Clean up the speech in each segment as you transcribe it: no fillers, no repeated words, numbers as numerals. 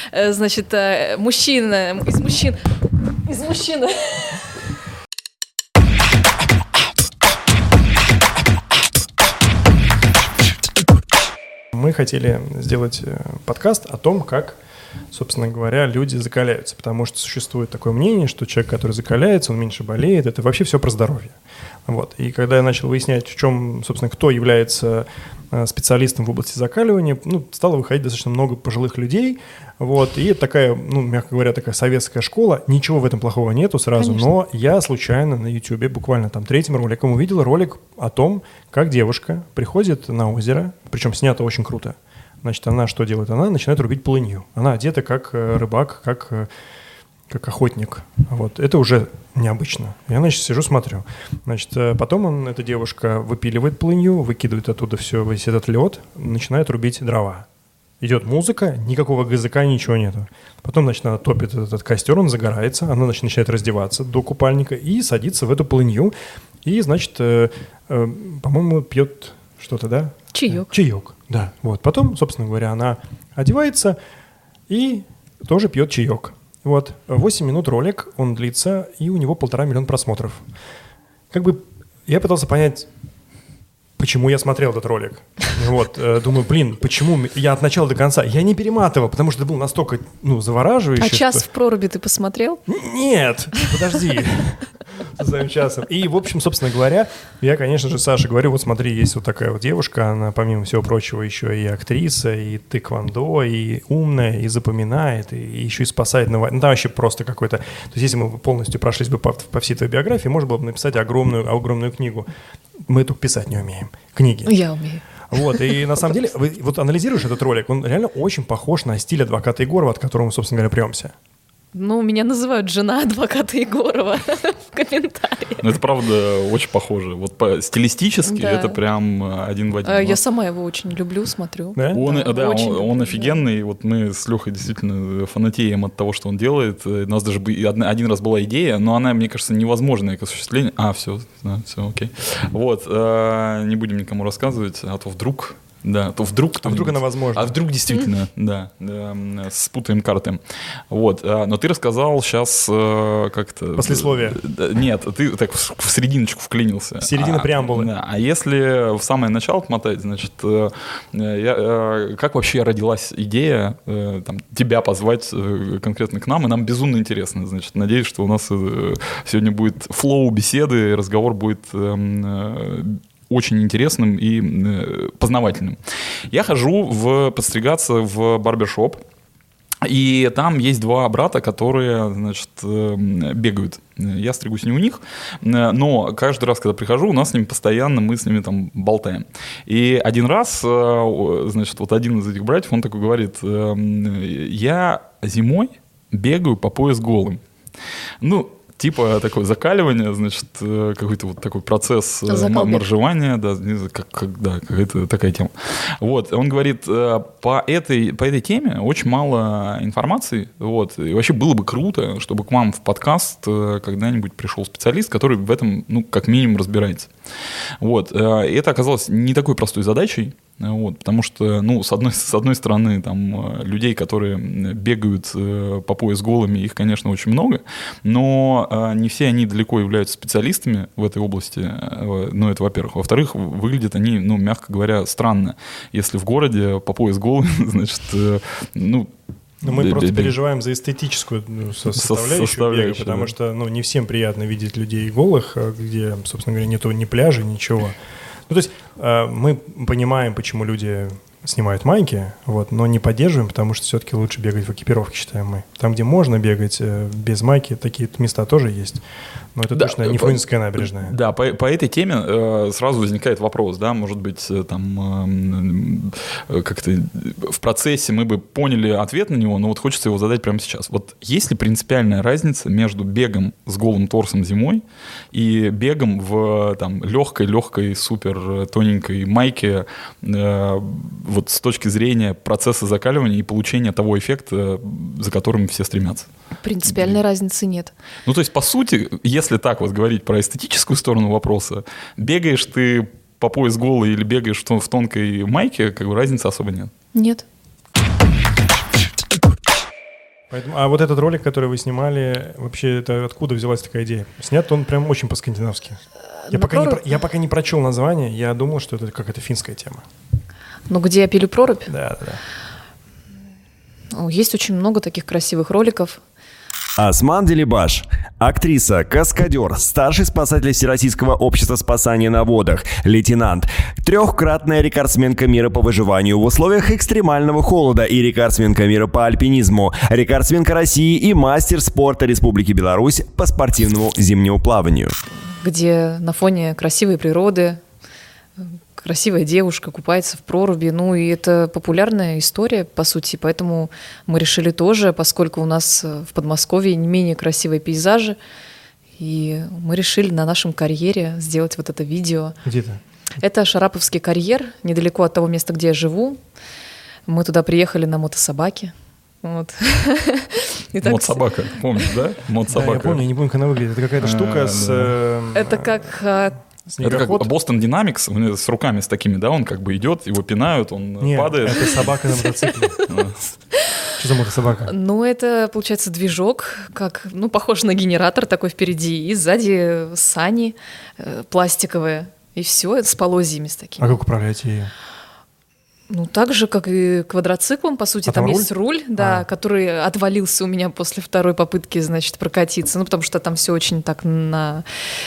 значит, мужчина, из мужчин. Мы хотели сделать подкаст о том, как, собственно говоря, люди закаляются, потому что существует такое мнение, что человек, который закаляется, он меньше болеет, это вообще все про здоровье. Вот. И когда я начал выяснять, в чем, собственно, кто является специалистом в области закаливания, стало выходить достаточно много пожилых людей, вот, и это такая, мягко говоря, такая советская школа, ничего в этом плохого нету сразу, конечно. Но я случайно на YouTube, буквально там третьим роликом, увидел ролик о том, как девушка приходит на озеро, причем снято очень круто. Значит, она что делает? Она начинает рубить полынью. Она одета как рыбак, как охотник. Вот. Это уже необычно. Я, значит, сижу, смотрю. Значит, потом эта девушка выпиливает полынью, выкидывает оттуда весь этот лед, начинает рубить дрова. Идет музыка, никакого ГЗК, ничего нету. Потом, значит, она топит этот костер, он загорается, она, значит, начинает раздеваться до купальника и садится в эту полынью. И, значит, по-моему, пьет что-то, да? Чаек, да. Вот. Потом, собственно говоря, она одевается и тоже пьет чаек. Вот. 8 минут ролик, он длится, и у него 1,5 миллиона просмотров. Как бы я пытался понять, почему я смотрел этот ролик. Вот. Думаю, почему я от начала до конца... Я не перематывал, потому что это был настолько, завораживающе. А час в проруби ты посмотрел? Нет, подожди. За своим часом. И, в общем, собственно говоря, я, конечно же, Саше говорю, вот смотри, есть вот такая вот девушка, она, помимо всего прочего, еще и актриса, и тэквондо, и умная, и запоминает, и еще и спасает. Там вообще просто какой-то... То есть, если мы полностью прошлись бы по всей твоей биографии, можно было бы написать огромную книгу. Мы только писать не умеем. Книги. Я умею. Вот, и на самом деле, вот анализируешь этот ролик, он реально очень похож на стиль адвоката Егорова, от которого мы, собственно говоря, премся. Меня называют жена адвоката Егорова в комментариях. Это правда очень похоже. Вот стилистически да. Это прям один в один. Я сама его очень люблю, смотрю. Да? Он офигенный. Да. Вот мы с Лехой действительно фанатеем от того, что он делает. У нас даже один раз была идея, но она, мне кажется, невозможная к осуществлению. Все, окей. Вот, не будем никому рассказывать, а то вдруг... Да, то вдруг она возможна. А вдруг действительно, да, спутаем карты. Вот, но ты рассказал сейчас как-то... Послесловие. Нет, ты так в серединочку вклинился. Середина преамбулы. Да, а если в самое начало отмотать, значит, как вообще родилась идея тебя позвать конкретно к нам, и нам безумно интересно, значит, надеюсь, что у нас сегодня будет флоу беседы, разговор будет... очень интересным и познавательным. Я хожу подстригаться в барбершоп, и там есть два брата, которые, значит, бегают. Я стригусь не у них, но каждый раз, когда прихожу, мы с ними там болтаем. И один раз, значит, вот один из этих братьев, он такой говорит: я зимой бегаю по пояс голым. Типа такое закаливание, значит, какой-то вот такой процесс моржевания, да, какая-то такая тема. Вот, он говорит, по этой теме очень мало информации, вот, и вообще было бы круто, чтобы к вам в подкаст когда-нибудь пришел специалист, который в этом, как минимум разбирается. Вот, и это оказалось не такой простой задачей. Вот, потому что, с одной стороны, там, людей, которые бегают по пояс голыми, их, конечно, очень много, но не все они далеко являются специалистами в этой области, это, во-первых. Во-вторых, выглядят они, мягко говоря, странно. Если в городе по пояс голым, значит, мы просто переживаем за эстетическую составляющую бега, потому что не всем приятно видеть людей голых, где, собственно говоря, нету ни пляжа, ничего. То есть мы понимаем, почему люди снимают майки, но не поддерживаем, потому что все-таки лучше бегать в экипировке, считаем мы. Там, где можно бегать без майки, такие места тоже есть. Но это точно не Фрунзенская набережная. Да, по этой теме сразу возникает вопрос, да, может быть, там как-то в процессе мы бы поняли ответ на него, но хочется его задать прямо сейчас. Вот есть ли принципиальная разница между бегом с голым торсом зимой и бегом в легкой, супер тоненькой майке, вот с точки зрения процесса закаливания и получения того эффекта, за которым все стремятся? Принципиальной разницы нет. То есть, по сути, если так вот говорить про эстетическую сторону вопроса, бегаешь ты по пояс голый или бегаешь в тонкой майке, разницы особо нет? Нет. Поэтому, а вот этот ролик, который вы снимали, вообще это откуда взялась такая идея? Снят он прям очень по-скандинавски. Я пока не прочел название, я думал, что это какая-то финская тема. Ну, где я пилю прорубь? Да. Есть очень много таких красивых роликов. Осман Делибаш. Актриса, каскадер, старший спасатель Всероссийского общества спасания на водах, лейтенант, трехкратная рекордсменка мира по выживанию в условиях экстремального холода и рекордсменка мира по альпинизму, рекордсменка России и мастер спорта Республики Беларусь по спортивному зимнему плаванию. Где на фоне красивой природы красивая девушка купается в проруби. Ну, и это популярная история, по сути. Поэтому мы решили тоже, поскольку у нас в Подмосковье не менее красивые пейзажи, и мы решили на нашем карьере сделать вот это видео. Где-то? Это Шараповский карьер, недалеко от того места, где я живу. Мы туда приехали на мотособаке. Вот. Мод-собака, помнишь, да? Мод-собака. Да, я помню, не помню, как она выглядит. Это какая-то штука с... Это как... Это как Boston Dynamics с руками с такими, да? Он как бы идет, его пинают, он падает. Это собака на мотоцикле. Что за мотособака? Ну, это, получается, движок, похож на генератор такой впереди, и сзади сани пластиковые, и все, это с полозьями с такими. А как управляете ее? Ну, так же, как и квадроциклом, по сути. Там есть руль, да, который отвалился у меня после второй попытки, значит, прокатиться. Ну, потому что там все очень так на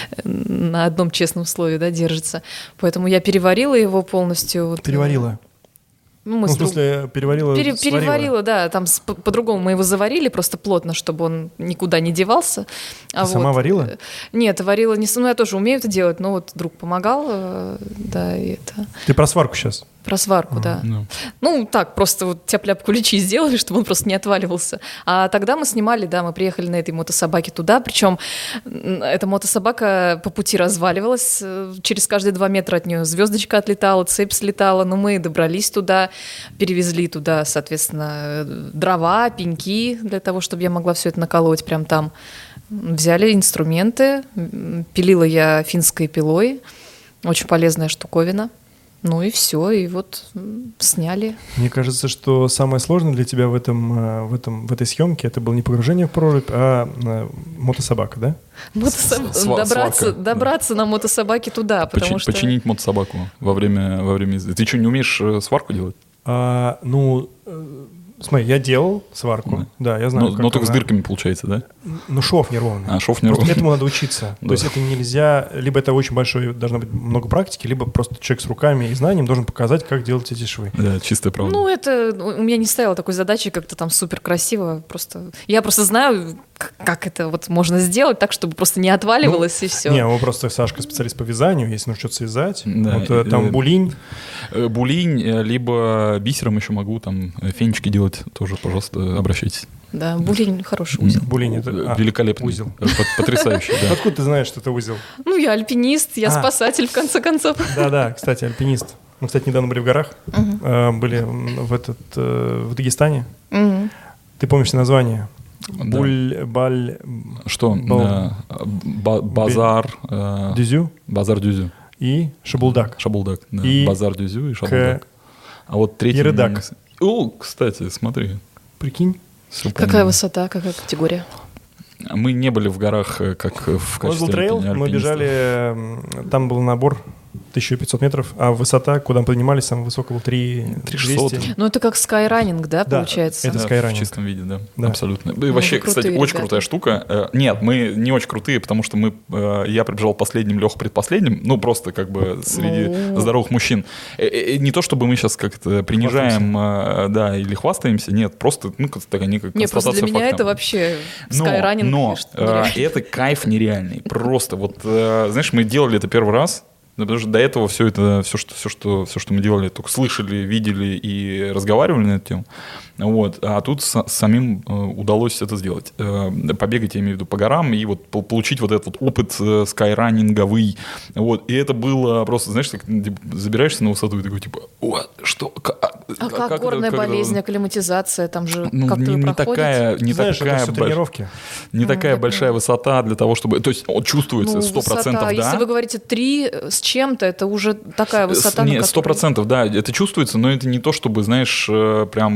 одном честном слове, да, держится. Поэтому я переварила его полностью. Переварила? Ну, в смысле, переварила, переварила, да. Там по-другому мы его заварили, просто плотно, чтобы он никуда не девался. Ты сама варила? Нет, варила не... Ну, я тоже умею это делать, но вот друг помогал, да, и это... Ты про сварку сейчас? Про сварку, да. Ну, так, просто вот тяп-ляп куличи сделали, чтобы он просто не отваливался. А тогда мы снимали, да, мы приехали на этой мотособаке туда, причем эта мотособака по пути разваливалась, через каждые 2 метра от нее звездочка отлетала, цепь слетала, но мы добрались туда, перевезли туда, соответственно, дрова, пеньки для того, чтобы я могла все это наколоть прям там. Взяли инструменты, пилила я финской пилой, очень полезная штуковина. Ну и все, и вот сняли. Мне кажется, что самое сложное для тебя в этой съемке это было не погружение в прорубь, а мотособака, да? Добраться на мотособаке туда, потому что... Починить мотособаку во время езды. Ты что, не умеешь сварку делать? Смотри, я делал сварку, да, я знаю. Но только с дырками получается, да? Ну, шов неровный. Шов неровный. Просто этому надо учиться. То есть это нельзя, либо это очень большое, должно быть много практики, либо просто человек с руками и знанием должен показать, как делать эти швы. Да, чистая правда. Ну, это у меня не стояло такой задачи, как-то там супер красиво. Я просто знаю, как это вот можно сделать так, чтобы просто не отваливалось и все. Не, просто Сашка специалист по вязанию, если нужно что-то связать. Да, вот там булинь. Булинь, либо бисером еще могу, там фенечки делать тоже, пожалуйста, обращайтесь. Да, булинь хороший узел. Булинь это великолепный узел. Потрясающий, да. Откуда ты знаешь, что это узел? Ну, я альпинист, я спасатель, в конце концов. Да, кстати, альпинист. Мы, кстати, недавно были в горах, были в Дагестане. Ты помнишь название? Буль-баль... Что? Базар... Дюзю? Базар Дюзю. И Шабулдак. Шабулдак, да. И Базар Дюзю и Шабулдак. А вот третий... Ерыдак. О, кстати, смотри. Прикинь. Какая высота, какая категория? Мы не были в горах, как в качестве альпиниста. Мы бежали, там был набор 1500 метров, а высота, куда мы поднимались, самая высокая была 3600. Ну, это как скайранинг, да, получается? Это скайранинг. В чистом виде, да. Абсолютно. И вообще, кстати, очень крутая штука. Нет, мы не очень крутые, потому что я прибежал последним, Леха предпоследним, ну, просто как бы среди здоровых мужчин. Не то, чтобы мы сейчас как-то принижаем, да, или хвастаемся, нет, просто, ну, такая некая констатация факта. Нет, просто для меня это вообще скайранинг. Но это кайф нереальный. Просто вот, знаешь, мы делали это первый раз, потому что до этого все, что мы делали, только слышали, видели и разговаривали на эту тему. Вот. А тут самим удалось это сделать. Побегать, я имею в виду, по горам и вот получить вот этот вот опыт скайранинговый. Вот. И это было просто, знаешь, как забираешься на высоту и такой, типа, что? Как горная болезнь, акклиматизация, там же как-то не такая тренировки. Не такая большая высота для того, чтобы... То есть он чувствуется 100%, да. Если вы говорите 3 с чем-то, это уже такая высота. Нет, 100%, да, это чувствуется, но это не то, чтобы, знаешь, прям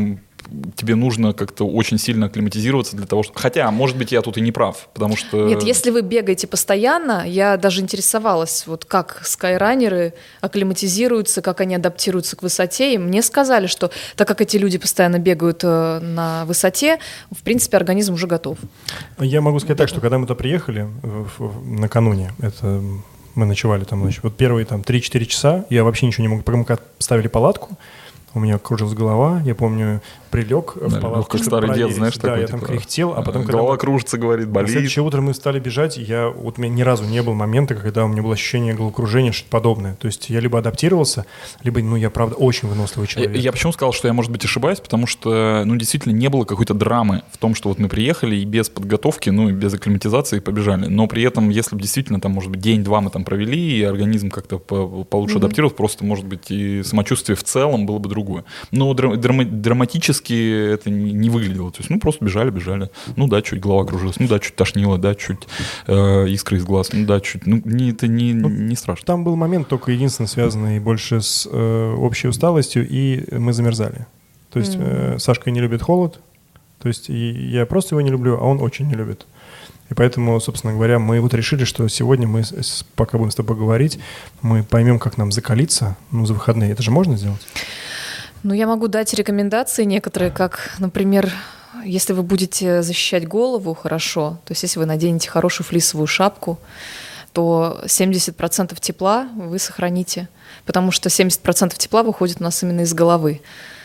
тебе нужно как-то очень сильно акклиматизироваться для того, что... Хотя, может быть, я тут и не прав, потому что... Нет, если вы бегаете постоянно, я даже интересовалась, вот как скайранеры акклиматизируются, как они адаптируются к высоте, и мне сказали, что так как эти люди постоянно бегают на высоте, в принципе, организм уже готов. Я могу сказать так, что когда мы туда приехали накануне, это мы ночевали там ночью, вот первые там 3-4 часа я вообще ничего не мог, пока мы ставили палатку, у меня кружилась голова, я помню, прилег в палатку. Как старый дед, знаешь, да, такой. я там кряхтел, а потом, когда голова кружится, говорит, болит. На следующее утро мы стали бежать, вот у меня ни разу не было момента, когда у меня было ощущение головокружения, что-то подобное. То есть я либо адаптировался, либо, я правда очень выносливый человек. Я почему сказал, что я, может быть, ошибаюсь, потому что, действительно не было какой-то драмы в том, что вот мы приехали и без подготовки, и без акклиматизации побежали. Но при этом, если бы действительно там, может быть, день-два мы там провели, и организм как-то получше адаптировался, просто, может быть, и самочувствие в целом было бы другое. Но драматически это не выглядело. То есть, просто бежали. Да, чуть голова кружилась, да, чуть тошнило, да, чуть искры из глаз, да, чуть. Это не страшно. Там был момент только единственный, связанный больше с общей усталостью, и мы замерзали. То есть Сашка не любит холод, то есть и я просто его не люблю, а он очень не любит. И поэтому, собственно говоря, мы вот решили, что сегодня мы, пока будем с тобой говорить, мы поймем, как нам закалиться, за выходные. Это же можно сделать? Я могу дать рекомендации некоторые, как, например, если вы будете защищать голову хорошо, то есть если вы наденете хорошую флисовую шапку, то 70% тепла вы сохраните, потому что 70% тепла выходит у нас именно из головы.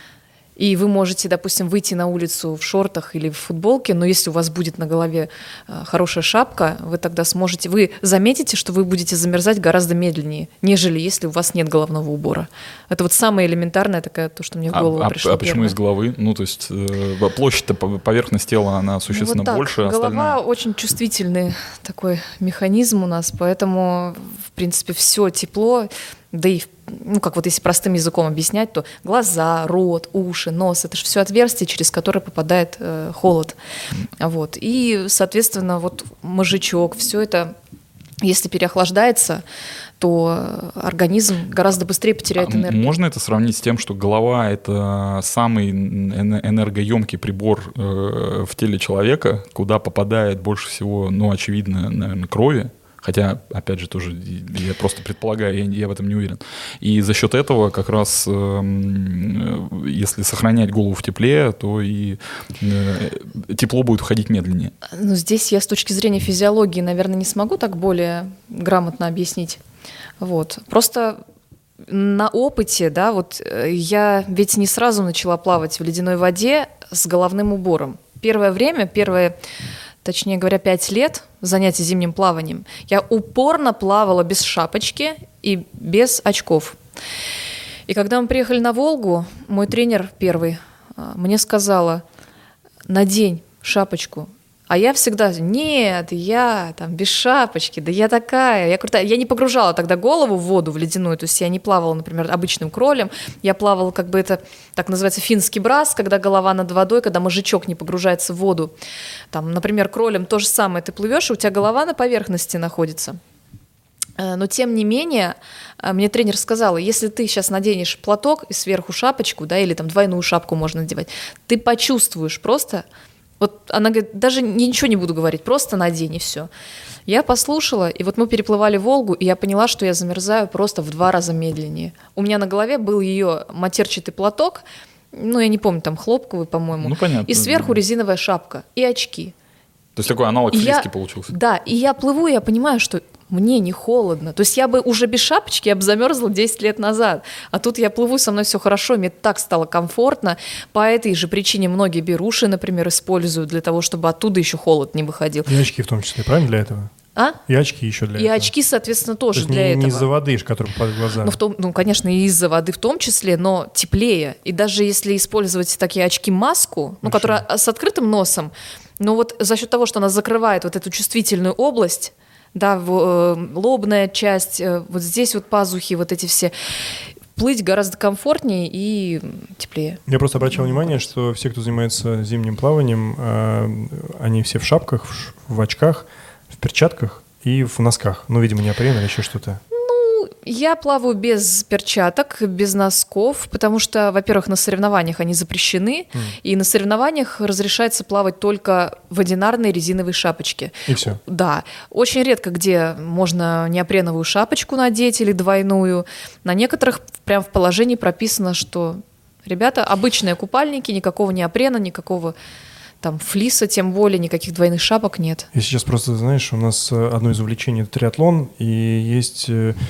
И вы можете, допустим, выйти на улицу в шортах или в футболке, но если у вас будет на голове хорошая шапка, вы тогда вы заметите, что вы будете замерзать гораздо медленнее, нежели если у вас нет головного убора. Это вот самое элементарное такое, то, что мне в голову пришло. А почему из головы? То есть площадь-то, поверхность тела, она существенно больше, остальная... Голова очень чувствительный такой механизм у нас, поэтому, в принципе, все тепло, да и, как вот если простым языком объяснять, то глаза, рот, уши, нос — это же все отверстия, через которые попадает холод. Вот. И, соответственно, вот мозжечок, все это, если переохлаждается, то организм гораздо быстрее потеряет энергию. Можно это сравнить с тем, что голова — это самый энергоемкий прибор в теле человека, куда попадает больше всего, очевидно, наверное, крови? Хотя, опять же, тоже я просто предполагаю, я в этом не уверен. И за счет этого как раз, если сохранять голову в тепле, то и тепло будет уходить медленнее. Здесь я с точки зрения физиологии, наверное, не смогу так более грамотно объяснить. Вот. Просто на опыте, да, вот я ведь не сразу начала плавать в ледяной воде с головным убором. Точнее говоря, 5 лет занятий зимним плаванием, я упорно плавала без шапочки и без очков. И когда мы приехали на Волгу, мой тренер первый мне сказала: надень шапочку. А я всегда: нет, я там без шапочки, да я такая, я крутая. Я не погружала тогда голову в воду, в ледяную, то есть я не плавала, например, обычным кролем, я плавала, это так называется финский брас, когда голова над водой, когда мозжечок не погружается в воду. Там, например, кролем то же самое, ты плывешь, и у тебя голова на поверхности находится. Но тем не менее, мне тренер сказала: если ты сейчас наденешь платок и сверху шапочку, да, или там двойную шапку можно надевать, ты почувствуешь просто... Вот она говорит: даже ничего не буду говорить, просто надень, и все. Я послушала, и вот мы переплывали Волгу, и я поняла, что я замерзаю просто в 2 раза медленнее. У меня на голове был ее матерчатый платок, я не помню, там хлопковый, по-моему, понятно, и сверху резиновая шапка, и очки. То есть такой аналог флиски получился. Да, и я плыву, и я понимаю, что мне не холодно. То есть я бы уже без шапочки, я бы замерзла 10 лет назад. А тут я плыву, со мной все хорошо, мне так стало комфортно. По этой же причине многие беруши, например, используют для того, чтобы оттуда еще холод не выходил. И очки в том числе, правильно, для этого? И очки еще для этого. И очки, соответственно, тоже для этого. Не из-за воды, которые под глаза. Конечно, и из-за воды в том числе, но теплее. И даже если использовать такие очки-маску, которая с открытым носом, но вот за счет того, что она закрывает вот эту чувствительную область, да, лобная часть, вот здесь вот пазухи, вот эти все, плыть гораздо комфортнее и теплее. Я просто обращал внимание, что все, кто занимается зимним плаванием, они все в шапках, в очках, в перчатках и в носках. Видимо, неопрен или еще что-то. я плаваю без перчаток, без носков, потому что, во-первых, на соревнованиях они запрещены, и на соревнованиях разрешается плавать только в одинарной резиновой шапочке. И все. Да. Очень редко где можно неопреновую шапочку надеть или двойную. На некоторых прям в положении прописано, что, ребята, обычные купальники, никакого неопрена, никакого там флиса, тем более, никаких двойных шапок нет. Я сейчас просто, знаешь, у нас одно из увлечений — это триатлон, и есть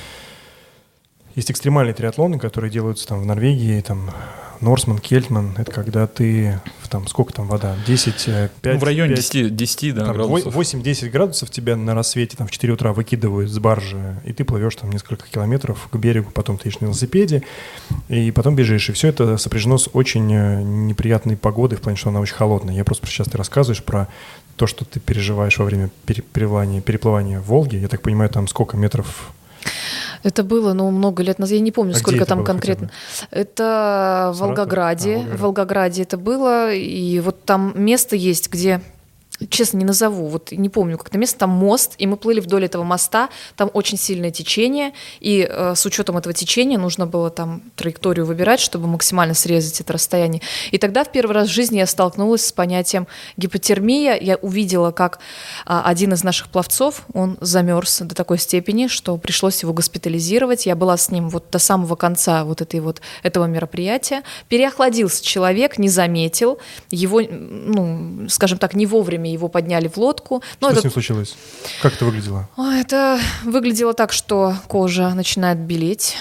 экстремальные триатлоны, которые делаются там в Норвегии, там Норсман, Кельтман. Это когда ты, там, сколько там вода? 10, 5, в районе 5, 10 да, градусов. 8-10 градусов тебя на рассвете там, в 4 утра выкидывают с баржи, и ты плывешь там несколько километров к берегу, потом ты едешь на велосипеде, и потом бежишь. И все это сопряжено с очень неприятной погодой, в плане, что она очень холодная. Я просто сейчас ты рассказываешь про то, что ты переживаешь во время переплывания Волги. Я так понимаю, там сколько метров? Это было, много лет назад, я не помню, сколько там конкретно. Это в Волгограде. В Волгограде это было, и вот там место есть, где... Честно, не назову, вот не помню, как это место, там мост, и мы плыли вдоль этого моста, там очень сильное течение, и с учетом этого течения нужно было там траекторию выбирать, чтобы максимально срезать это расстояние. И тогда в первый раз в жизни я столкнулась с понятием гипотермия. Я увидела, как один из наших пловцов, он замерз до такой степени, что пришлось его госпитализировать. Я была с ним вот до самого конца этого мероприятия. Переохладился человек, не заметил, его, скажем так, не вовремя его подняли в лодку. Что с ним случилось? Как это выглядело? Это выглядело так, что кожа начинает белеть.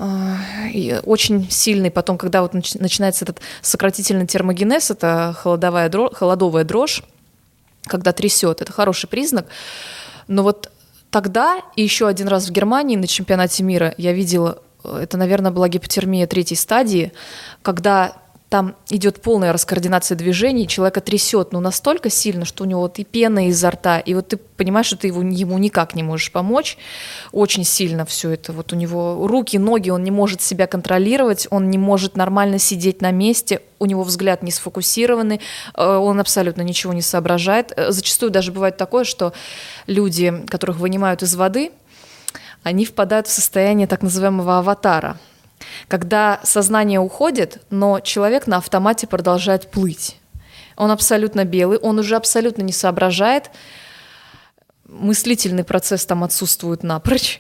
И очень сильный потом, когда вот начинается этот сократительный термогенез, это холодовая дрожь, когда трясет, это хороший признак. Но вот тогда и еще один раз в Германии на чемпионате мира я видела, это, наверное, была гипотермия 3-й стадии, когда там идет полная раскоординация движений, человека трясет, настолько сильно, что у него вот и пена изо рта, и вот ты понимаешь, что ты ему никак не можешь помочь. Очень сильно все это. Вот у него руки, ноги, он не может себя контролировать, он не может нормально сидеть на месте, у него взгляд не сфокусированный, он абсолютно ничего не соображает. Зачастую даже бывает такое, что люди, которых вынимают из воды, они впадают в состояние так называемого аватара, когда сознание уходит, но человек на автомате продолжает плыть. Он абсолютно белый, он уже абсолютно не соображает, мыслительный процесс там отсутствует напрочь.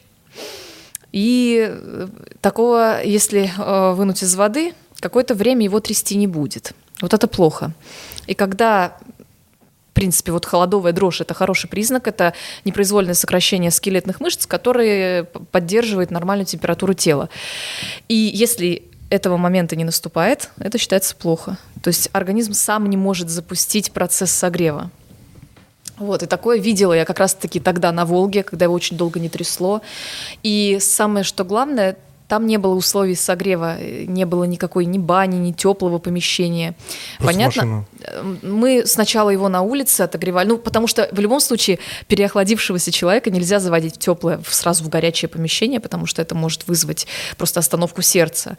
И такого, если вынуть из воды, какое-то время его трясти не будет. Вот это плохо. И когда... В принципе, вот холодовая дрожь – это хороший признак, это непроизвольное сокращение скелетных мышц, которые поддерживают нормальную температуру тела. И если этого момента не наступает, это считается плохо. То есть организм сам не может запустить процесс согрева. Вот, и такое видела я как раз-таки тогда на Волге, когда его очень долго не трясло. И самое, что главное – там не было условий согрева, не было никакой ни бани, ни теплого помещения. Просто понятно? Машину. Мы сначала его на улице отогревали, потому что в любом случае переохладившегося человека нельзя заводить в теплое, сразу в горячее помещение, потому что это может вызвать просто остановку сердца.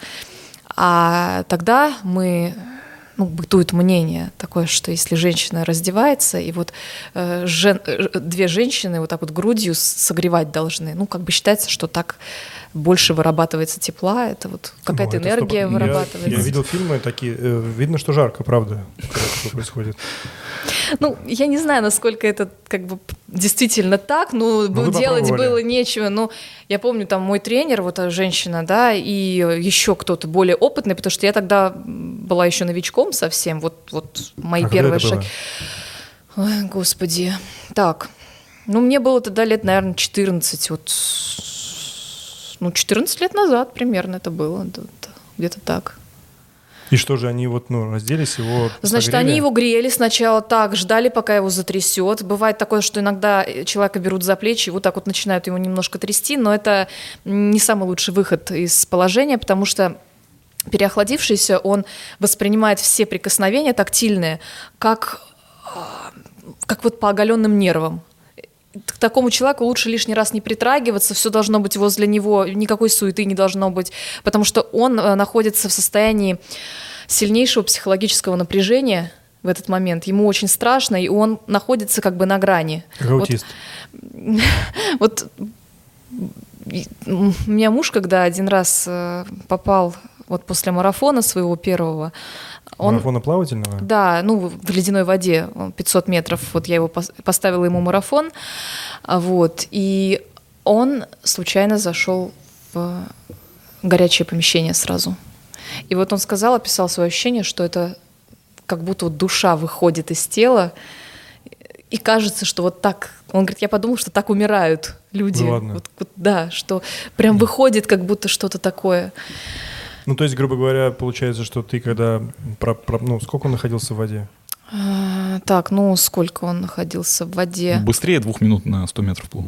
А тогда бытует мнение такое, что если женщина раздевается, и вот две женщины вот так вот грудью согревать должны, считается, что так больше вырабатывается тепла, это вот какая-то энергия вырабатывается. Я видел фильмы такие, видно, что жарко, правда, когда такое происходит. Я не знаю, насколько это действительно так, делать было нечего. Я помню, там мой тренер, вот женщина, да, и еще кто-то более опытный, потому что я тогда была еще новичком совсем, вот мои первые шаги. Ой, господи. Так, мне было тогда лет, наверное, 14, 14 лет назад примерно это было, где-то так. И что же, они разделись, его Значит, согрели? они его грели сначала так, ждали, пока его затрясет. Бывает такое, что иногда человека берут за плечи, вот так вот начинают его немножко трясти, но это не самый лучший выход из положения, потому что переохладившийся, он воспринимает все прикосновения тактильные, как вот по оголенным нервам. К такому человеку лучше лишний раз не притрагиваться, все должно быть возле него, никакой суеты не должно быть, потому что он находится в состоянии сильнейшего психологического напряжения в этот момент. Ему очень страшно, и он находится на грани. Аутист. У меня муж, когда один раз попал вот после марафона своего первого, Марафона плавательного? Да, в ледяной воде, 500 метров, вот я его поставила ему марафон, вот, и он случайно зашел в горячее помещение сразу. И вот он описал свое ощущение, что это как будто вот душа выходит из тела, и кажется, что вот так, он говорит, я подумал, что так умирают люди. Да ладно? Да, что прям выходит как будто что-то такое. То есть, грубо говоря, получается, что ты когда... сколько он находился в воде? Сколько он находился в воде? Быстрее 2 минут на 100 метров плыл.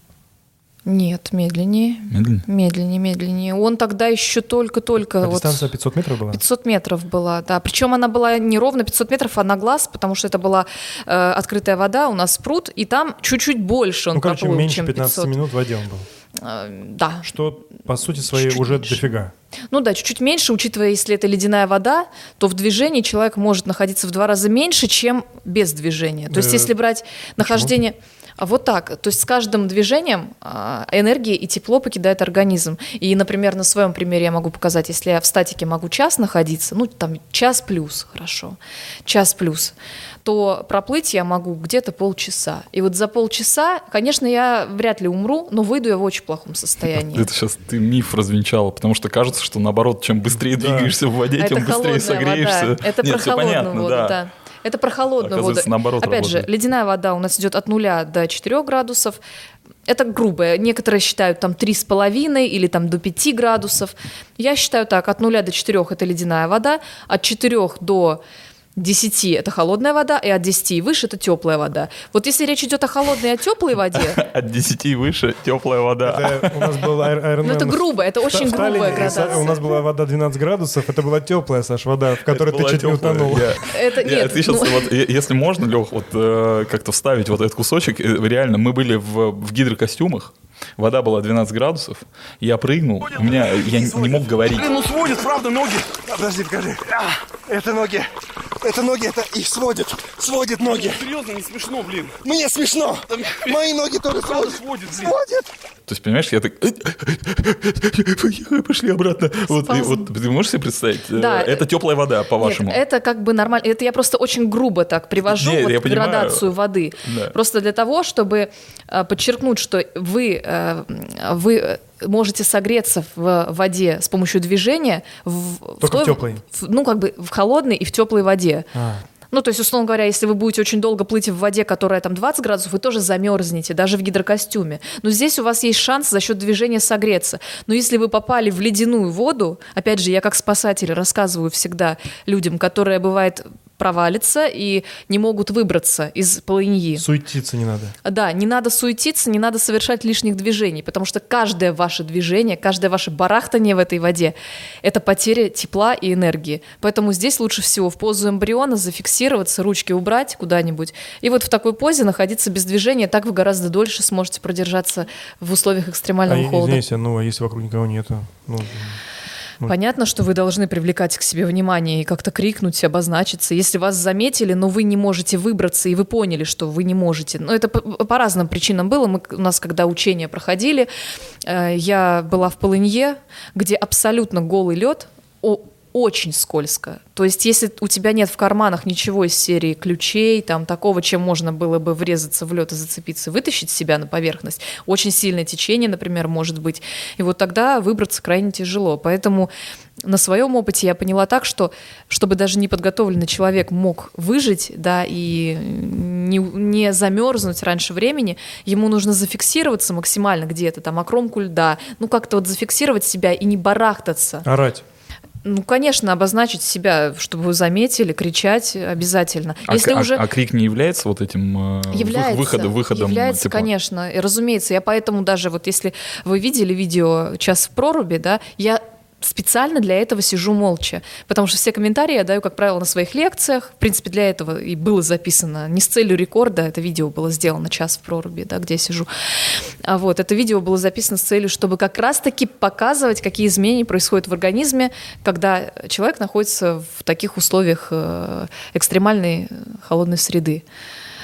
Нет, медленнее. Медленнее. Он тогда еще только-только... Дистанция 500 метров была? 500 метров была, да. Причем она была не ровно 500 метров, а на глаз, потому что это была открытая вода, у нас пруд, и там чуть-чуть больше он проплыл, меньше чем 15 500. минут в воде он был. Да. Что, по сути своей, Чуть-чуть уже меньше. дофига. Чуть-чуть меньше, учитывая, если это ледяная вода, то в движении человек может находиться в 2 раза меньше, чем без движения. То есть если брать нахождение... Вот так. То есть с каждым движением энергия и тепло покидает организм. И, например, на своем примере я могу показать, если я в статике могу час находиться, час плюс, хорошо, час плюс, то проплыть я могу где-то полчаса. И вот за полчаса, конечно, я вряд ли умру, но выйду я в очень плохом состоянии. Это сейчас ты миф развенчала, потому что кажется, что наоборот, чем быстрее двигаешься в воде, тем быстрее согреешься. Вода. Это про холодную воду, да. Это про холодную воду. Наоборот, опять же, ледяная вода у нас идет от 0 до 4 градусов. Это грубое. Некоторые считают 3,5 или до 5 градусов. Я считаю так, от 0 до 4 это ледяная вода, от 4 до 10 это холодная вода, и от 10 и выше это теплая вода. Вот если речь идет о холодной и о теплой воде... От 10 и выше теплая вода. Это у нас был Ironman. Это грубо, это очень грубая градация. У нас была вода 12 градусов, это была теплая, Саш, вода, в которой ты чуть не утонул. Нет. Если можно, Лех, как-то вставить этот кусочек, реально, мы были в гидрокостюмах, вода была 12 градусов, я прыгнул, я не мог говорить. Сводит, правда, ноги. Подожди, покажи. Это ноги, это их сводит ноги. Серьезно, не смешно, блин. Мне смешно. Мои ноги тоже сводит. То есть, понимаешь, я так... Пошли обратно. Вот, ты можешь себе представить? Да. Это теплая вода, по-вашему? Нет, это как бы нормально. Это я просто очень грубо так привожу градацию воды. Да. Просто для того, чтобы подчеркнуть, что вы можете согреться в воде с помощью движения только в теплой. В холодной и в теплой воде. То есть, условно говоря, если вы будете очень долго плыть в воде, которая 20 градусов, вы тоже замерзнете, даже в гидрокостюме. Но здесь у вас есть шанс за счет движения согреться. Но если вы попали в ледяную воду, опять же, я как спасатель рассказываю всегда людям, которые, бывает, провалятся и не могут выбраться из полыньи. Суетиться не надо. Да, не надо суетиться, не надо совершать лишних движений, потому что каждое ваше движение, каждое ваше барахтание в этой воде – это потеря тепла и энергии. Поэтому здесь лучше всего в позу эмбриона зафиксироваться, ручки убрать куда-нибудь, и вот в такой позе находиться без движения, так вы гораздо дольше сможете продержаться в условиях экстремального холода. Извините, если вокруг никого нету? Понятно, что вы должны привлекать к себе внимание и как-то крикнуть, обозначиться. Если вас заметили, но вы не можете выбраться, и вы поняли, что вы не можете. Но это по разным причинам было. У нас, когда учения проходили, я была в полынье, где абсолютно голый лед, очень скользко. То есть, если у тебя нет в карманах ничего из серии ключей, такого, чем можно было бы врезаться в лед и зацепиться, вытащить себя на поверхность, очень сильное течение, например, может быть, и вот тогда выбраться крайне тяжело. Поэтому на своем опыте я поняла так, что чтобы даже неподготовленный человек мог выжить, да, и не замерзнуть раньше времени, ему нужно зафиксироваться максимально где-то, о кромку льда, как-то зафиксировать себя и не барахтаться. Орать. Конечно, обозначить себя, чтобы вы заметили, кричать обязательно. А крик не является этим выходом? Является, конечно. И, разумеется, я поэтому даже если вы видели видео «Час в проруби», да, я специально для этого сижу молча, потому что все комментарии я даю, как правило, на своих лекциях. В принципе, для этого и было записано, не с целью рекорда, это видео было сделано «Час в проруби», да, где я сижу. Это видео было записано с целью, чтобы как раз-таки показывать, какие изменения происходят в организме, когда человек находится в таких условиях экстремальной холодной среды.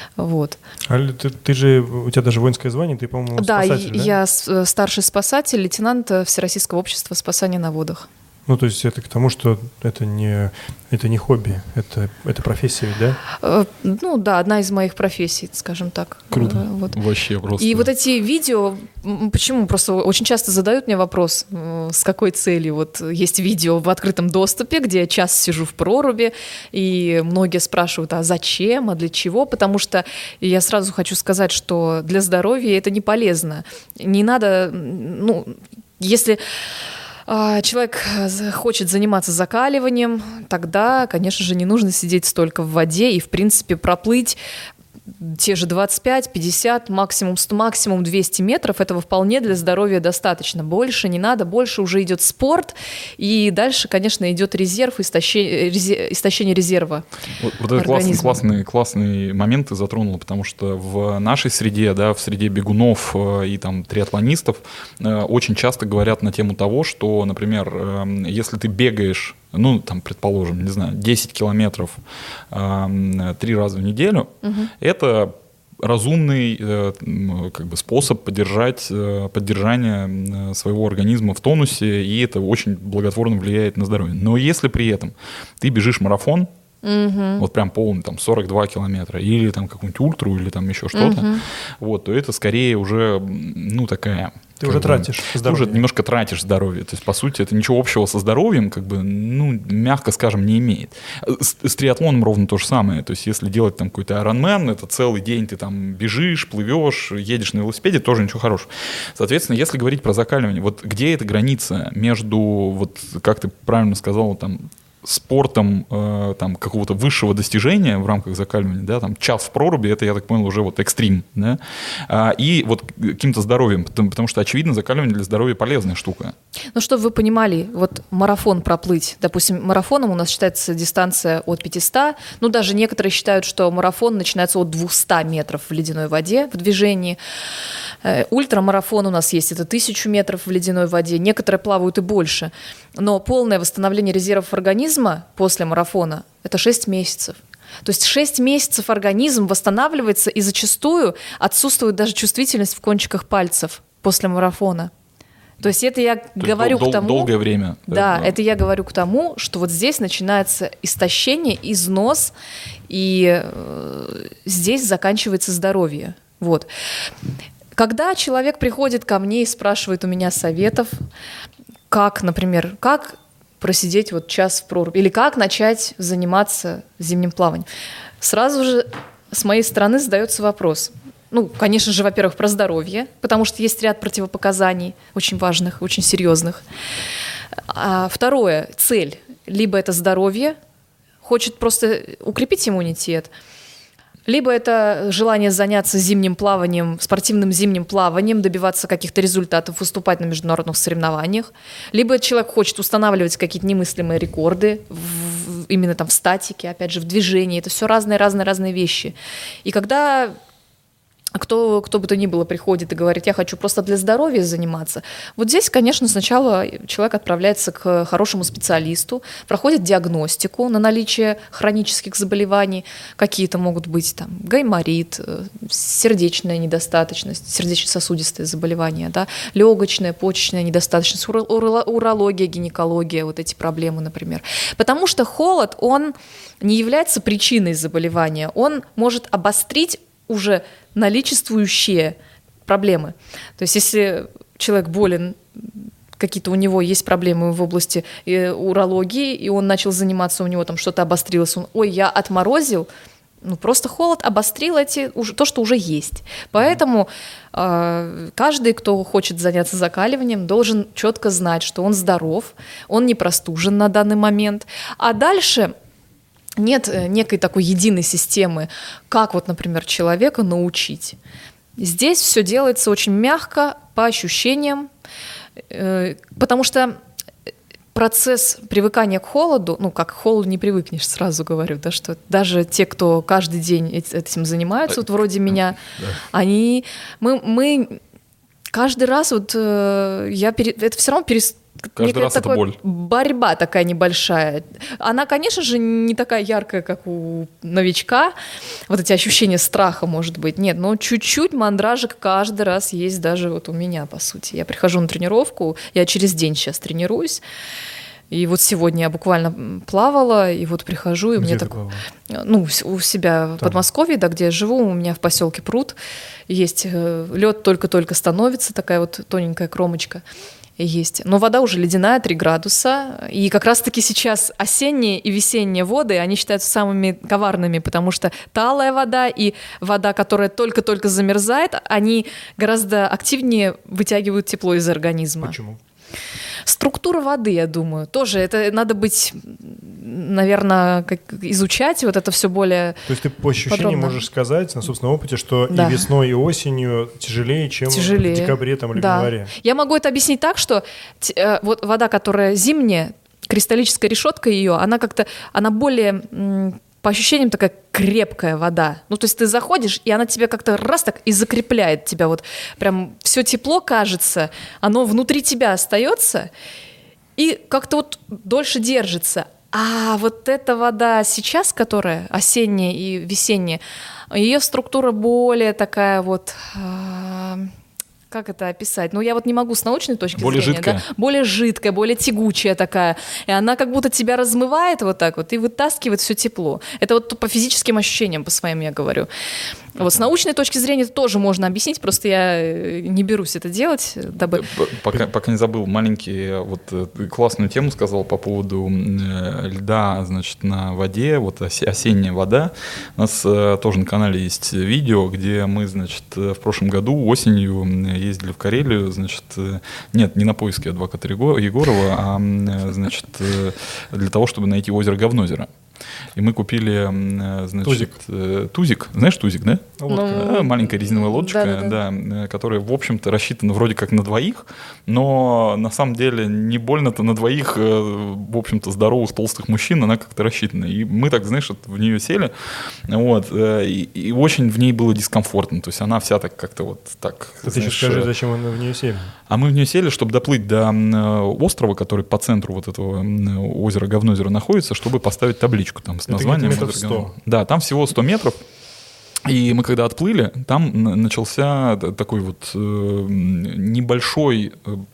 Вот. А ты же, у тебя даже воинское звание, ты, по-моему, спасатель, да? Да, я старший спасатель, лейтенант Всероссийского общества спасания на водах. Ну, то есть это к тому, что это не хобби, это профессия, да? Ну да, одна из моих профессий, скажем так. Круто. Вот. Вообще просто. И вот эти видео, почему? Просто очень часто задают мне вопрос, с какой целью. Вот есть видео в открытом доступе, где я час сижу в проруби, и многие спрашивают, а зачем, а для чего? Потому что я сразу хочу сказать, что для здоровья это не полезно. Не надо, ну, если человек хочет заниматься закаливанием, тогда, конечно же, не нужно сидеть столько в воде и, в принципе, проплыть те же 25, 50, максимум 200 метров, этого вполне для здоровья достаточно. Больше не надо, больше уже идет спорт, и дальше, конечно, идет резерв, истощение резерва. Вот это классный момент ты затронула, потому что в нашей среде, да, в среде бегунов и там триатлонистов очень часто говорят на тему того, что, например, если ты бегаешь, ну, там, предположим, не знаю, 10 километров 3 раза в неделю, это разумный как бы способ поддержания своего организма в тонусе, и это очень благотворно влияет на здоровье. Но если при этом ты бежишь марафон, вот прям полный, там, 42 километра, или там какую-нибудь ультру, или там еще что-то, вот, то это скорее уже, ну, такая... Ты уже тратишь здоровье. Ты уже немножко тратишь здоровье. То есть, по сути, это ничего общего со здоровьем, как бы, ну, мягко скажем, не имеет. С триатлоном ровно то же самое. То есть, если делать там какой-то Ironman, это целый день ты там бежишь, плывешь, едешь на велосипеде, тоже ничего хорошего. Соответственно, если говорить про закаливание, вот где эта граница между, вот как ты правильно сказал, там, спортом там, какого-то высшего достижения в рамках закаливания, да, там час в проруби, это, я так понял, уже вот экстрим, да, и вот каким-то здоровьем, потому что, очевидно, закаливание для здоровья полезная штука. Ну, чтобы вы понимали, вот марафон проплыть, допустим, марафоном у нас считается дистанция от 500, ну, даже некоторые считают, что марафон начинается от 200 метров в ледяной воде в движении. Ультрамарафон у нас есть, это 1000 метров в ледяной воде, некоторые плавают и больше, но полное восстановление резервов организма после марафона – это 6 месяцев. То есть 6 месяцев организм восстанавливается, и зачастую отсутствует даже чувствительность в кончиках пальцев после марафона. То есть это я говорю к тому... Долгое время. Да, это я говорю к тому, что вот здесь начинается истощение, износ, и здесь заканчивается здоровье. Вот. Когда человек приходит ко мне и спрашивает у меня советов, как, например, как просидеть вот час в проруби, или как начать заниматься зимним плаванием, сразу же с моей стороны задается вопрос. Ну, конечно же, во-первых, про здоровье, потому что есть ряд противопоказаний очень важных, очень серьезных. А второе, цель. Либо это здоровье, хочет просто укрепить иммунитет, либо это желание заняться зимним плаванием, спортивным зимним плаванием, добиваться каких-то результатов, выступать на международных соревнованиях, либо человек хочет устанавливать какие-то немыслимые рекорды именно там в статике, опять же, в движении. Это все разные вещи. И когда кто бы то ни было приходит и говорит, я хочу просто для здоровья заниматься, вот здесь, конечно, сначала человек отправляется к хорошему специалисту, проходит диагностику на наличие хронических заболеваний, какие-то могут быть там гайморит, сердечная недостаточность, сердечно-сосудистые заболевания, да, легочная, почечная недостаточность, урология, гинекология, вот эти проблемы, например. Потому что холод, он не является причиной заболевания, он может обострить уже наличествующие проблемы. То есть если человек болен, какие-то у него есть проблемы в области урологии, и он начал заниматься, у него там что-то обострилось, я отморозил, ну просто холод обострил то, что уже есть. Поэтому каждый, кто хочет заняться закаливанием, должен четко знать, что он здоров, он не простужен на данный момент. А дальше... Нет некой такой единой системы, как вот, например, человека научить. Здесь все делается очень мягко, по ощущениям, потому что процесс привыкания к холоду, ну, как к холоду не привыкнешь, сразу говорю, да, что даже те, кто каждый день этим занимаются, вот вроде меня, мы каждый раз, это все равно Каждый раз это боль. Борьба такая небольшая. Она, конечно же, не такая яркая, как у новичка. Вот эти ощущения страха, может быть. Нет, но чуть-чуть мандражик каждый раз есть даже вот у меня, по сути. Я прихожу на тренировку, я через день сейчас тренируюсь. И вот сегодня я буквально плавала, и вот прихожу, и Где мне ты так... плавала? Ну, у себя в Подмосковье, да, где я живу, у меня в поселке Пруд есть лед только-только становится, такая вот тоненькая кромочка есть. Но вода уже ледяная, 3 градуса. И как раз-таки сейчас осенние и весенние воды, они считаются самыми коварными, потому что талая вода и вода, которая только-только замерзает, они гораздо активнее вытягивают тепло из организма. Почему? Структура воды, я думаю, тоже это надо быть, наверное, изучать вот это все более. То есть ты по ощущениям подробно можешь сказать на собственном опыте, что да. и весной, и осенью тяжелее, чем в декабре там, или да. в январе. Я могу это объяснить так, что вот вода, которая зимняя, кристаллическая решетка ее, она как-то, она более... по ощущениям такая крепкая вода. Ну, то есть ты заходишь, и она тебя как-то раз так и закрепляет тебя. Вот прям все тепло, кажется, оно внутри тебя остается и как-то вот дольше держится. А вот эта вода сейчас, которая осенняя и весенняя, ее структура более такая вот... Как это описать? Ну, я вот не могу с научной точки более зрения. Жидкая. Да? Более жидкая, более тягучая такая. И она как будто тебя размывает вот так вот и вытаскивает все тепло. Это вот по физическим ощущениям, по своим я говорю. Вот с научной точки зрения это тоже можно объяснить, просто я не берусь это делать. Дабы... Пока не забыл, маленький, вот классную тему сказал по поводу льда, значит, на воде, вот осенняя вода. У нас тоже на канале есть видео, где мы, значит, в прошлом году осенью ездили в Карелию, значит, нет, не на поиски адвоката Егорова, а, значит, для того, чтобы найти озеро Говнозеро. И мы купили, значит, тузик. Знаешь тузик, да? Лодка. Маленькая резиновая лодочка, да, которая, в общем-то, рассчитана вроде как на двоих, но на самом деле не больно-то на двоих, в общем-то, здоровых толстых мужчин она как-то рассчитана. И мы так, знаешь, в нее сели, вот, и очень в ней было дискомфортно. То есть она вся так как-то вот так. Ты еще скажи, зачем мы в нее сели? А мы в нее сели, чтобы доплыть до острова, который по центру вот этого озера Говнозеро находится, чтобы поставить табличку там с названием. Это метров 100. Да, там всего 100 метров. И мы когда отплыли, там начался такой вот небольшой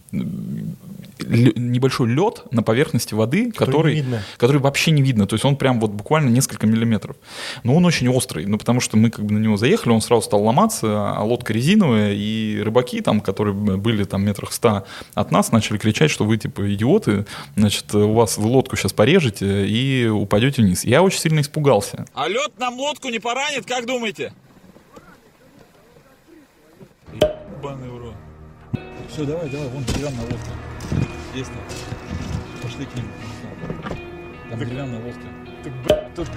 лед на поверхности воды, который вообще не видно. То есть он прям вот буквально несколько миллиметров. Но он очень острый, ну потому что мы как бы на него заехали, он сразу стал ломаться, а лодка резиновая, и рыбаки там, которые были там метрах 100 от нас, начали кричать, что вы типа идиоты, значит, вы лодку сейчас порежете и упадете вниз. Я очень сильно испугался. А лед нам лодку не поранит, как думаете? Ебаный урод. Все, давай, вон деревянная лодка. Есть там. Пошли к ним. Там деревянная лодка. Так, тоже.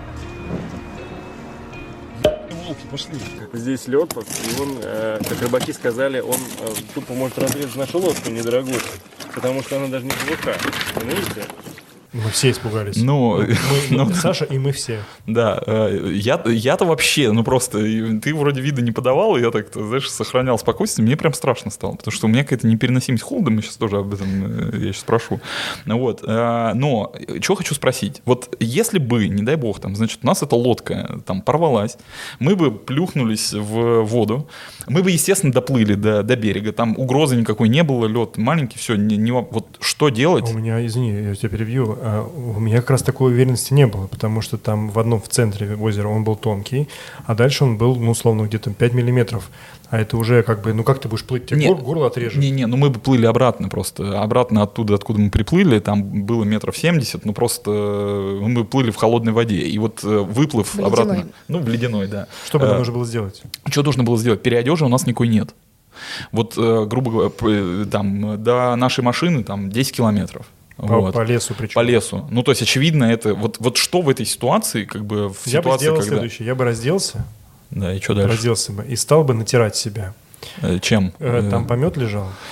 Волки, пошли. Здесь лед, и он, как рыбаки сказали, он тупо может разрезать нашу лодку недорогую, потому что она даже не ПВХ. Вы видите? Мы все испугались. Саша и мы все. Да, я-то вообще, ну просто, ты вроде вида не подавал, и я так, знаешь, сохранял спокойствие, мне прям страшно стало, потому что у меня какая-то непереносимость холода, мы сейчас тоже об этом, я сейчас спрошу. Вот, но, что хочу спросить, вот если бы, не дай бог, там, значит, у нас эта лодка там порвалась, мы бы плюхнулись в воду, мы бы, естественно, доплыли до берега, там угрозы никакой не было, лед маленький, все, вот что делать? У меня, извини, я тебя перебью, у меня как раз такой уверенности не было, потому что там в центре озера он был тонкий, а дальше он был, ну, условно, где-то 5 миллиметров. А это уже как бы, ну как ты будешь плыть? Тебе горло отрежет? Ну мы бы плыли обратно просто. Обратно оттуда, откуда мы приплыли, там было 70 метров, ну просто мы плыли в холодной воде. И вот выплыв обратно... Ну, в ледяной, да. Что бы нужно было сделать? Что нужно было сделать? Переодежи у нас никакой нет. Вот, грубо говоря, там, до нашей машины там 10 километров. По лесу причем. По лесу. Ну, то есть, очевидно, это... Вот что в этой ситуации, как бы, в я ситуации, бы сделал когда... следующее. Я бы разделся. Да, и что дальше? Разделся бы. И стал бы натирать себя. Чем? Там помет лежал.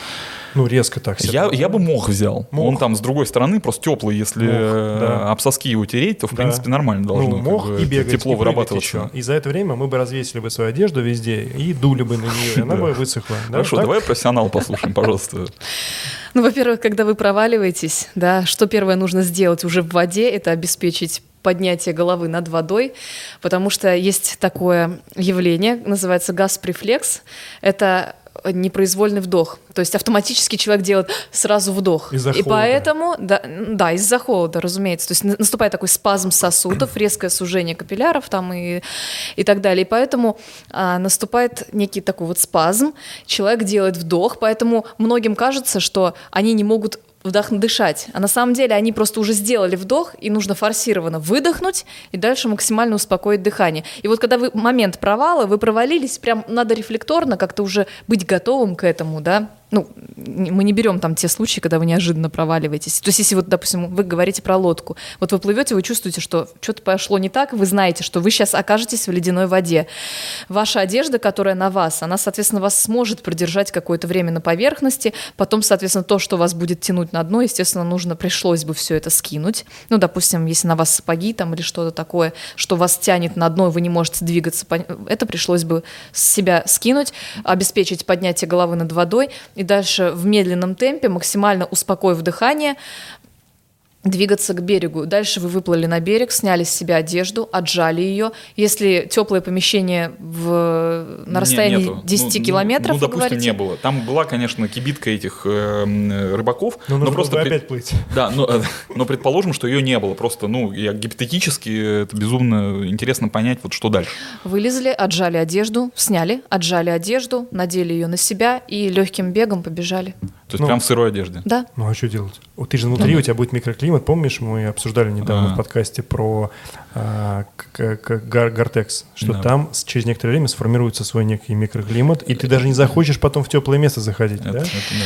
Ну, резко так. Я бы мох взял. Мох. Он там с другой стороны просто теплый, если об соски утереть, то в принципе нормально должно. Мох и бегать, тепло и вырабатываться. еще. И за это время мы бы развесили бы свою одежду везде и дули бы на нее, и она бы высохла. Хорошо, давай профессионала послушаем, пожалуйста. Ну, во-первых, когда вы проваливаетесь, да, что первое нужно сделать уже в воде, это обеспечить поднятие головы над водой, потому что есть такое явление, называется газпрефлекс. Это непроизвольный вдох. То есть автоматически человек делает сразу вдох. Из-за холода. И поэтому, да, из-за холода, разумеется. То есть наступает такой спазм сосудов, резкое сужение капилляров там и так далее. И поэтому наступает некий такой вот спазм, человек делает вдох, поэтому многим кажется, что они не могут дышать. А на самом деле они просто уже сделали вдох, и нужно форсированно выдохнуть и дальше максимально успокоить дыхание. И вот когда вы момент провала, вы провалились, прям надо рефлекторно как-то уже быть готовым к этому, да. Ну, мы не берем там те случаи, когда вы неожиданно проваливаетесь. То есть если вот, допустим, вы говорите про лодку, вот вы плывете, вы чувствуете, что что-то пошло не так, вы знаете, что вы сейчас окажетесь в ледяной воде. Ваша одежда, которая на вас, она, соответственно, вас сможет продержать какое-то время на поверхности, потом, соответственно, то, что вас будет тянуть на дно, естественно, пришлось бы все это скинуть. Ну, допустим, если на вас сапоги там или что-то такое, что вас тянет на дно, и вы не можете двигаться, это пришлось бы с себя скинуть, обеспечить поднятие головы над водой, и дальше в медленном темпе, максимально успокоив дыхание, двигаться к берегу. Дальше вы выплыли на берег, сняли с себя одежду, отжали ее. Если теплое помещение на расстоянии 10 километров, допустим, говорите? не было. Там была, конечно, кибитка этих рыбаков. Но просто опять плыть. Да, но предположим, что ее не было. Просто, гипотетически это безумно интересно понять, вот что дальше. Вылезли, отжали одежду, сняли, отжали одежду, надели ее на себя и легким бегом побежали. То есть прям в сырой одежде? Да. Ну а что делать? Вот ты же внутри, у тебя будет микроклимат. Помнишь, мы обсуждали недавно в подкасте про Гортекс, что там через некоторое время сформируется свой некий микроклимат, и ты даже не захочешь потом в теплое место заходить, да?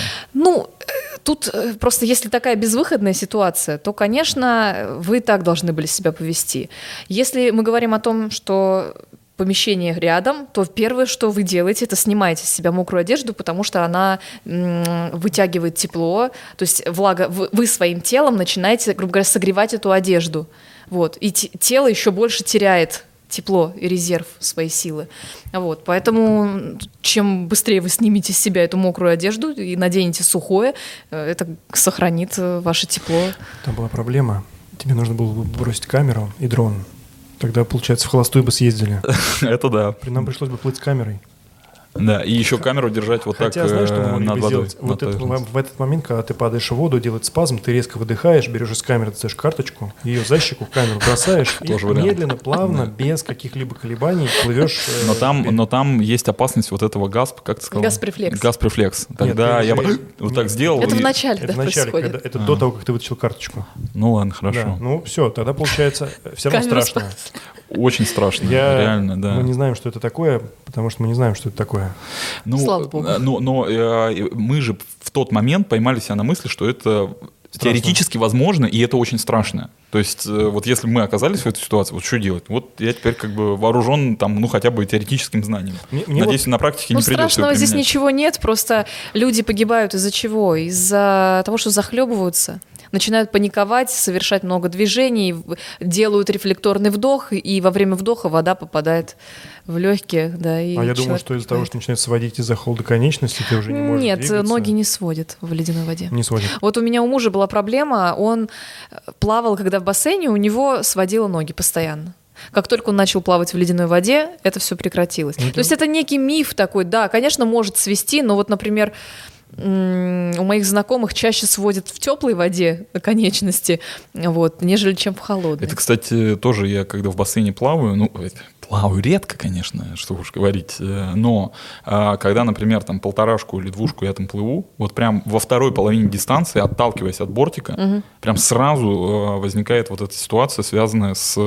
Ну, тут просто если такая безвыходная ситуация, то, конечно, вы так должны были себя повести. Если мы говорим о том, что помещение рядом, то первое, что вы делаете, это снимаете с себя мокрую одежду, потому что она вытягивает тепло, то есть влага, вы своим телом начинаете, грубо говоря, согревать эту одежду, вот, и тело еще больше теряет тепло и резерв своей силы. Вот, поэтому чем быстрее вы снимете с себя эту мокрую одежду и наденете сухое, это сохранит ваше тепло. Там была проблема, тебе нужно было бросить камеру и дрон. Тогда, получается, в холостую бы съездили. Это да. Нам пришлось бы плыть с камерой. Да, и еще камеру держать вот Хотя, так знаешь, что мы могли над бы водой. сделать? Вот в этот момент, когда ты падаешь в воду, делает спазм, ты резко выдыхаешь, берешь из камеры, достаешь карточку, ее за щеку в камеру бросаешь и медленно, плавно, без каких-либо колебаний плывешь. Но там есть опасность вот этого как ты сказал? Газпрефлекс. Газпрефлекс. Тогда я бы вот так сделал. Это в начале, да, происходит. Это до того, как ты вытащил карточку. Ну ладно, хорошо. Ну все, тогда получается все равно страшно. Очень страшно, реально, да. Мы не знаем, что это такое, потому что мы не знаем, что это такое. Слава богу. Но мы же в тот момент поймали себя на мысли, что это теоретически возможно, и это очень страшно. То есть вот если бы мы оказались в этой ситуации, вот что делать? Вот я теперь как бы вооружен там, хотя бы теоретическим знанием. Надеюсь, на практике не придется его применять. Страшного здесь ничего нет, просто люди погибают из-за чего? Из-за того, что захлебываются. Начинают паниковать, совершать много движений, делают рефлекторный вдох, и во время вдоха вода попадает в легкие. Да, и я думаю, что из-за того, что начинает сводить из-за холода конечности, ты уже не можешь двигаться. Нет, ноги не сводят в ледяной воде. Не сводят. Вот у меня у мужа была проблема, он плавал, когда в бассейне, у него сводило ноги постоянно. Как только он начал плавать в ледяной воде, это все прекратилось. То есть это некий миф такой, да, конечно, может свести, но вот, например, у моих знакомых чаще сводят в теплой воде конечности, вот, нежели чем в холодной. Это, кстати, тоже я, когда в бассейне плаваю, плаваю редко, конечно, что уж говорить, но когда, например, там 1,5 или 2 я там плыву, вот прям во второй половине дистанции, отталкиваясь от бортика, прям сразу возникает вот эта ситуация, связанная с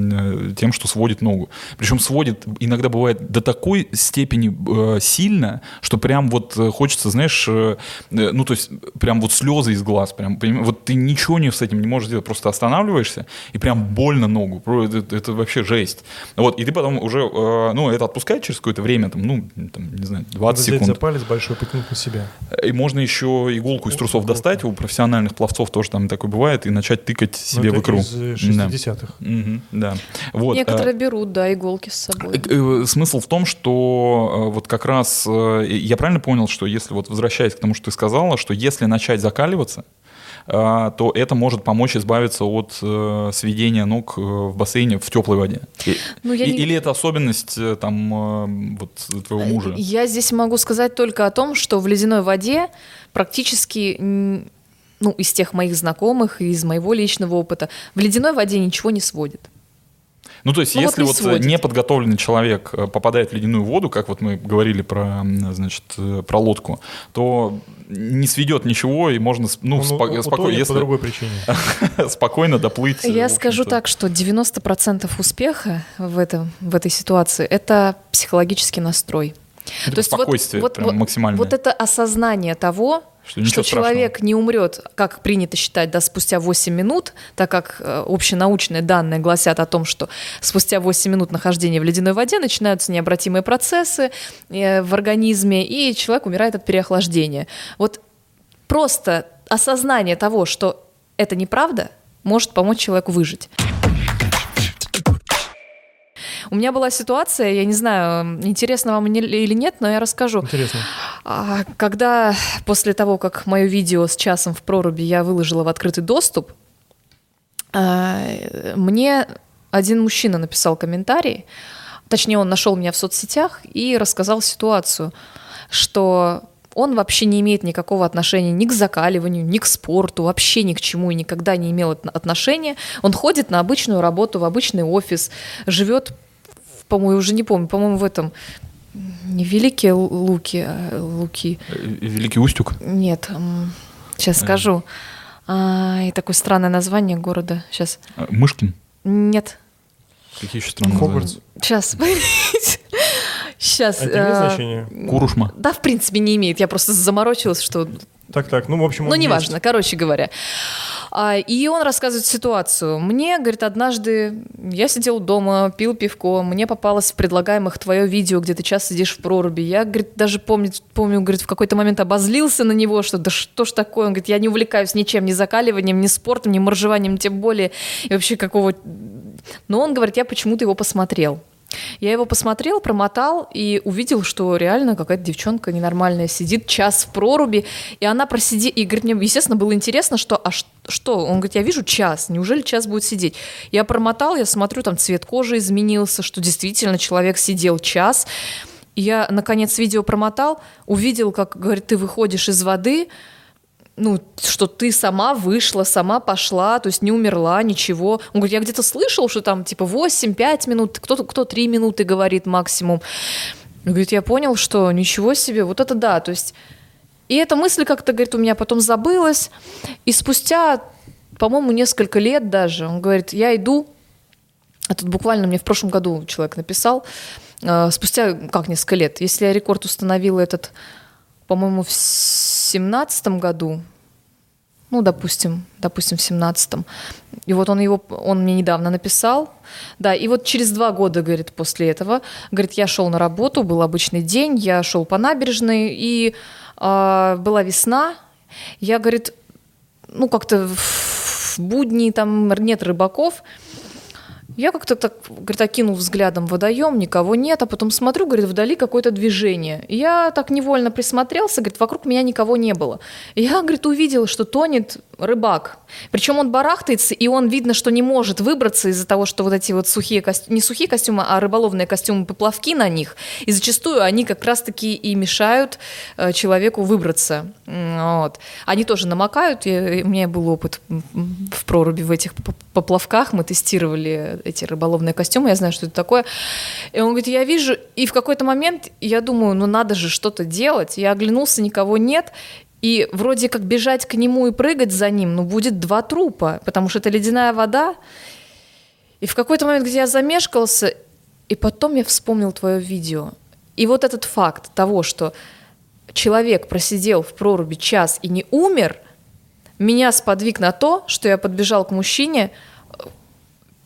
тем, что сводит ногу. Причем сводит иногда бывает до такой степени сильно, что прям вот хочется, знаешь, то есть прям вот слезы из глаз, прям вот ты ничего с этим не можешь сделать, просто останавливаешься, и прям больно ногу, это вообще жесть. Вот, и ты ты потом уже, это отпускает через какое-то время, не знаю, 20 секунд. Взять за палец большой, потянуть на себя. И можно еще иголку из трусов достать, у профессиональных пловцов тоже там такое бывает, и начать тыкать себе в икру. Из 60-х. Да. Вот. Некоторые берут, да, иголки с собой. Смысл в том, что вот как раз, я правильно понял, что если вот возвращаясь к тому, что ты сказала, что если начать закаливаться, то это может помочь избавиться от сведения ног в бассейне в теплой воде. Или это особенность твоего мужа? Я здесь могу сказать только о том, что в ледяной воде практически, из тех моих знакомых и из моего личного опыта, в ледяной воде ничего не сводит. То есть, если неподготовленный человек попадает в ледяную воду, как вот мы говорили про лодку, то не сведет ничего, и можно спокойно, по другой причине. Спокойно доплыть. Я скажу так, что 90% успеха в этой ситуации — это психологический настрой. То есть спокойствие максимальное. Вот это осознание того, что человек не умрет, как принято считать, спустя 8 минут, так как общенаучные данные гласят о том, что спустя 8 минут нахождения в ледяной воде начинаются необратимые процессы в организме, и человек умирает от переохлаждения. Вот просто осознание того, что это неправда, может помочь человеку выжить. У меня была ситуация, я не знаю, интересно вам или нет, но я расскажу. Интересно. Когда после того, как мое видео с часом в проруби я выложила в открытый доступ, мне один мужчина написал комментарий, точнее, он нашел меня в соцсетях и рассказал ситуацию, что он вообще не имеет никакого отношения ни к закаливанию, ни к спорту, вообще ни к чему и никогда не имел отношения. Он ходит на обычную работу, в обычный офис, живет, по-моему, уже не помню, по-моему, в этом, не Великие Луки. Великий Устюг? Нет, сейчас скажу. И такое странное название города. Сейчас. Мышкин? Нет. Какие еще странные Хогвартс? Сейчас. Сейчас. Это имеет значение? Курушма? Да, в принципе, не имеет. Я просто заморочилась, что... Так, в общем, он неважно, есть. короче говоря. И он рассказывает ситуацию. Мне, говорит, однажды я сидел дома, пил пивко, мне попалось в предлагаемых твое видео, где ты час сидишь в проруби. Я, говорит, даже помню, говорит, в какой-то момент обозлился на него, что да что ж такое. Он говорит, я не увлекаюсь ничем, ни закаливанием, ни спортом, ни моржеванием, тем более. И вообще какого... Но он, говорит, я почему-то его посмотрел. Я его посмотрел, промотал и увидел, что реально какая-то девчонка ненормальная сидит час в проруби, и она просидит, и, говорит, мне, естественно, было интересно, что. Он говорит, я вижу час, неужели час будет сидеть? Я промотал, я смотрю, там цвет кожи изменился, что действительно человек сидел час. И я, наконец, видео промотал, увидел, как, говорит, ты выходишь из воды, что ты сама вышла, сама пошла, то есть не умерла, ничего. Он говорит, я где-то слышал, что там типа 8-5 минут, кто 3 минуты говорит максимум. Он говорит, я понял, что ничего себе, вот это да, то есть... И эта мысль как-то, говорит, у меня потом забылась, и спустя, по-моему, несколько лет даже, он говорит, я иду, а тут буквально мне в прошлом году человек написал, спустя, несколько лет, если я рекорд установила этот, по-моему, в 17-м году, допустим, в 17-м. И вот он мне недавно написал. Да, и вот через 2 года, говорит, после этого, говорит, я шел на работу, был обычный день, я шел по набережной, и была весна. Я, говорит, как-то в будни там нет рыбаков. Я как-то так, говорит, окинул взглядом водоем, никого нет, а потом смотрю, говорит, вдали какое-то движение. И я так невольно присмотрелся, говорит, вокруг меня никого не было. И я, говорит, увидела, что тонет рыбак. Причем он барахтается, и он видно, что не может выбраться из-за того, что вот эти вот сухие костюмы, не сухие костюмы, а рыболовные костюмы, поплавки на них. И зачастую они как раз-таки и мешают человеку выбраться. Вот. Они тоже намокают. У меня был опыт в проруби в этих поплавках. Мы тестировали эти рыболовные костюмы, я знаю, что это такое. И он говорит, я вижу, и в какой-то момент я думаю, надо же что-то делать. Я оглянулся, никого нет. И вроде как бежать к нему и прыгать за ним, будет 2 трупа, потому что это ледяная вода. И в какой-то момент, где я замешкался, и потом я вспомнил твое видео. И вот этот факт того, что человек просидел в проруби час и не умер, меня сподвиг на то, что я подбежал к мужчине,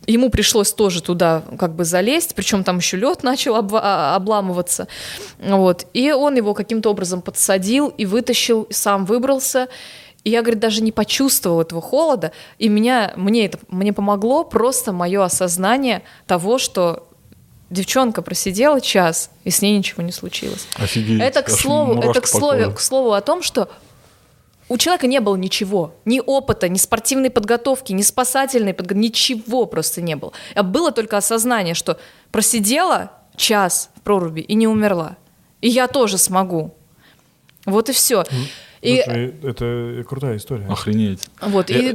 ему пришлось тоже туда как бы залезть, причем там еще лед начал обламываться. Вот. И он его каким-то образом подсадил и вытащил, сам выбрался. И я, говорит, даже не почувствовала этого холода. И мне помогло просто мое осознание того, что девчонка просидела час, и с ней ничего не случилось. Офигеть. Это к слову о том, что у человека не было ничего, ни опыта, ни спортивной подготовки, ни спасательной подготовки, ничего просто не было. А было только осознание, что просидела час в проруби и не умерла. И я тоже смогу. Вот и все. Слушай, это крутая история. Охренеть. Вот, и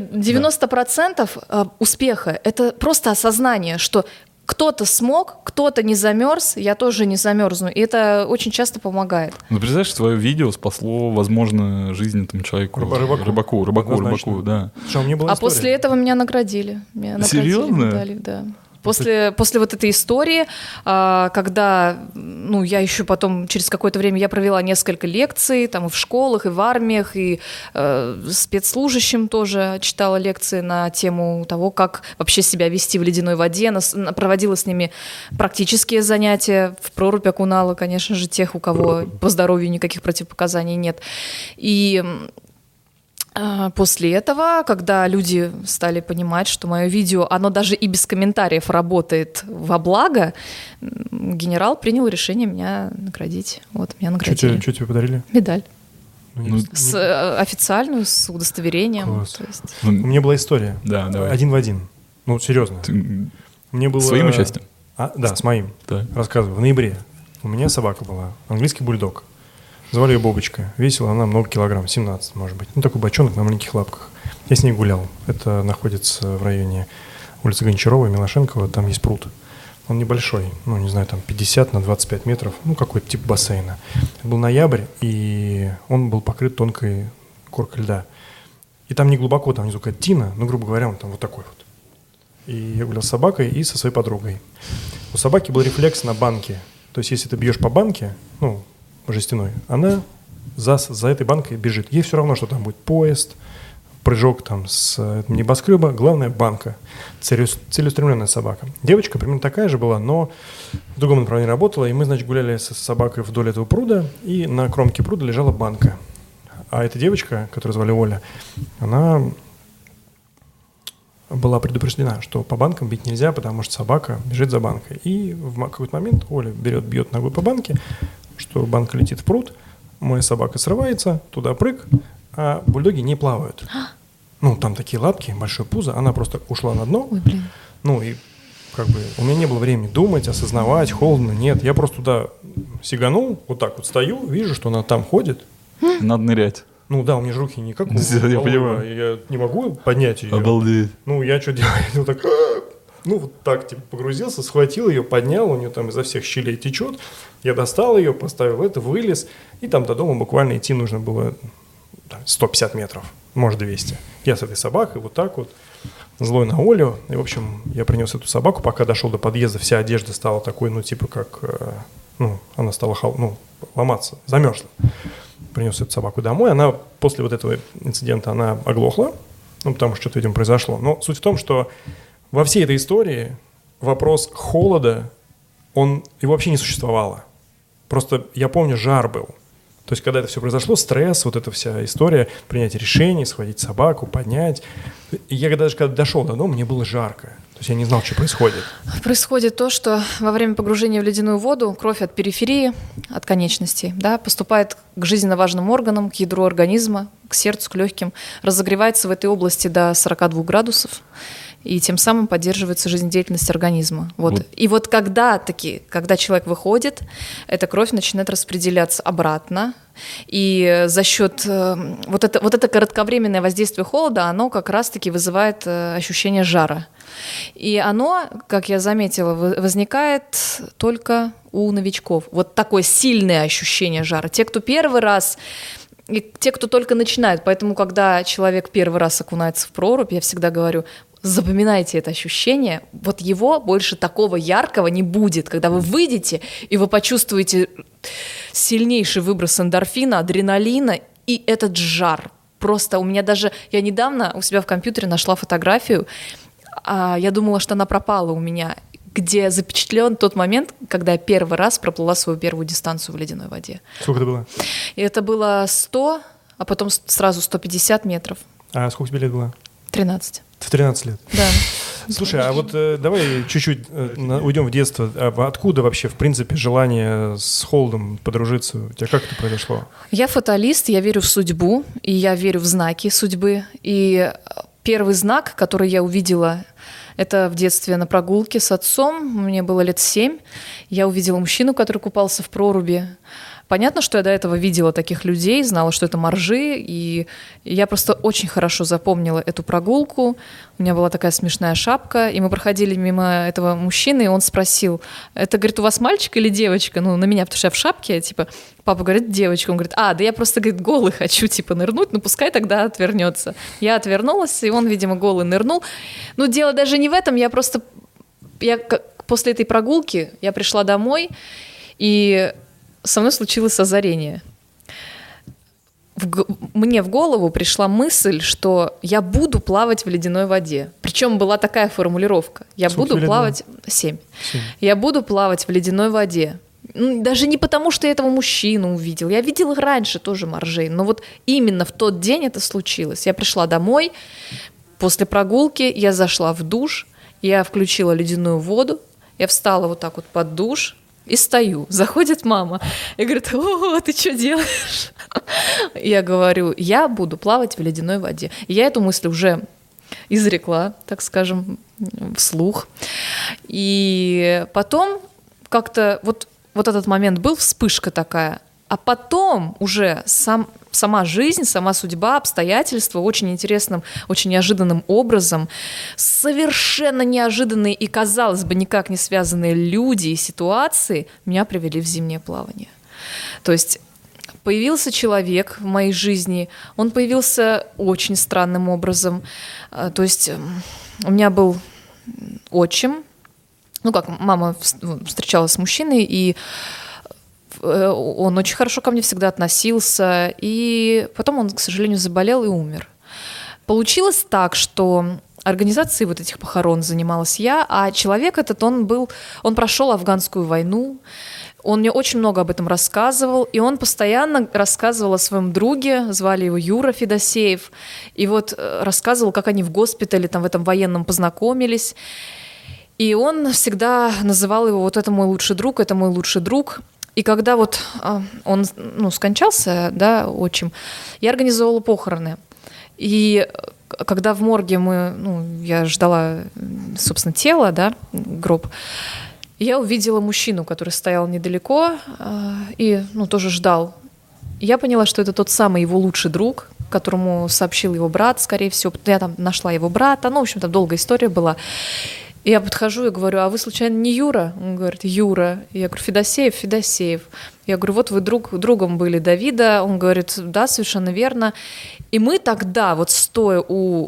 90% успеха — это просто осознание, что кто-то смог, кто-то не замерз, я тоже не замерзну. И это очень часто помогает. Ну, представляешь, твое видео спасло, возможно, жизнь этому человеку. Рыбаку, да. Что, мне была история. После этого меня наградили. Серьезно? Медалью, да. После вот этой истории, когда, я еще потом, через какое-то время я провела несколько лекций, там и в школах, и в армиях, и спецслужащим тоже читала лекции на тему того, как вообще себя вести в ледяной воде, проводила с ними практические занятия, в прорубь окунала, конечно же, тех, у кого по здоровью никаких противопоказаний нет. И после этого, когда люди стали понимать, что мое видео, оно даже и без комментариев работает во благо, генерал принял решение меня наградить. Вот, меня наградили. Что тебе подарили? Медаль. Официальную, с удостоверением. Класс. У меня была история. Да, давай. 1 в 1. Серьезно. Мне было... Своим участием? Да, с моим. Да. Рассказываю. В ноябре у меня собака была. Английский бульдог. Звали ее Бобочка. Весила она много килограмм, 17, может быть. Такой бочонок на маленьких лапках. Я с ней гулял. Это находится в районе улицы Гончарова и Милошенкова. Там есть пруд. Он небольшой, не знаю, там 50 на 25 метров. Какой-то тип бассейна. Это был ноябрь, и он был покрыт тонкой коркой льда. И там не глубоко, там внизу какая-то тина, грубо говоря, он там вот такой вот. И я гулял с собакой и со своей подругой. У собаки был рефлекс на банке. То есть, если ты бьешь по банке, жестяной, она за этой банкой бежит. Ей все равно, что там будет поезд, прыжок там с небоскреба, главное банка. Целеустремленная собака. Девочка примерно такая же была, но в другом направлении работала, и мы, гуляли с собакой вдоль этого пруда, и на кромке пруда лежала банка. А эта девочка, которую звали Оля, она была предупреждена, что по банкам бить нельзя, потому что собака бежит за банкой. И в какой-то момент Оля бьет ногой по банке, что банка летит в пруд, моя собака срывается, туда прыг, а бульдоги не плавают. Там такие лапки, большое пузо, она просто ушла на дно. Ой, блин. И у меня не было времени думать, осознавать, холодно, нет. Я просто туда сиганул, вот так вот стою, вижу, что она там ходит. Надо нырять. У меня же руки никак. Я понимаю. Я не могу поднять ее. Обалдеть. Я что делаю? Я так... вот так, погрузился, схватил ее, поднял, у нее там изо всех щелей течет. Я достал ее, поставил вылез, и там до дома буквально идти нужно было 150 метров, может 200. Я с этой собакой вот так вот, злой на Олю. И, в общем, я принес эту собаку, пока дошел до подъезда, вся одежда стала такой, она стала ломаться, замерзла. Принес эту собаку домой, она после вот этого инцидента, она оглохла, потому что что-то, видимо, произошло. Но суть в том, что во всей этой истории вопрос холода, его вообще не существовало. Просто я помню, жар был. То есть, когда это все произошло, стресс, вот эта вся история, принятие решений, схватить собаку, поднять. И я даже когда дошел до дома, мне было жарко. То есть я не знал, что происходит. Происходит то, что во время погружения в ледяную воду кровь от периферии, от конечностей, поступает к жизненно важным органам, к ядру организма, к сердцу, к легким, разогревается в этой области до 42 градусов. И тем самым поддерживается жизнедеятельность организма. И когда человек выходит, эта кровь начинает распределяться обратно. И за счет вот это кратковременное воздействие холода, оно как раз-таки вызывает ощущение жара. И оно, как я заметила, возникает только у новичков. Вот такое сильное ощущение жара. Те, кто первый раз... И те, кто только начинают. Поэтому, когда человек первый раз окунается в прорубь, я всегда говорю, запоминайте это ощущение, его больше такого яркого не будет, когда вы выйдете, и вы почувствуете сильнейший выброс эндорфина, адреналина, и этот жар. Просто я недавно у себя в компьютере нашла фотографию я думала, что она пропала у меня, где запечатлен тот момент, когда я первый раз проплыла свою первую дистанцию в ледяной воде. Сколько это было? И это было 100, а потом сразу 150 метров. А сколько тебе лет было? 13. В 13 лет? Да. Слушай, а вот давай чуть-чуть уйдем в детство. Откуда вообще, в принципе, желание с Холдом подружиться? У тебя как это произошло? Я фаталист, я верю в судьбу, и я верю в знаки судьбы. И первый знак, который я увидела, это в детстве на прогулке с отцом. Мне было лет 7. Я увидела мужчину, который купался в проруби. Понятно, что я до этого видела таких людей, знала, что это моржи, и я просто очень хорошо запомнила эту прогулку. У меня была такая смешная шапка, и мы проходили мимо этого мужчины, и он спросил, это, говорит, у вас мальчик или девочка? Ну, на меня, потому что я в шапке, типа, папа говорит, девочка. Он говорит, да я просто, говорит, голый хочу, типа, нырнуть, ну, пускай тогда отвернется. Я отвернулась, и он, видимо, голый нырнул. Ну, дело даже не в этом, после этой прогулки я пришла домой, и со мной случилось озарение. Мне в голову пришла мысль, что я буду плавать в ледяной воде. Причем была такая формулировка. Я буду плавать... 7. Я буду плавать в ледяной воде. Даже не потому, что я этого мужчину увидела. Я видела раньше тоже моржей. Но вот именно в тот день это случилось. Я пришла домой. После прогулки я зашла в душ. Я включила ледяную воду. Я встала вот так вот под душ. И стою. Заходит мама и говорит, ты что делаешь? Я говорю, я буду плавать в ледяной воде. И я эту мысль уже изрекла, так скажем, вслух. И потом как-то вот этот момент был, вспышка такая. А потом уже сама жизнь, сама судьба, обстоятельства очень интересным, очень неожиданным образом, совершенно неожиданные и, казалось бы, никак не связанные люди и ситуации меня привели в зимнее плавание. То есть появился человек в моей жизни, он появился очень странным образом. То есть у меня был отчим, мама встречалась с мужчиной, и он очень хорошо ко мне всегда относился, и потом он, к сожалению, заболел и умер. Получилось так, что организацией вот этих похорон занималась я, а человек этот, он прошел афганскую войну, он мне очень много об этом рассказывал, и он постоянно рассказывал о своем друге, звали его Юра Федосеев, и вот рассказывал, как они в госпитале там в этом военном познакомились, и он всегда называл его вот это мой лучший друг, это мой лучший друг. И когда вот он скончался, да, отчим, я организовала похороны. И когда в морге я ждала, собственно, тело, да, гроб, я увидела мужчину, который стоял недалеко и тоже ждал. И я поняла, что это тот самый его лучший друг, которому сообщил его брат, скорее всего. Я там нашла его брата, в общем-то, долгая история была. И я подхожу и говорю, а вы случайно не Юра? Он говорит, Юра. Я говорю, Федосеев. Я говорю, вот вы другом были Давида. Он говорит, да, совершенно верно. И мы тогда, вот стоя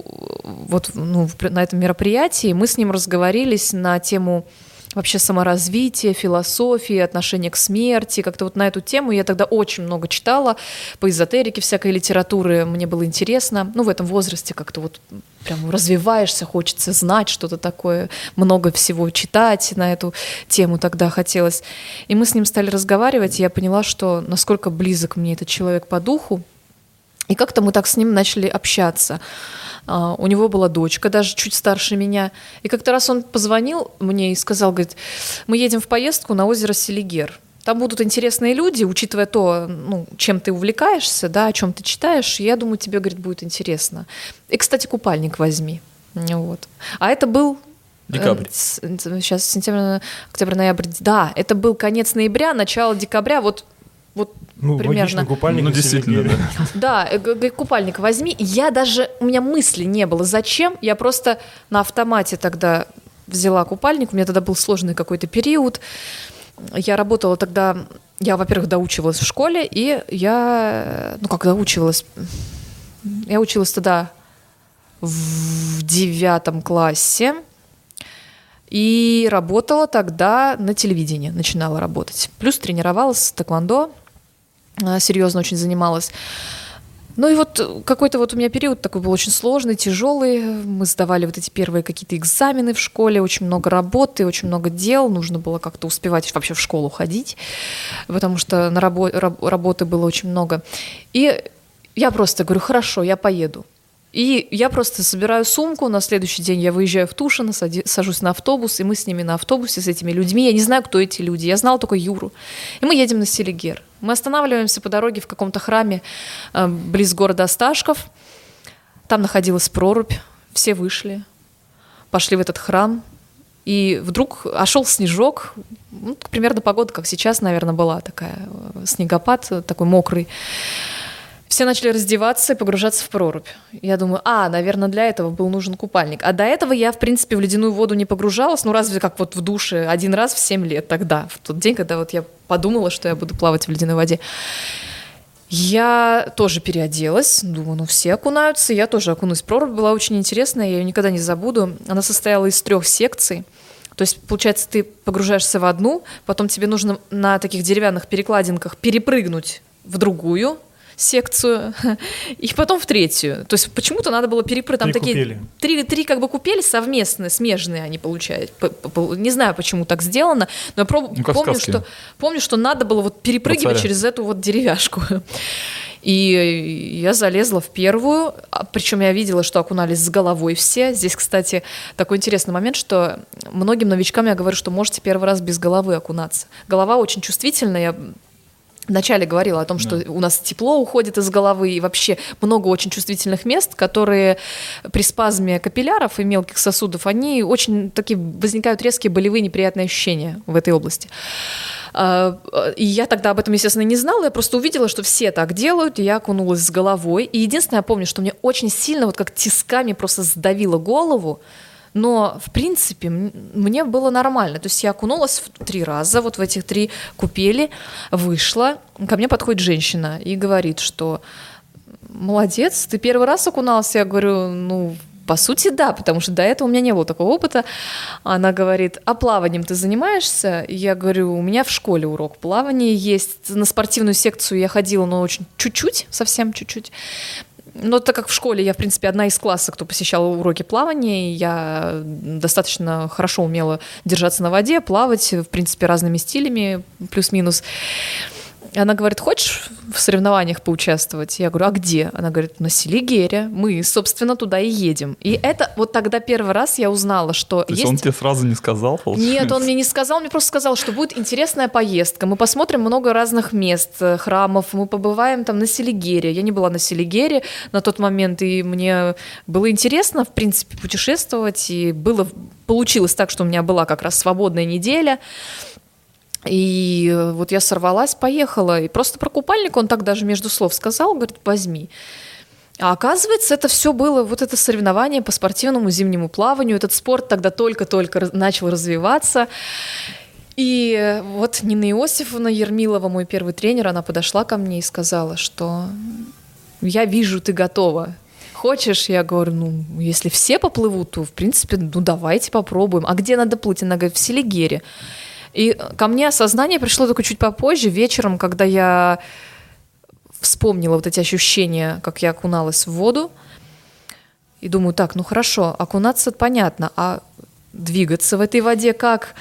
на этом мероприятии, мы с ним разговорились на тему вообще саморазвития, философии, отношения к смерти. Как-то вот на эту тему я тогда очень много читала по эзотерике, всякой литературы. Мне было интересно. В этом возрасте как-то вот прям развиваешься, хочется знать что-то такое, много всего читать на эту тему тогда хотелось. И мы с ним стали разговаривать, и я поняла, что насколько близок мне этот человек по духу. И как-то мы так с ним начали общаться. У него была дочка, даже чуть старше меня. И как-то раз он позвонил мне и сказал, говорит, мы едем в поездку на озеро Селигер. Там будут интересные люди, учитывая то, чем ты увлекаешься, да, о чем ты читаешь. Я думаю, тебе, говорит, будет интересно. И, кстати, купальник возьми. Вот. А это был... Декабрь. Сейчас сентябрь, октябрь, ноябрь. Да, это был конец ноября, начало декабря. Вот примерно. Купальник действительно, да. Да, купальник возьми. У меня мысли не было, зачем. Я просто на автомате тогда взяла купальник. У меня тогда был сложный какой-то период. Я работала тогда, во-первых, доучивалась в школе, и я училась тогда в 9 классе, и работала тогда на телевидении, начинала работать. Плюс тренировалась в тэквондо, серьезно очень занималась. Ну и вот какой-то вот у меня период такой был очень сложный, тяжелый. Мы сдавали вот эти первые какие-то экзамены в школе, очень много работы, очень много дел. Нужно было как-то успевать вообще в школу ходить, потому что на работы было очень много. И я просто говорю, хорошо, я поеду. И я просто собираю сумку, на следующий день я выезжаю в Тушино, сажусь на автобус, и мы с ними на автобусе, с этими людьми. Я не знаю, кто эти люди, я знала только Юру. И мы едем на Селигер. Мы останавливаемся по дороге в каком-то храме близ города Осташков. Там находилась прорубь, все вышли, пошли в этот храм. И вдруг шел снежок, ну, примерно погода, как сейчас, наверное, была такая, снегопад такой мокрый. Все начали раздеваться и погружаться в прорубь. Я думаю, наверное, для этого был нужен купальник. А до этого я, в принципе, в ледяную воду не погружалась, ну, разве как вот в душе один раз в 7 лет тогда, в тот день, когда вот я подумала, что я буду плавать в ледяной воде. Я тоже переоделась, думаю, ну, все окунаются, я тоже окунусь. Прорубь была очень интересная, я ее никогда не забуду. Она состояла из 3 секций. То есть, получается, ты погружаешься в одну, потом тебе нужно на таких деревянных перекладинках перепрыгнуть в другую секцию, и потом в 3-ю. То есть почему-то надо было перепрыгнуть. Там такие три как бы купели совместные, смежные они получают. Не знаю, почему так сделано, но я помню, что надо было вот перепрыгивать через эту вот деревяшку. И я залезла в первую, причем я видела, что окунались с головой все. Здесь, кстати, такой интересный момент, что многим новичкам я говорю, что можете первый раз без головы окунаться. Голова очень чувствительная. Вначале говорила о том, что у нас тепло уходит из головы, и вообще много очень чувствительных мест, которые при спазме капилляров и мелких сосудов, они очень такие, возникают резкие болевые неприятные ощущения в этой области. И я тогда об этом, естественно, не знала, я просто увидела, что все так делают, и я окунулась с головой. И единственное, я помню, что мне очень сильно, вот как тисками просто сдавило голову, но, в принципе, мне было нормально. То есть я окунулась в 3 раза, вот в этих 3 купели, вышла. Ко мне подходит женщина и говорит, что молодец, ты первый раз окуналась? Я говорю, ну, по сути, да, потому что до этого у меня не было такого опыта. Она говорит, а плаванием ты занимаешься? Я говорю, у меня в школе урок плавания есть. На спортивную секцию я ходила, но очень чуть-чуть, совсем чуть-чуть. Но так как в школе я, в принципе, одна из класса, кто посещал уроки плавания, и я достаточно хорошо умела держаться на воде, плавать, в принципе, разными стилями, плюс-минус. Она говорит, хочешь в соревнованиях поучаствовать? Я говорю, а где? Она говорит, на Селигере. Мы, собственно, туда и едем. И это вот тогда первый раз я узнала, что То есть он тебе сразу не сказал, получается? Нет, он мне не сказал, мне просто сказал, что будет интересная поездка. Мы посмотрим много разных мест, храмов, мы побываем там на Селигере. Я не была на Селигере на тот момент, и мне было интересно, в принципе, путешествовать. И получилось так, что у меня была как раз свободная неделя. И вот я сорвалась, поехала, и просто про купальник он так даже между слов сказал, говорит, возьми. А оказывается, это все было, вот это соревнование по спортивному зимнему плаванию, этот спорт тогда только-только начал развиваться. И вот Нина Иосифовна Ермилова, мой первый тренер, она подошла ко мне и сказала, что я вижу, ты готова. Хочешь? Я говорю, ну, если все поплывут, то, в принципе, ну, давайте попробуем. А где надо плыть? Она говорит, в Селигере. И ко мне осознание пришло только чуть попозже, вечером, когда я вспомнила вот эти ощущения, как я окуналась в воду. И думаю, так, ну хорошо, окунаться понятно, а двигаться в этой воде как?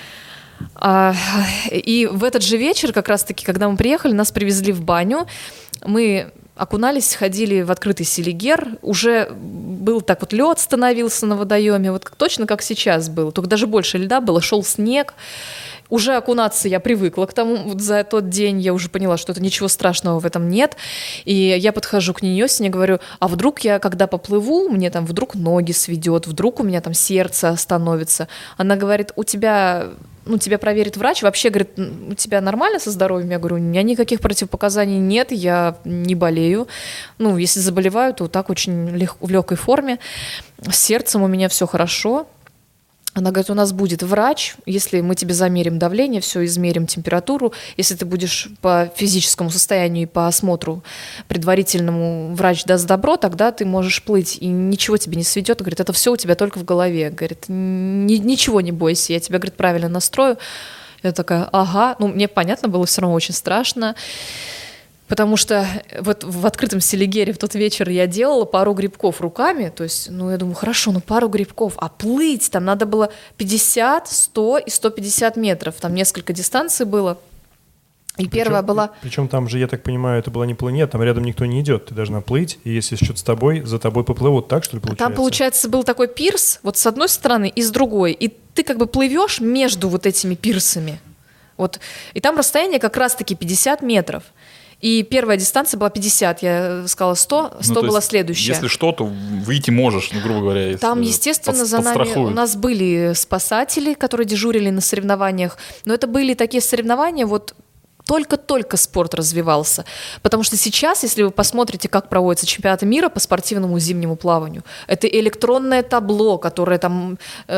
И в этот же вечер, как раз-таки, когда мы приехали, нас привезли в баню. Мы окунались, ходили в открытый Селигер. Уже был так вот, лед становился на водоеме, вот точно как сейчас было. Только даже больше льда было, шел снег. Уже окунаться я привыкла к тому, вот за тот день я уже поняла, что это ничего страшного в этом нет. И я подхожу к Нине Иосифовне и говорю, а вдруг я, когда поплыву, мне там вдруг ноги сведет, вдруг у меня там сердце остановится. Она говорит, тебя проверит врач, вообще, говорит, у тебя нормально со здоровьем? Я говорю, у меня никаких противопоказаний нет, я не болею. Ну, если заболеваю, то так очень в легкой форме. С сердцем у меня все хорошо. Она говорит, у нас будет врач, если мы тебе замерим давление, все измерим температуру, если ты будешь по физическому состоянию и по осмотру предварительному врач даст добро, тогда ты можешь плыть, и ничего тебе не сведет. Говорит, это все у тебя только в голове. Говорит, ничего не бойся, я тебя, говорит, правильно настрою. Я такая, ага, ну мне понятно было, все равно очень страшно. Потому что вот в открытом Селигере в тот вечер я делала пару грибков руками, то есть, я думаю, хорошо, пару грибков, а плыть там надо было 50, 100 и 150 метров, там несколько дистанций было. И первая была... Причем там же, я так понимаю, это была не планета, там рядом никто не идет, ты должна плыть, и если что-то с тобой, за тобой поплывут, так что ли получается? Там, получается, был такой пирс, вот с одной стороны и с другой, и ты как бы плывешь между вот этими пирсами, вот, и там расстояние как раз-таки 50 метров. И первая дистанция была 50, я сказала 100, 100 была следующая. Если что, то выйти можешь, грубо говоря. Если там, естественно, за нами у нас были спасатели, которые дежурили на соревнованиях, но это были такие соревнования, вот только-только спорт развивался. Потому что сейчас, если вы посмотрите, как проводятся чемпионаты мира по спортивному зимнему плаванию, это электронное табло, которое там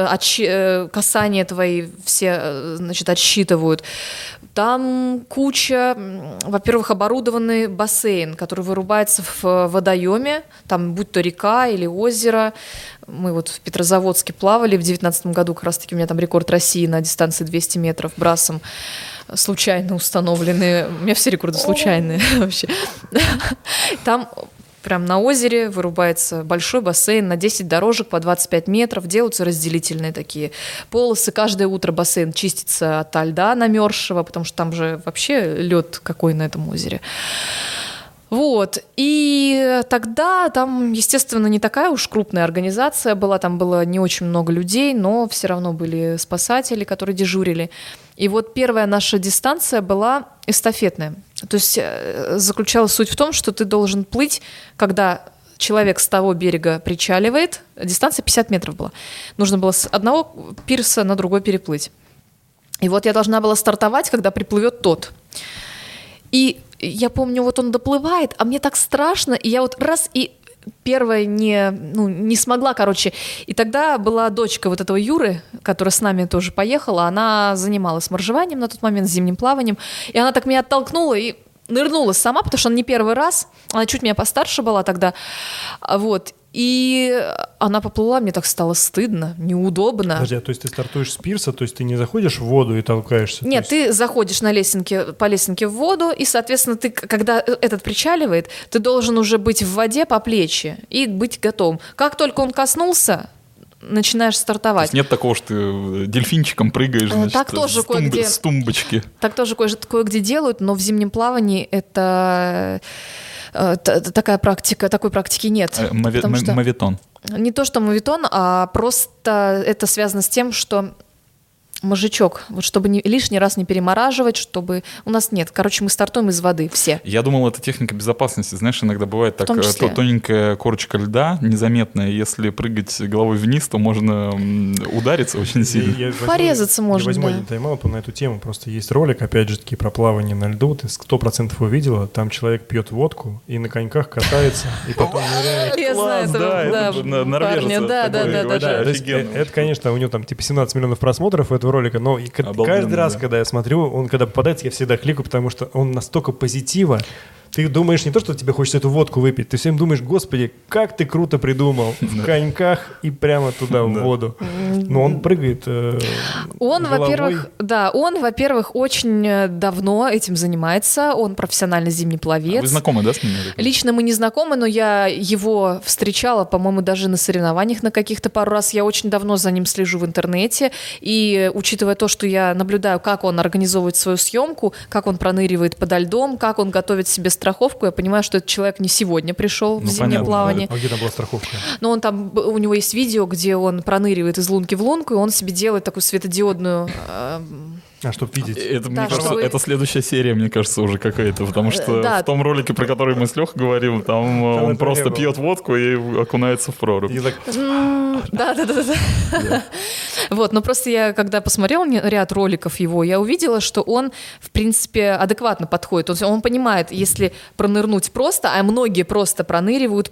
касания твои все, значит, отсчитывают. Там куча, во-первых, оборудованный бассейн, который вырубается в водоеме, там будь то река или озеро. Мы вот в Петрозаводске плавали в 2019 году, как раз-таки у меня там рекорд России на дистанции 200 метров брасом. Случайно установленные. У меня все рекорды случайные вообще. Там прям на озере вырубается большой бассейн на 10 дорожек по 25 метров. Делаются разделительные такие полосы. Каждое утро бассейн чистится от льда намерзшего, потому что там же вообще лед какой на этом озере. Вот, и тогда там, естественно, не такая уж крупная организация была, там было не очень много людей, но все равно были спасатели, которые дежурили. И вот первая наша дистанция была эстафетная. То есть заключалась суть в том, что ты должен плыть, когда человек с того берега причаливает, дистанция 50 метров была. Нужно было с одного пирса на другой переплыть. И вот я должна была стартовать, когда приплывет тот. И я помню, вот он доплывает, а мне так страшно, и я вот раз и первая не смогла, короче. И тогда была дочка вот этого Юры, которая с нами тоже поехала, она занималась моржеванием на тот момент, зимним плаванием, и она так меня оттолкнула и нырнула сама, потому что она не первый раз, она чуть меня постарше была тогда, вот. И она поплыла, мне так стало стыдно, неудобно. Подожди, то есть ты стартуешь с пирса, то есть ты не заходишь в воду и толкаешься? Нет, ты заходишь по лесенке в воду, и, соответственно, ты, когда этот причаливает, ты должен уже быть в воде по плечи и быть готовым. Как только он коснулся, начинаешь стартовать. То есть нет такого, что ты дельфинчиком прыгаешь, значит, так тоже с тумбочки. Так тоже кое-где делают, но в зимнем плавании это... такой практики нет. Моветон. Не то, что моветон, а просто это связано с тем, что мозжечок, вот чтобы лишний раз не перемораживать, чтобы... У нас нет. Короче, мы стартуем из воды все. Я думал, это техника безопасности. Знаешь, иногда бывает так, тоненькая корочка льда, незаметная. Если прыгать головой вниз, то можно удариться очень сильно. Порезаться можно, Я возьму один тайм-аут на эту тему. Просто есть ролик, опять же таки, про плавание на льду. Ты 100% его видела. Там человек пьет водку и на коньках катается, и потом ныряет. Я знаю этого парня. Да. Это, конечно, у него там типа 17 миллионов просмотров этого ролика, но каждый раз, когда я смотрю, он когда попадается, я всегда кликаю, потому что он настолько позитива. Ты думаешь не то, что тебе хочется эту водку выпить, ты всем думаешь, господи, как ты круто придумал, в коньках и прямо туда, в воду. Но он прыгает Он, во-первых, очень давно этим занимается, он профессиональный зимний пловец. Вы знакомы, да, с ним? Лично мы не знакомы, но я его встречала, по-моему, даже на соревнованиях на каких-то пару раз. Я очень давно за ним слежу в интернете, и учитывая то, что я наблюдаю, как он организовывает свою съемку, как он проныривает подо льдом, как он готовит себе страховку, я понимаю, что этот человек не сегодня пришел в зимнее плавание. А где там была страховка? Но он там, у него есть видео, где он проныривает из лунки в лунку, и он себе делает такую светодиодную... чтобы видеть. Это, мне кажется, это следующая серия, мне кажется, уже какая-то, потому что в том ролике, про который мы с Лехой говорим, там он просто пьет водку и окунается в прорубь. Да. Вот, но просто я, когда посмотрела ряд роликов его, я увидела, что он, в принципе, адекватно подходит. Он понимает, если пронырнуть просто, а многие просто проныривают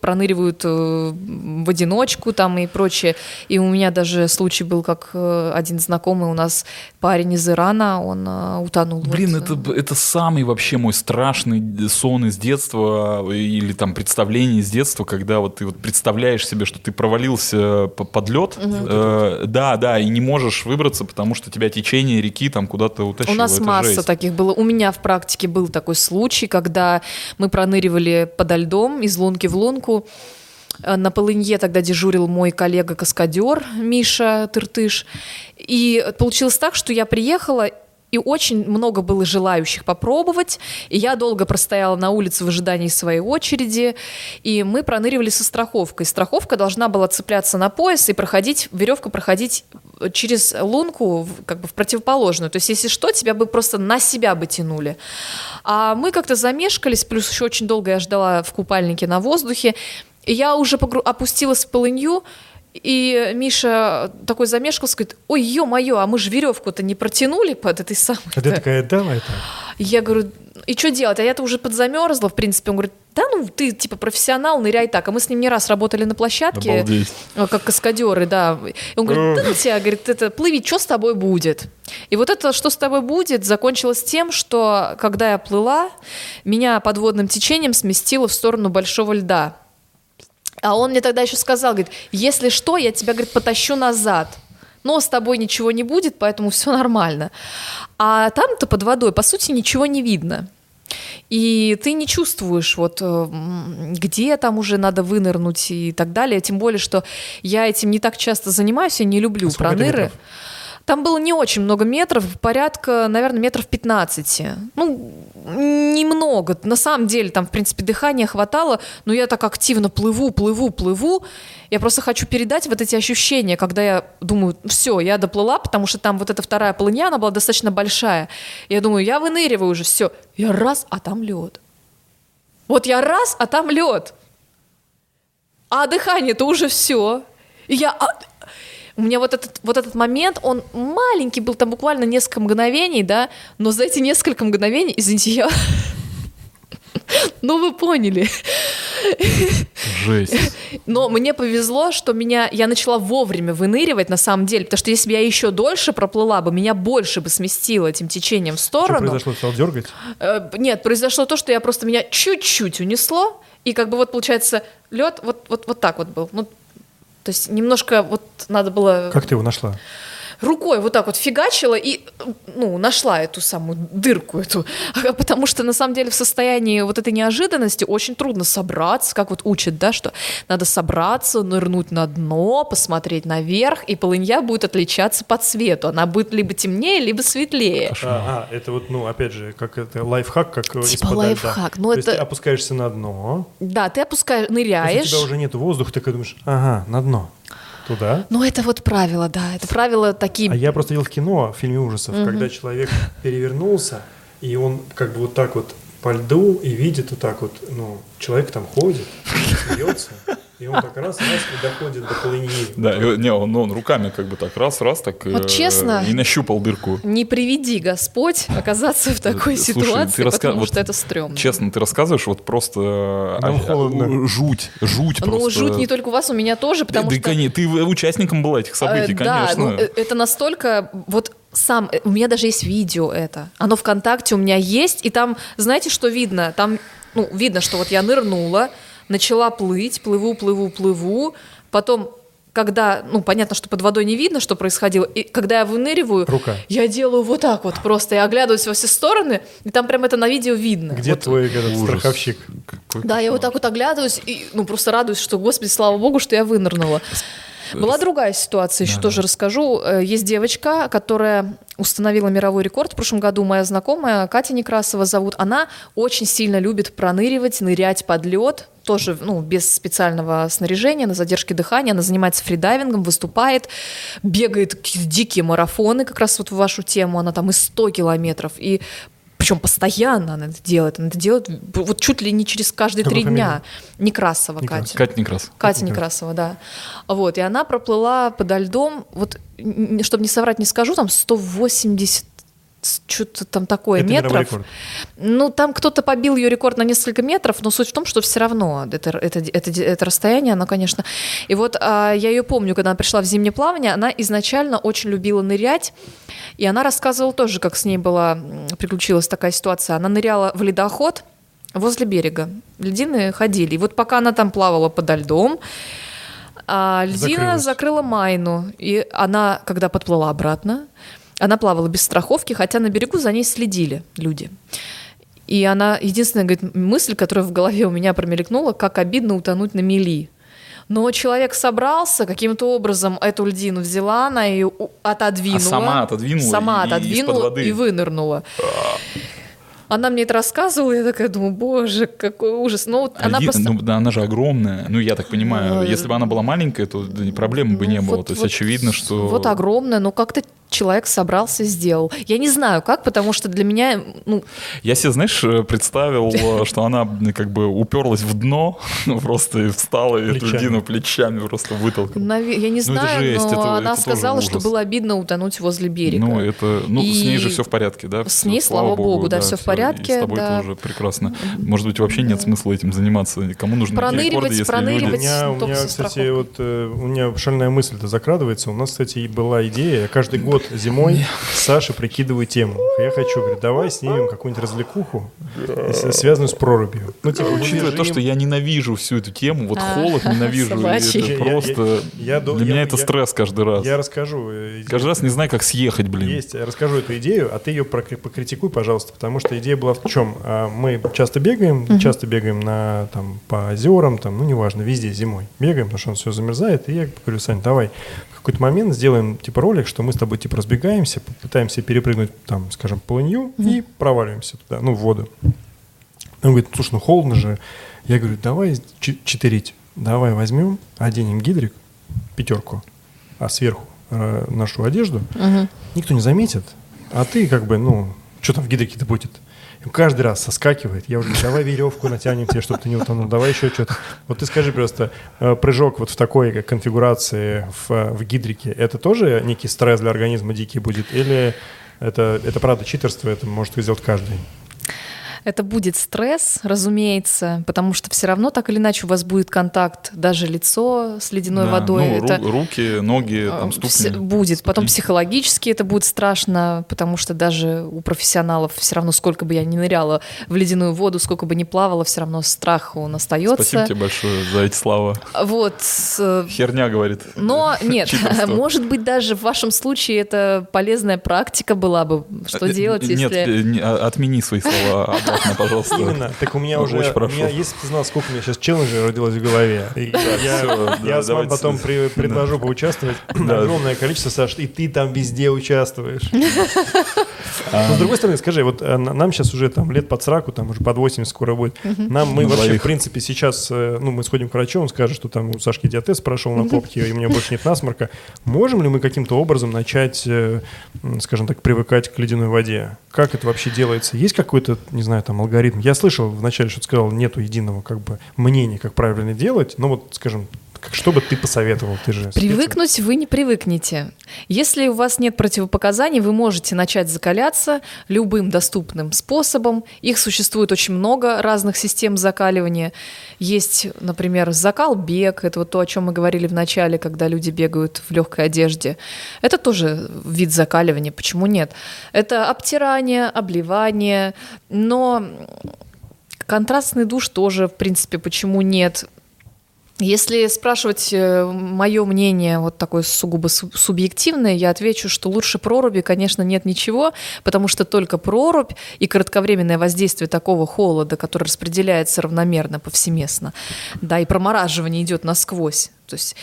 в одиночку там и прочее. И у меня даже случай был, как один знакомый у нас, парень из Ирана, океана, он утонул. Блин, это самый вообще мой страшный сон из детства или там представление из детства, когда вот ты вот представляешь себе, что ты провалился под лед, да, и не можешь выбраться, потому что тебя течение реки там куда-то утащило. У нас масса таких было. У меня в практике был такой случай, когда мы проныривали подо льдом из лунки в лунку. На полынье тогда дежурил мой коллега-каскадер Миша Тыртыш. И получилось так, что я приехала, и очень много было желающих попробовать. И я долго простояла на улице в ожидании своей очереди. И мы проныривали со страховкой. Страховка должна была цепляться на пояс и веревка проходить через лунку как бы в противоположную. То есть, если что, тебя бы просто на себя бы тянули. А мы как-то замешкались, плюс еще очень долго я ждала в купальнике на воздухе. И я уже опустилась в полынью, и Миша такой замешкался, говорит: ой, ё-моё, а мы же веревку-то не протянули под этой самой. А ты такая: давай это. Я говорю: и что делать? А я-то уже подзамерзла, в принципе. Он говорит: да ну, ты типа профессионал, ныряй так. А мы с ним не раз работали на площадке. Обалдеть. Как каскадеры, да. И он говорит: да ну тебя, говорит, плыви, что с тобой будет? И вот это «что с тобой будет» закончилось тем, что когда я плыла, меня подводным течением сместило в сторону большого льда. А он мне тогда еще сказал, говорит: если что, я тебя, говорит, потащу назад. Но с тобой ничего не будет, поэтому все нормально. А там-то под водой, по сути, ничего не видно. И ты не чувствуешь, вот, где там уже надо вынырнуть и так далее. Тем более, что я этим не так часто занимаюсь, я не люблю проныры. Там было не очень много метров, порядка, наверное, метров 15. Ну, немного. На самом деле, там, в принципе, дыхания хватало, но я так активно плыву. Я просто хочу передать вот эти ощущения, когда я думаю: все, я доплыла, потому что там вот эта вторая полынья, она была достаточно большая. Я думаю, я выныриваю уже, все. Я раз, а там лед. Вот я раз, а там лед. А дыхание-то уже все. И я... У меня вот этот момент, он маленький был, там буквально несколько мгновений, да, но за эти несколько мгновений, извините, я... Ну, вы поняли. Жесть. Но мне повезло, что я начала вовремя выныривать, на самом деле, потому что если бы я еще дольше проплыла бы, меня больше бы сместило этим течением в сторону. Что произошло? Стал дергать? Нет, произошло то, что меня чуть-чуть унесло, и как бы вот, получается, лед вот так вот был. Ну, то есть немножко вот надо было... Как ты его нашла? Рукой вот так вот фигачила и, нашла эту самую дырку эту. Потому что, на самом деле, в состоянии вот этой неожиданности очень трудно собраться, как вот учат, да, что надо собраться, нырнуть на дно, посмотреть наверх, и полынья будет отличаться по цвету. Она будет либо темнее, либо светлее. Это вот, опять же, как это лайфхак, как типа лайфхак. То есть ты опускаешься на дно. Да, ты ныряешь. Если у тебя уже нет воздуха, ты думаешь: ага, на дно. Туда. Ну, это вот правила, да. Это правила такие... А я просто видел в кино, в фильме ужасов, когда человек перевернулся, и он как бы вот так вот по льду и видит вот так вот, человек там ходит, смеется, и он так раз и доходит до полыньи. Да, он руками как бы так раз, так вот честно, и нащупал дырку. Не приведи Господь оказаться в такой ситуации, потому что это стрёмно. Честно, ты рассказываешь вот просто жуть просто. Ну, жуть не только у вас, у меня тоже, потому что... Ты участником была этих событий, конечно. Да, это настолько... Вот у меня даже есть видео это. Оно ВКонтакте у меня есть, и там, знаете, что видно? Там, видно, что вот я нырнула, начала плыть, плыву, потом, когда, понятно, что под водой не видно, что происходило, и когда я выныриваю, я делаю вот так вот просто, я оглядываюсь во все стороны, и там прям это на видео видно. Где твой страховщик? Да, я вот так вот оглядываюсь, и просто радуюсь, что, Господи, слава Богу, что я вынырнула. Была другая ситуация, еще тоже расскажу. Есть девочка, которая установила мировой рекорд в прошлом году, моя знакомая, Катя Некрасова зовут. Она очень сильно любит проныривать, нырять под лед, тоже без специального снаряжения, на задержке дыхания. Она занимается фридайвингом, выступает, бегает дикие марафоны, как раз вот в вашу тему, она там и 100 километров, и причем постоянно она это делает вот чуть ли не через каждые 3 дня. Некрасова Катя. Катя Некрасова, да. Вот, и она проплыла подо льдом, вот, чтобы не соврать, не скажу, там 180 что-то там такое, это метров. Рекорд. Ну, там кто-то побил ее рекорд на несколько метров, но суть в том, что все равно это расстояние, оно, конечно... И вот я ее помню, когда она пришла в зимнее плавание, она изначально очень любила нырять, и она рассказывала тоже, как с ней приключилась такая ситуация. Она ныряла в ледоход возле берега. Льдины ходили. И вот пока она там плавала подо льдом, льдина закрыла майну. И она, когда подплыла обратно, она плавала без страховки, хотя на берегу за ней следили люди. И она, единственная, говорит, мысль, которая в голове у меня промелькнула, как обидно утонуть на мели. Но человек собрался, каким-то образом эту льдину взяла, она ее отодвинула. Сама отодвинула и вынырнула. Она мне это рассказывала, я такая думаю, боже, какой ужас. Но вот она просто... да, она же огромная. Ну, я так понимаю, если бы она была маленькая, то проблем бы не было. То есть очевидно, что... Вот огромная, но как-то человек собрался, сделал. Я не знаю, как, потому что для меня... Я себе, знаешь, представил, что она как бы уперлась в дно, просто встала и эту льдину плечами просто вытолкнула. Я не знаю, но она сказала, что было обидно утонуть возле берега. С ней же все в порядке, да? С ней, слава богу, да, все в порядке. И с тобой тоже прекрасно. Может быть, вообще нет смысла этим заниматься. Кому нужны рекорды, если люди... У меня, кстати, у меня шальная мысль-то закрадывается. У нас, кстати, была идея, каждый год зимой Саша прикидываю тему. Я хочу, говорю, давай снимем какую-нибудь развлекуху, связанную с прорубью. Учитывая то, что я ненавижу всю эту тему, вот холод ненавижу, это просто... Для меня это стресс каждый раз. Я расскажу. Каждый раз не знаю, как съехать, Я расскажу эту идею, а ты ее покритикуй, пожалуйста, потому что идея была в чем? Мы часто бегаем по озерам, неважно, везде зимой бегаем, потому что он все замерзает, и я говорю, Сань, давай в какой-то момент сделаем ролик, что мы с тобой разбегаемся, попытаемся перепрыгнуть скажем, полынью и проваливаемся туда, в воду. Он говорит, слушай, холодно же. Я говорю, давай читерить, давай возьмем, оденем гидрик, 5, а сверху нашу одежду, никто не заметит, а ты что там в гидрике-то будет? И каждый раз соскакивает. Я говорю, давай веревку натянем тебе, чтобы ты не утонул. Давай еще что-то. Вот ты скажи просто, прыжок вот в такой конфигурации в гидрике, это тоже некий стресс для организма дикий будет? Или это правда читерство, это может сделать каждый? Это будет стресс, разумеется, потому что все равно так или иначе у вас будет контакт, даже лицо с ледяной водой. Руки, ноги, ступни. Будет. Потом психологически это будет страшно, потому что даже у профессионалов все равно, сколько бы я ни ныряла в ледяную воду, сколько бы ни плавала, все равно страх он остается. Спасибо тебе большое за эти слова. Вот. Херня, говорит. Но нет, может быть, даже в вашем случае это полезная практика была бы. Что делать, если... Нет, отмени свои слова. Пожалуйста. Именно. Так у меня если бы ты знал, сколько у меня сейчас челленджей родилось в голове. Я с вами потом предложу поучаствовать. Огромное количество, Саш, и ты там везде участвуешь. Но с другой стороны, скажи, вот нам сейчас уже лет под сраку, уже под 80 скоро будет. Мы вообще, в принципе, сейчас, мы сходим к врачу, он скажет, что там у Сашки диатез прошел на попке, и у меня больше нет насморка. Можем ли мы каким-то образом начать, скажем так, привыкать к ледяной воде? Как это вообще делается? Есть какой-то, не знаю, алгоритм? Я слышал вначале, что ты сказал, нету единого мнения, как правильно делать, но вот, скажем, что бы ты посоветовал? Ты же привыкнуть вы не привыкнете. Если у вас нет противопоказаний, вы можете начать закаляться любым доступным способом. Их существует очень много разных систем закаливания. Есть, например, закал-бег. Это вот то, о чем мы говорили в начале, когда люди бегают в легкой одежде. Это тоже вид закаливания. Почему нет? Это обтирание, обливание. Но контрастный душ тоже, в принципе, почему нет? Если спрашивать мое мнение, вот такое сугубо субъективное, я отвечу, что лучше проруби, конечно, нет ничего, потому что только прорубь и кратковременное воздействие такого холода, который распределяется равномерно повсеместно, да, и промораживание идет насквозь. То есть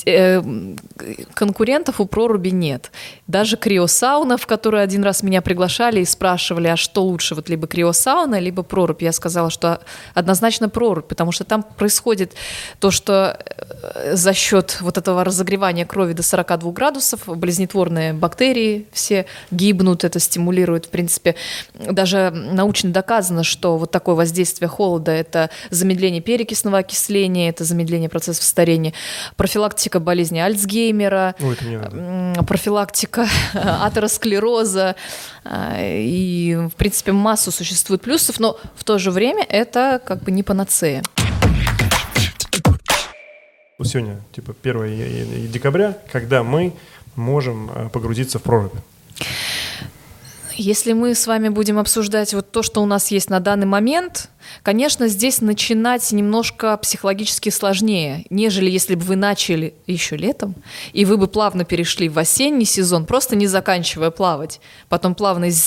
конкурентов у проруби нет. Даже криосауна, в которую один раз меня приглашали и спрашивали, а что лучше, вот либо криосауна, либо прорубь. Я сказала, что однозначно прорубь, потому что там происходит то, что за счет вот этого разогревания крови до 42 градусов болезнетворные бактерии все гибнут, это стимулирует, в принципе, даже научно доказано, что вот такое воздействие холода – это замедление перекисного окисления, это замедление процессов старения. профилактика болезни Альцгеймера, профилактика атеросклероза, и, в принципе, массу существует плюсов, но в то же время это как бы не панацея. Сегодня, 1 декабря, когда мы можем погрузиться в прорубь? Если мы с вами будем обсуждать вот то, что у нас есть на данный момент, конечно, здесь начинать немножко психологически сложнее, нежели если бы вы начали еще летом, и вы бы плавно перешли в осенний сезон, просто не заканчивая плавать. Потом плавно из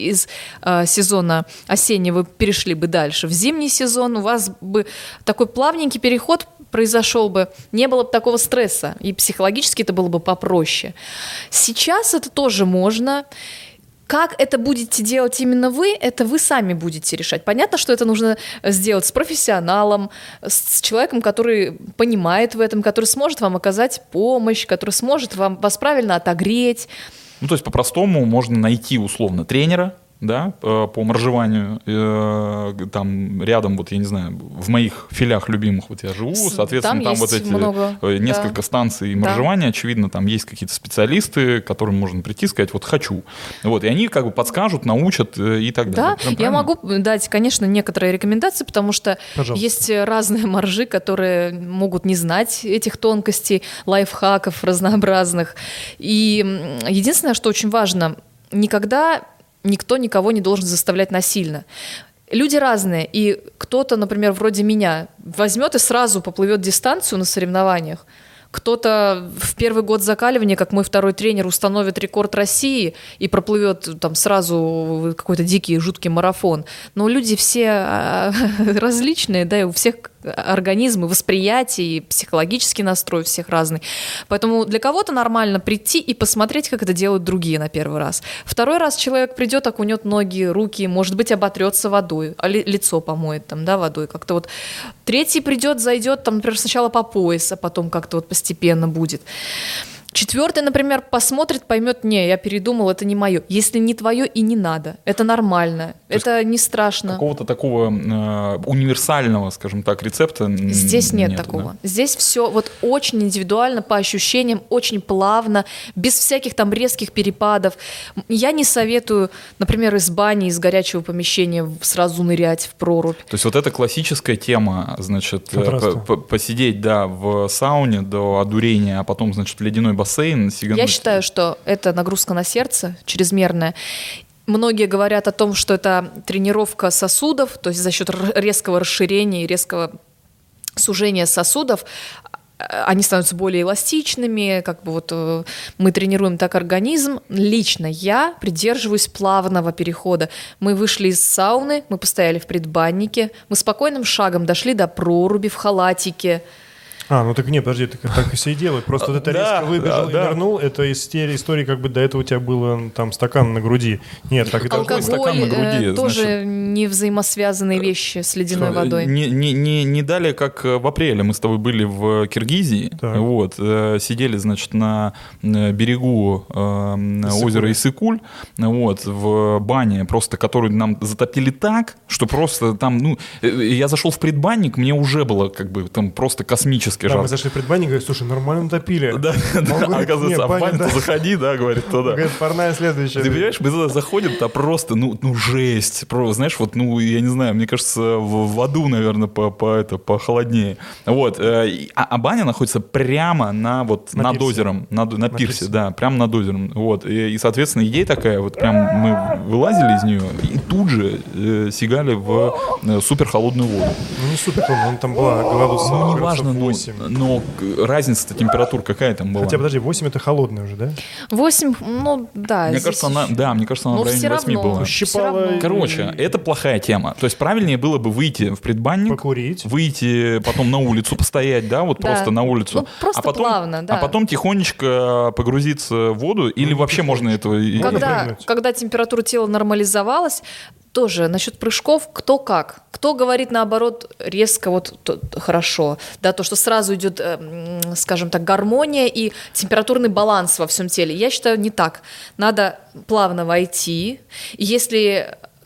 сезона осеннего перешли бы дальше в зимний сезон, у вас бы такой плавненький переход произошел бы, не было бы такого стресса, и психологически это было бы попроще. Сейчас это тоже можно. Как это будете делать именно вы, это вы сами будете решать. Понятно, что это нужно сделать с профессионалом, с человеком, который понимает в этом, который сможет вам оказать помощь, который сможет вас правильно отогреть. Ну, то есть, по-простому, можно найти условно тренера, да, по моржеванию, там рядом, вот я не знаю, в моих филях любимых вот я живу, соответственно, там вот эти несколько станций моржевания, очевидно, там есть какие-то специалисты, к которым можно прийти и сказать, вот хочу. Вот, и они как бы подскажут, научат и так далее. Да, я могу дать, конечно, некоторые рекомендации, потому что есть разные моржи, которые могут не знать этих тонкостей, лайфхаков разнообразных. И единственное, что очень важно, никогда никто никого не должен заставлять насильно. Люди разные, и кто-то, например, вроде меня, возьмет и сразу поплывет дистанцию на соревнованиях. Кто-то в первый год закаливания, как мой второй тренер, установит рекорд России и проплывет там сразу какой-то дикий, жуткий марафон. Но люди все различные, да, и у всех организмы, восприятие, и психологический настрой у всех разный. Поэтому для кого-то нормально прийти и посмотреть, как это делают другие на первый раз. Второй раз человек придет, окунет ноги, руки, может быть, оботрется водой, лицо помоет там, да, водой как-то вот. Третий придет, зайдет, там, например, сначала по пояс, а потом как-то вот постепенно будет. Четвертый, например, посмотрит, поймет, не, я передумал, это не мое. Если не твое, и не надо. Это нормально, это не страшно. Какого-то такого универсального, скажем так, рецепта здесь нет такого. Да? Здесь все вот очень индивидуально, по ощущениям, очень плавно, без всяких там резких перепадов. Я не советую, например, из бани, из горячего помещения сразу нырять в прорубь. То есть вот эта классическая тема, значит, посидеть, да, в сауне до одурения, а потом, значит, в ледяной бассейн, сигануть. Я считаю, что это нагрузка на сердце чрезмерная. Многие говорят о том, что это тренировка сосудов, то есть за счет резкого расширения и резкого сужения сосудов они становятся более эластичными, как бы вот мы тренируем так организм. Лично я придерживаюсь плавного перехода. Мы вышли из сауны, мы постояли в предбаннике, мы спокойным шагом дошли до проруби в халатике. Ну так не, подожди, так и все и делают. Просто вот это резко выбежал и нырнул, это из истории, как бы до этого у тебя было там стакан на груди. Нет, так и алкоголь, стакан на груди, тоже значит, не взаимосвязанные вещи с ледяной водой. Не далее, как в апреле мы с тобой были в Киргизии, вот, сидели, значит, на берегу озера Иссык-Куль, вот, в бане, просто которую нам затопили так, что просто там, ну, я зашел в предбанник, мне уже было как бы там просто космически. Да, мы зашли в предбанник, говорит, слушай, нормально топили. Да, оказывается, а в баню-то заходи, да, говорит, туда. Говорит, парная следующая. Ты понимаешь, мы туда заходим, там просто, ну жесть, просто, знаешь, вот, ну, я не знаю, мне кажется, в аду, наверное, похолоднее. Вот, а баня находится прямо над озером, на пирсе, да, прямо над озером, вот, и, соответственно, идея такая, вот, прям мы вылазили из нее и тут же сигали в супер холодную воду. Ну, не супер холодная, там была градусов, ну, неважно, 8. Но разница-то температур какая там была? Хотя, подожди, 8 это холодная уже, да? 8, ну, да. Мне кажется, она в районе 8 была. Щипала. Короче, это плохая тема. То есть правильнее было бы выйти в предбанник, покурить, выйти потом на улицу постоять, да, вот просто на улицу. Ну, просто плавно, да. А потом тихонечко погрузиться в воду, или вообще можно этого... Когда температура тела нормализовалась, тоже насчет прыжков, кто как. Кто говорит, наоборот, резко вот хорошо, да, то, что сразу идет, скажем так, гармония и температурный баланс во всем теле. Я считаю, не так. Надо плавно войти, и если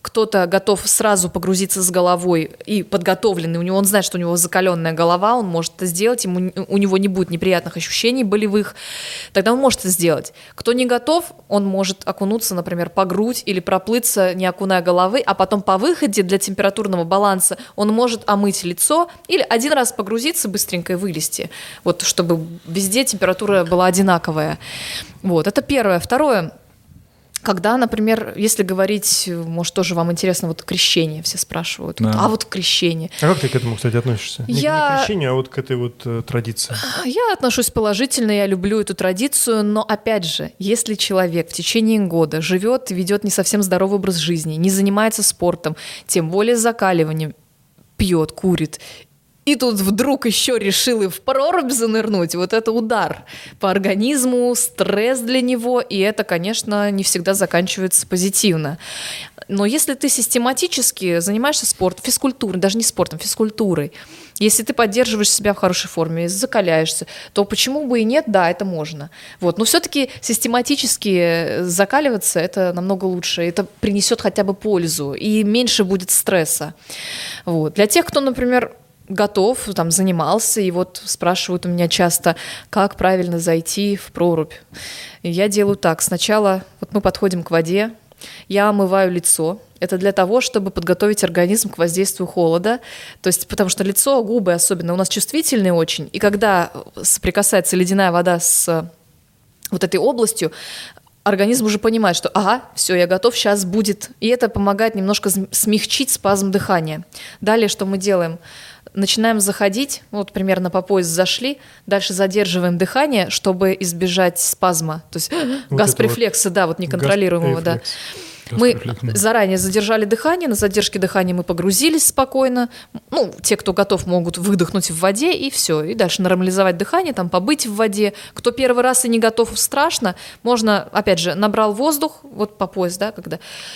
кто-то готов сразу погрузиться с головой и подготовленный, он знает, что у него закаленная голова, он может это сделать, у него не будет неприятных ощущений болевых, тогда он может это сделать. Кто не готов, он может окунуться, например, по грудь или проплыться, не окуная головы, а потом по выходе для температурного баланса он может омыть лицо или один раз погрузиться быстренько и вылезти, вот, чтобы везде температура была одинаковая. Вот, это первое. Второе. Когда, например, если говорить, может, тоже вам интересно, вот крещение, все спрашивают. Да. А вот крещение. А как ты к этому, кстати, относишься? Не к крещению, а вот к этой вот традиции. Я отношусь положительно, я люблю эту традицию, но, опять же, если человек в течение года живет и ведет не совсем здоровый образ жизни, не занимается спортом, тем более закаливанием, пьет, курит, и тут вдруг еще решил и в прорубь занырнуть, вот это удар по организму, стресс для него, и это, конечно, не всегда заканчивается позитивно. Но если ты систематически занимаешься спортом, физкультурой, даже не спортом, физкультурой, если ты поддерживаешь себя в хорошей форме, закаляешься, то почему бы и нет, да, это можно. Вот. Но все-таки систематически закаливаться это намного лучше, это принесет хотя бы пользу, и меньше будет стресса. Вот. Для тех, кто, например, готов, там, занимался, и вот спрашивают у меня часто, как правильно зайти в прорубь. И я делаю так. Сначала вот мы подходим к воде, я омываю лицо. Это для того, чтобы подготовить организм к воздействию холода. То есть, потому что лицо, губы особенно у нас чувствительные очень. И когда соприкасается ледяная вода с вот этой областью, организм уже понимает, что ага, все, я готов, сейчас будет. И это помогает немножко смягчить спазм дыхания. Далее что мы делаем? Начинаем заходить, вот примерно по пояс зашли, дальше задерживаем дыхание, чтобы избежать спазма, то есть вот газ-рефлекса, вот, да, вот неконтролируемого, да. Мы заранее задержали дыхание, на задержке дыхания мы погрузились спокойно, ну, те, кто готов, могут выдохнуть в воде, и все, и дальше нормализовать дыхание, там, побыть в воде. Кто первый раз и не готов, страшно, можно, опять же, набрал воздух, вот по пояс, да, когда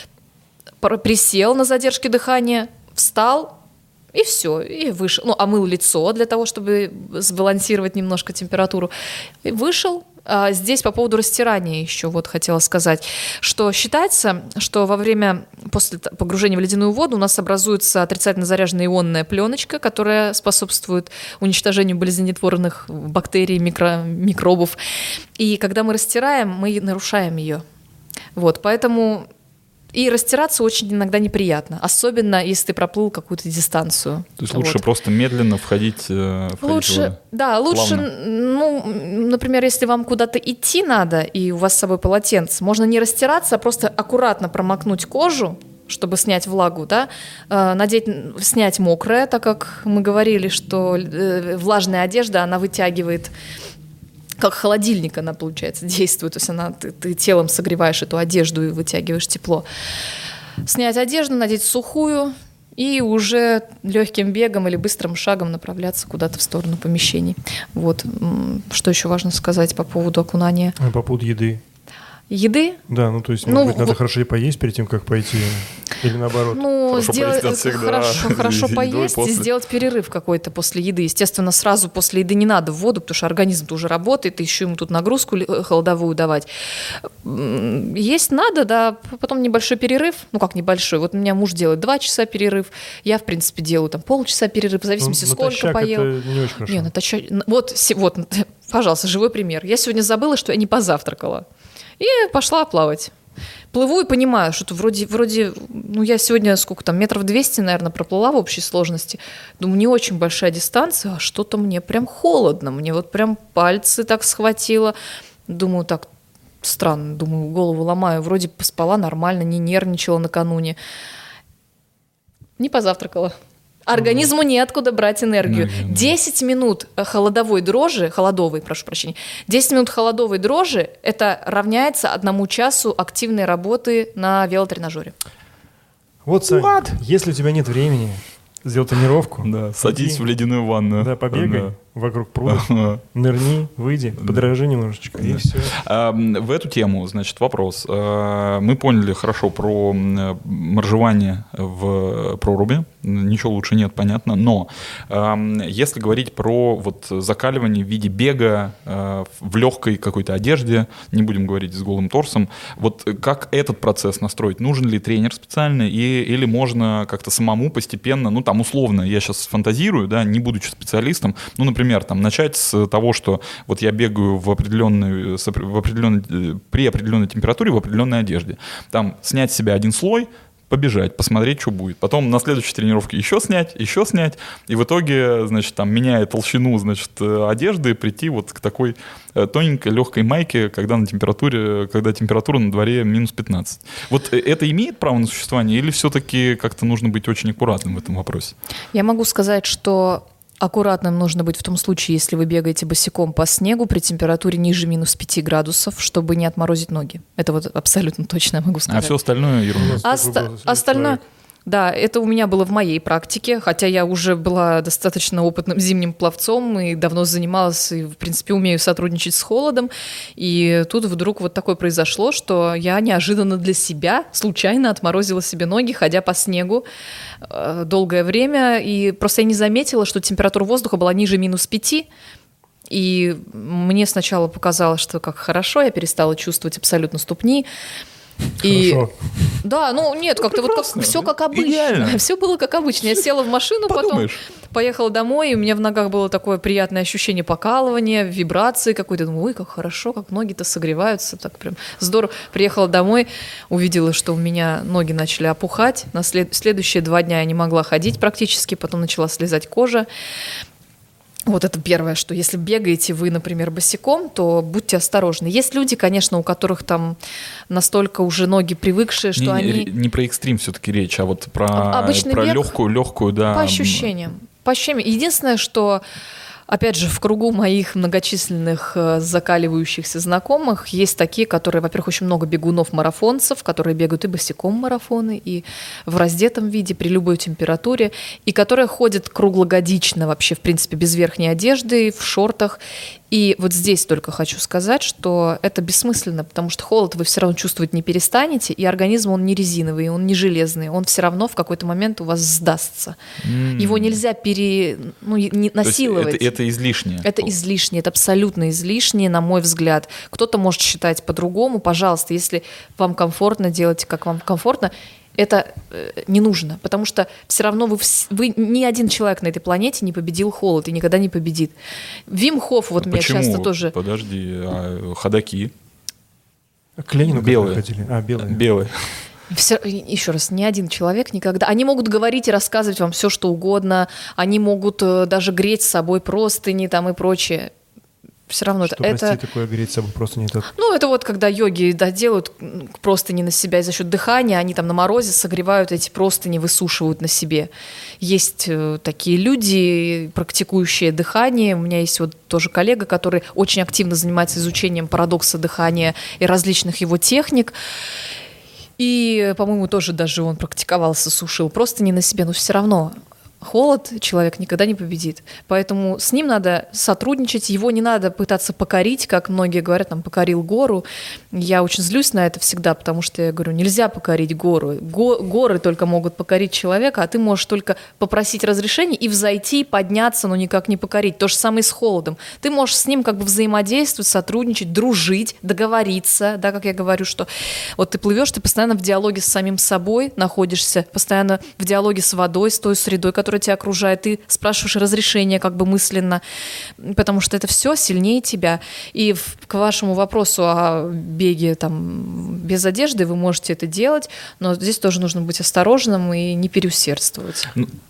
присел на задержке дыхания, встал, и все, и вышел. Ну, омыл лицо для того, чтобы сбалансировать немножко температуру. И вышел. А здесь по поводу растирания еще вот хотела сказать, что считается, что во время, после погружения в ледяную воду у нас образуется отрицательно заряженная ионная пленочка, которая способствует уничтожению болезнетворных бактерий, микробов. И когда мы растираем, мы нарушаем ее. Вот, поэтому... И растираться очень иногда неприятно, особенно если ты проплыл какую-то дистанцию. То есть лучше просто медленно входить в лучше, да, лучше, ну, например, если вам куда-то идти надо, и у вас с собой полотенце, можно не растираться, а просто аккуратно промокнуть кожу, чтобы снять влагу, да, снять мокрое, так как мы говорили, что влажная одежда, она вытягивает, как холодильник она, получается, действует, то есть ты телом согреваешь эту одежду и вытягиваешь тепло. Снять одежду, надеть сухую и уже легким бегом или быстрым шагом направляться куда-то в сторону помещений. Вот. Что еще важно сказать по поводу окунания? По поводу еды. Еды? Да, ну то есть, может быть, надо хорошо поесть перед тем, как пойти, или наоборот? Ну, хорошо поесть и сделать перерыв какой-то после еды. Естественно, сразу после еды не надо в воду, потому что организм уже работает, и еще ему тут нагрузку холодовую давать. Есть надо, да, потом небольшой перерыв, ну как небольшой, вот у меня муж делает 2 часа перерыв, я, в принципе, делаю там полчаса перерыв, в зависимости, сколько поел. Это не очень хорошо. Не, натощак, вот, пожалуйста, живой пример. Я сегодня забыла, что я не позавтракала. И пошла плавать. Плыву и понимаю, что вроде, ну я сегодня сколько там, 200 метров, наверное, проплыла в общей сложности. Думаю, не очень большая дистанция, а что-то мне прям холодно. Мне вот прям пальцы так схватило. Думаю, так странно, думаю, голову ломаю. Вроде поспала нормально, не нервничала накануне. Не позавтракала. Организму неоткуда брать энергию. 10 минут холодовой дрожи, 10 минут холодовой дрожи, это равняется 1 часу активной работы на велотренажере. Вот, Сань, если у тебя нет времени сделать тренировку, садись в ледяную ванную. Да, побегай. вокруг пруда, нырни, выйди, подорожи немножечко, и все. В эту тему, значит, вопрос. Мы поняли хорошо про моржевание в проруби, ничего лучше нет, понятно, но если говорить про вот закаливание в виде бега в легкой какой-то одежде, не будем говорить с голым торсом, вот как этот процесс настроить? Нужен ли тренер специальный или можно как-то самому постепенно, ну там условно, я сейчас фантазирую, да, не будучи специалистом, ну, например, там начать с того, что вот я бегаю при определенной температуре в определенной одежде, там снять с себя один слой, побежать, посмотреть, что будет. Потом на следующей тренировке еще снять, и в итоге, значит, там, меняя толщину, значит, одежды, прийти вот к такой тоненькой, легкой майке, когда температура на дворе минус 15. Вот это имеет право на существование или все-таки как-то нужно быть очень аккуратным в этом вопросе? Я могу сказать, что аккуратным нужно быть в том случае, если вы бегаете босиком по снегу при температуре ниже минус 5 градусов, чтобы не отморозить ноги. Это вот абсолютно точно я могу сказать. А все остальное ерунда. Остальное... Да, это у меня было в моей практике, хотя я уже была достаточно опытным зимним пловцом и давно занималась, и, в принципе, умею сотрудничать с холодом. И тут вдруг вот такое произошло, что я неожиданно для себя случайно отморозила себе ноги, ходя по снегу долгое время. И просто я не заметила, что температура воздуха была ниже минус 5. И мне сначала показалось, что как хорошо, я перестала чувствовать абсолютно ступни. Хорошо. Да, ну нет, как-то вот все как обычно. Идеально. Все было как обычно. Я села в машину, потом поехала домой, и у меня в ногах было такое приятное ощущение покалывания, вибрации какой-то. Думаю, ой, как хорошо, как ноги-то согреваются. Так прям здорово. Приехала домой, увидела, что у меня ноги начали опухать. На следующие 2 дня я не могла ходить практически, потом начала слезать кожа. Вот это первое, что если бегаете вы, например, босиком, то будьте осторожны. Есть люди, конечно, у которых там настолько уже ноги привыкшие, что они... Не про экстрим все-таки речь, а вот про легкую, да. По ощущениям. Единственное, что... Опять же, в кругу моих многочисленных закаливающихся знакомых есть такие, которые, во-первых, очень много бегунов-марафонцев, которые бегают и босиком марафоны, и в раздетом виде, при любой температуре, и которые ходят круглогодично вообще, в принципе, без верхней одежды, в шортах. И вот здесь только хочу сказать, что это бессмысленно, потому что холод вы все равно чувствовать не перестанете, и организм, он не резиновый, он не железный, он все равно в какой-то момент у вас сдастся. Его нельзя насиловать. Это излишнее. Это излишнее, это абсолютно излишнее, на мой взгляд. Кто-то может считать по-другому. Пожалуйста, если вам комфортно, делайте, как вам комфортно. Это не нужно, потому что все равно вы ни один человек на этой планете не победил холод и никогда не победит. Вим Хоф, вот меня часто тоже... Подожди, а ходаки? К Ленину белые. Белые. Еще раз, ни один человек никогда... Они могут говорить и рассказывать вам все, что угодно, они могут даже греть с собой простыни там и прочее. Все равно что, прости, такое греть с собой просто не так. Ну, это вот когда йоги делают простыни на себя, и за счет дыхания они там на морозе согревают эти простыни, высушивают на себе. Есть такие люди, практикующие дыхание. У меня есть вот тоже коллега, который очень активно занимается изучением парадокса дыхания и различных его техник. И, по-моему, тоже даже он практиковался, сушил простыни на себе, но все равно... Холод человек никогда не победит. Поэтому с ним надо сотрудничать, его не надо пытаться покорить, как многие говорят, там, покорил гору. Я очень злюсь на это всегда, потому что я говорю, нельзя покорить гору. Горы только могут покорить человека, а ты можешь только попросить разрешения и взойти, подняться, но никак не покорить. То же самое и с холодом. Ты можешь с ним как бы взаимодействовать, сотрудничать, дружить, договориться, да, как я говорю, что вот ты плывешь, ты постоянно в диалоге с самим собой находишься, постоянно в диалоге с водой, с той средой, которая тебя окружает, ты спрашиваешь разрешения как бы мысленно, потому что это все сильнее тебя. И к вашему вопросу о беге там без одежды вы можете это делать, но здесь тоже нужно быть осторожным и не переусердствовать.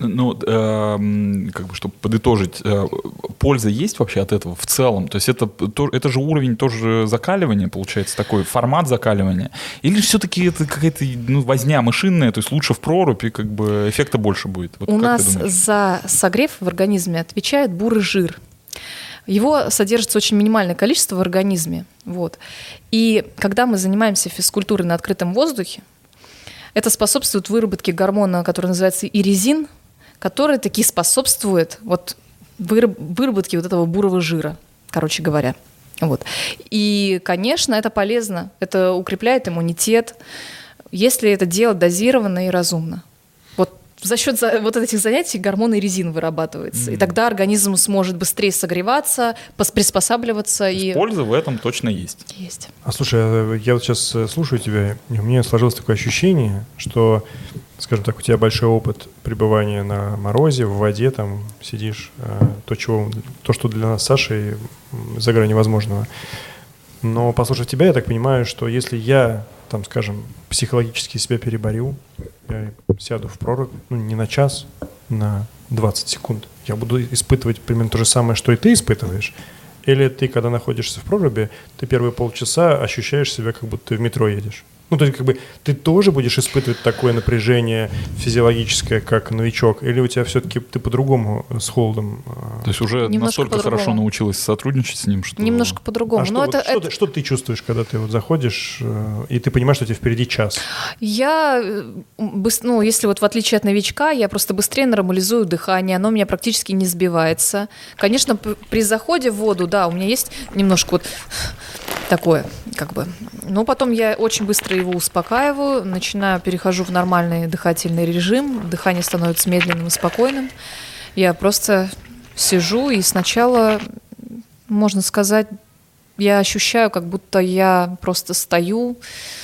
Как бы, чтобы подытожить, польза есть вообще от этого в целом? То есть это же уровень тоже закаливания, получается, такой формат закаливания? Или все-таки это какая-то возня мышинная, то есть лучше в проруби, как бы эффекта больше будет? Вот у нас за согрев в организме отвечает бурый жир. Его содержится очень минимальное количество в организме. Вот. И когда мы занимаемся физкультурой на открытом воздухе, это способствует выработке гормона, который называется иризин, который таки способствует вот выработки вот этого бурого жира, короче говоря. Вот. И, конечно, это полезно, это укрепляет иммунитет, если это делать дозированно и разумно. Вот за счет вот этих занятий гормоны резин вырабатываются, и тогда организм сможет быстрее согреваться, приспосабливаться. И польза в этом точно есть. Есть. А слушай, я вот сейчас слушаю тебя, и у меня сложилось такое ощущение, что, скажем так, у тебя большой опыт пребывания на морозе, в воде, там сидишь, то, что для нас с Сашей за гранью возможного. Но, послушав тебя, я так понимаю, что если я, там, скажем, психологически себя переборю, я сяду в прорубь, не на час, на 20 секунд, я буду испытывать примерно то же самое, что и ты испытываешь. Или ты, когда находишься в проруби, ты первые полчаса ощущаешь себя, как будто ты в метро едешь. Ну, то есть, как бы, ты тоже будешь испытывать такое напряжение физиологическое, как новичок, или у тебя все-таки ты по-другому с холодом? То есть уже немножко настолько хорошо научилась сотрудничать с ним, что... Немножко по-другому. А что ты чувствуешь, когда ты вот заходишь, и ты понимаешь, что тебе впереди час? Если вот в отличие от новичка, я просто быстрее нормализую дыхание, оно у меня практически не сбивается. Конечно, при заходе в воду, да, у меня есть немножко вот такое, как бы. Но потом я очень быстро его успокаиваю, перехожу в нормальный дыхательный режим, дыхание становится медленным и спокойным. Я просто сижу, и сначала, можно сказать, я ощущаю, как будто я просто стою,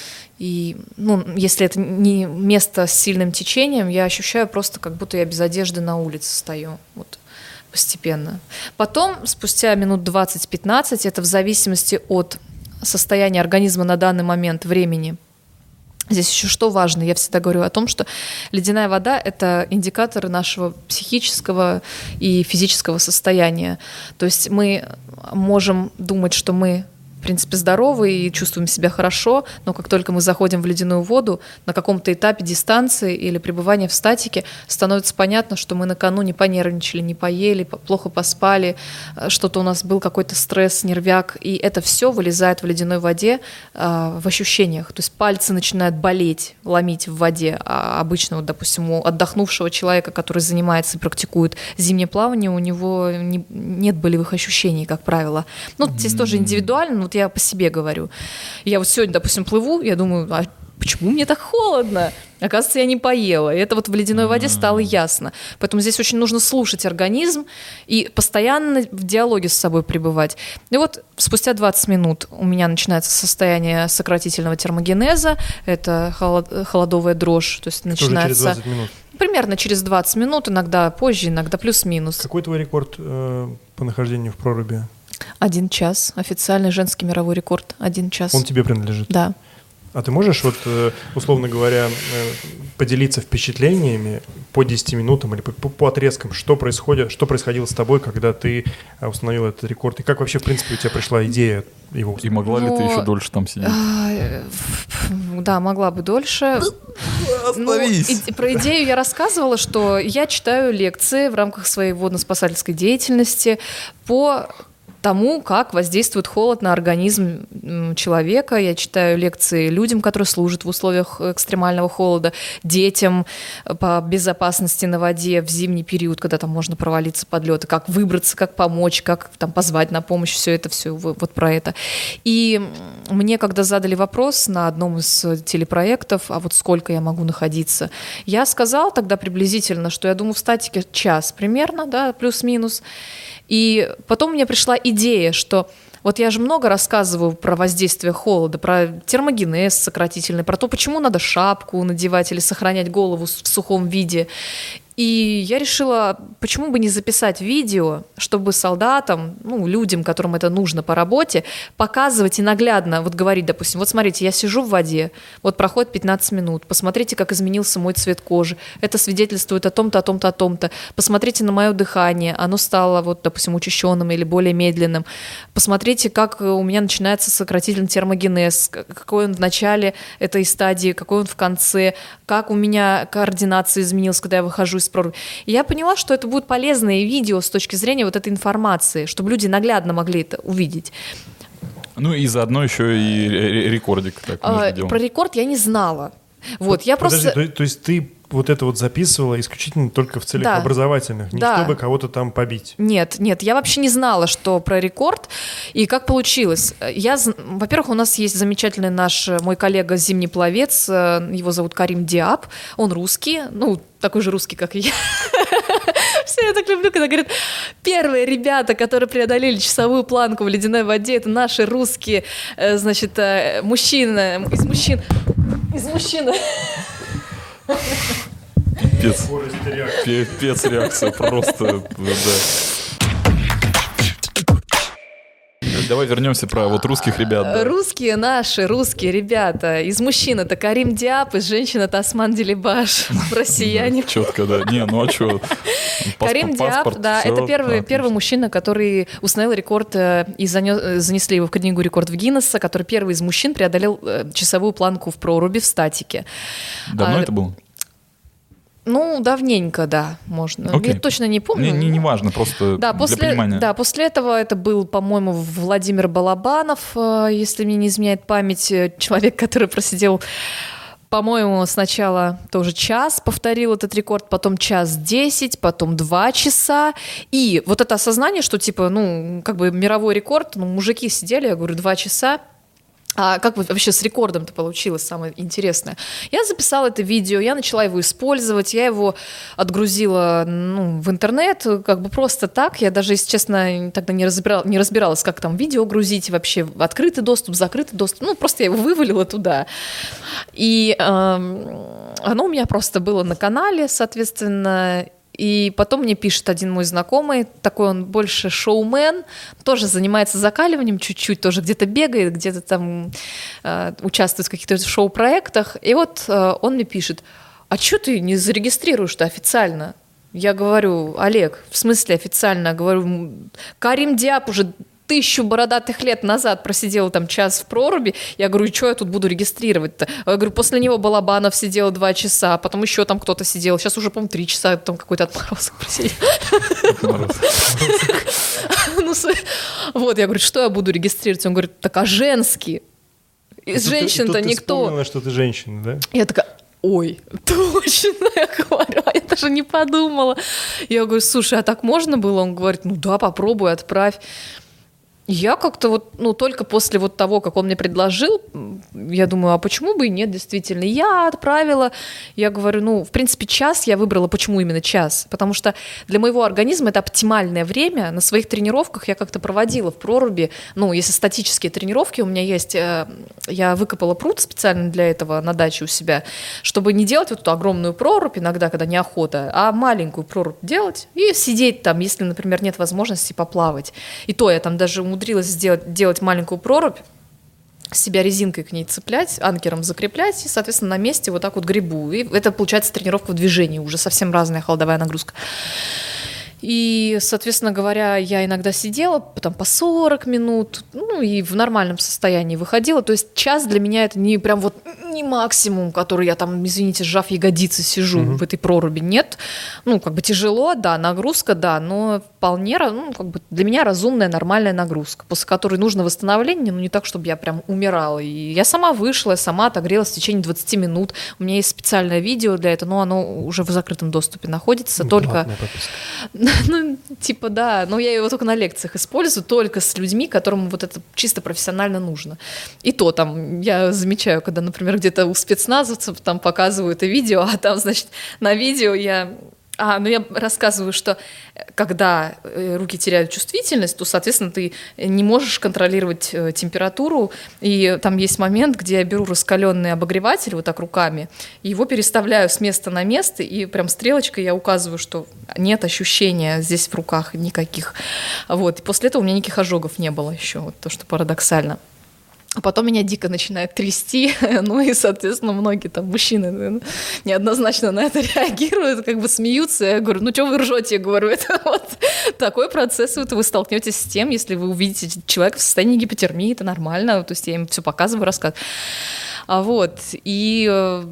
и, если это не место с сильным течением, я ощущаю просто, как будто я без одежды на улице стою, вот, постепенно. Потом, спустя минут 20-15, это в зависимости от состояние организма на данный момент времени. Здесь еще что важно, я всегда говорю о том, что ледяная вода – это индикатор нашего психического и физического состояния. То есть мы можем думать, что мы, в принципе, здоровы и чувствуем себя хорошо, но как только мы заходим в ледяную воду, на каком-то этапе дистанции или пребывания в статике становится понятно, что мы накануне понервничали, не поели, плохо поспали, что-то у нас был какой-то стресс, нервяк, и это все вылезает в ледяной воде в ощущениях. То есть пальцы начинают болеть, ломить в воде. А обычно, вот, допустим, у отдохнувшего человека, который занимается и практикует зимнее плавание, у него нет болевых ощущений, как правило. Здесь тоже индивидуально, я по себе говорю. Я вот сегодня, допустим, плыву, я думаю, а почему мне так холодно? Оказывается, я не поела. И это вот в ледяной воде стало ясно. Поэтому здесь очень нужно слушать организм и постоянно в диалоге с собой пребывать. И вот спустя 20 минут у меня начинается состояние сократительного термогенеза. Это холодовая дрожь. То есть начинается... Через 20 минут? Примерно через 20 минут, иногда позже, иногда плюс-минус. Какой твой рекорд по нахождению в проруби? 1 час. Официальный женский мировой рекорд. 1 час. Он тебе принадлежит? Да. А ты можешь, условно говоря, поделиться впечатлениями по 10 минутам или по отрезкам, что происходило с тобой, когда ты установил этот рекорд, и как вообще, в принципе, у тебя пришла идея его установить? И могла ли ты еще дольше там сидеть? Да, могла бы дольше. Остановись! Про идею я рассказывала, что я читаю лекции в рамках своей водно-спасательской деятельности по тому, как воздействует холод на организм человека. Я читаю лекции людям, которые служат в условиях экстремального холода, детям по безопасности на воде в зимний период, когда там можно провалиться под лед, как выбраться, как помочь, как там позвать на помощь, все вот про это. И мне, когда задали вопрос на одном из телепроектов, а вот сколько я могу находиться, я сказала тогда приблизительно, что я думаю в статике час примерно, да, плюс-минус. И потом мне пришла идея, что вот я же много рассказываю про воздействие холода, про термогенез сократительный, про то, почему надо шапку надевать или сохранять голову в сухом виде. И я решила, почему бы не записать видео, чтобы солдатам, людям, которым это нужно по работе, показывать и наглядно, вот говорить, допустим, вот смотрите, я сижу в воде, вот проходит 15 минут, посмотрите, как изменился мой цвет кожи, это свидетельствует о том-то, о том-то, о том-то, посмотрите на мое дыхание, оно стало, вот, допустим, учащенным или более медленным, посмотрите, как у меня начинается сократительный термогенез, какой он в начале этой стадии, какой он в конце, как у меня координация изменилась, когда я выхожу из проруби. И я поняла, что это будет полезное видео с точки зрения вот этой информации, чтобы люди наглядно могли это увидеть. И заодно еще и рекордик. Так, про рекорд я не знала. Вот, я Подожди, просто... то есть ты вот это вот записывала исключительно только в целях образовательных, не чтобы кого-то там побить. Нет, я вообще не знала, что про рекорд и как получилось. Во-первых, у нас есть замечательный мой коллега Зимний пловец, его зовут Карим Диаб, он русский, такой же русский, как и я. Все, я так люблю, когда говорят, первые ребята, которые преодолели часовую планку в ледяной воде, это наши русские, значит, мужчины, из мужчин. Пипец реакция, просто, да. Давай вернемся про вот русских ребят. Да. Русские ребята. Из мужчин это Карим Диаб, из женщин это Осман Делибаш. Россияне. Четко, да. А что? Карим Диаб, да, это первый мужчина, который установил рекорд и занесли его в книгу рекордов Гиннесса, который первый из мужчин преодолел часовую планку в проруби в статике. Давно это было? Давненько, да, можно. Okay. Я точно не помню. Не важно, просто для понимания. Да, после этого это был, по-моему, Владимир Балабанов, если мне не изменяет память, человек, который просидел, по-моему, сначала тоже час, повторил этот рекорд, потом 1:10, потом 2 часа. И вот это осознание, что типа, мировой рекорд, мужики сидели, я говорю, 2 часа. А как вообще с рекордом-то получилось, самое интересное? Я записала это видео, я начала его использовать, я его отгрузила в интернет, просто так. Я даже, если честно, тогда не разбиралась, как там видео грузить, вообще открытый доступ, закрытый доступ. Просто я его вывалила туда. И оно у меня просто было на канале, соответственно. И потом мне пишет один мой знакомый, такой он больше шоумен, тоже занимается закаливанием чуть-чуть, тоже где-то бегает, где-то там участвует в каких-то шоу-проектах. И вот он мне пишет, а что ты не зарегистрируешь-то официально? Я говорю, Олег, в смысле официально? Говорю, Карим Диаб уже 1000 бородатых лет назад просидела там час в проруби. Я говорю, что я тут буду регистрировать-то? Я говорю, после него Балабанов сидел 2 часа, потом еще там кто-то сидел. Сейчас уже, по-моему, 3 часа там какой-то отморозок просидел. Вот, я говорю, что я буду регистрировать? Он говорит, так а женские? Из женщин-то никто. Ты вспомнила, что ты женщина, да? Я такая... Ой, точно, я говорю, я даже не подумала. Я говорю, слушай, а так можно было? Он говорит, да, попробуй, отправь. Я как-то только после того, как он мне предложил, я думаю, а почему бы и нет, действительно. Я отправила, я говорю, в принципе, час я выбрала. Почему именно час? Потому что для моего организма это оптимальное время. На своих тренировках я как-то проводила в проруби, если статические тренировки у меня есть, я выкопала пруд специально для этого на даче у себя, чтобы не делать вот эту огромную прорубь иногда, когда неохота, а маленькую прорубь делать и сидеть там, если, например, нет возможности поплавать. И то я там даже умудрилась делать маленькую прорубь, себя резинкой к ней цеплять, анкером закреплять и, соответственно, на месте вот так вот гребу. И это получается тренировка в движении, уже совсем разная холодовая нагрузка. И, соответственно говоря, я иногда сидела там по 40 минут, и в нормальном состоянии выходила. То есть час для меня это не прям не максимум, который я там, извините, сжав ягодицы сижу в этой проруби. Нет, тяжело, да, нагрузка, да, но вполне, для меня разумная, нормальная нагрузка, после которой нужно восстановление, не так, чтобы я прям умирала. И я сама вышла, сама отогрелась в течение 20 минут. У меня есть специальное видео для этого, но оно уже в закрытом доступе находится. Только... да, но я его только на лекциях использую, только с людьми, которым вот это чисто профессионально нужно. И то там я замечаю, когда, например, где-то у спецназовцев там показывают это видео, а там, значит, на видео я рассказываю, что когда руки теряют чувствительность, то, соответственно, ты не можешь контролировать температуру, и там есть момент, где я беру раскаленный обогреватель вот так руками, и его переставляю с места на место, и прям стрелочкой я указываю, что нет ощущения здесь в руках никаких. Вот. И после этого у меня никаких ожогов не было еще, вот то, что парадоксально. А потом меня дико начинает трясти, и, соответственно, многие там мужчины неоднозначно на это реагируют, смеются. Я говорю, что вы ржете? Я говорю, это вот такой процесс, вы столкнетесь с тем, если вы увидите человека в состоянии гипотермии, это нормально, то есть я им все показываю, рассказываю. И,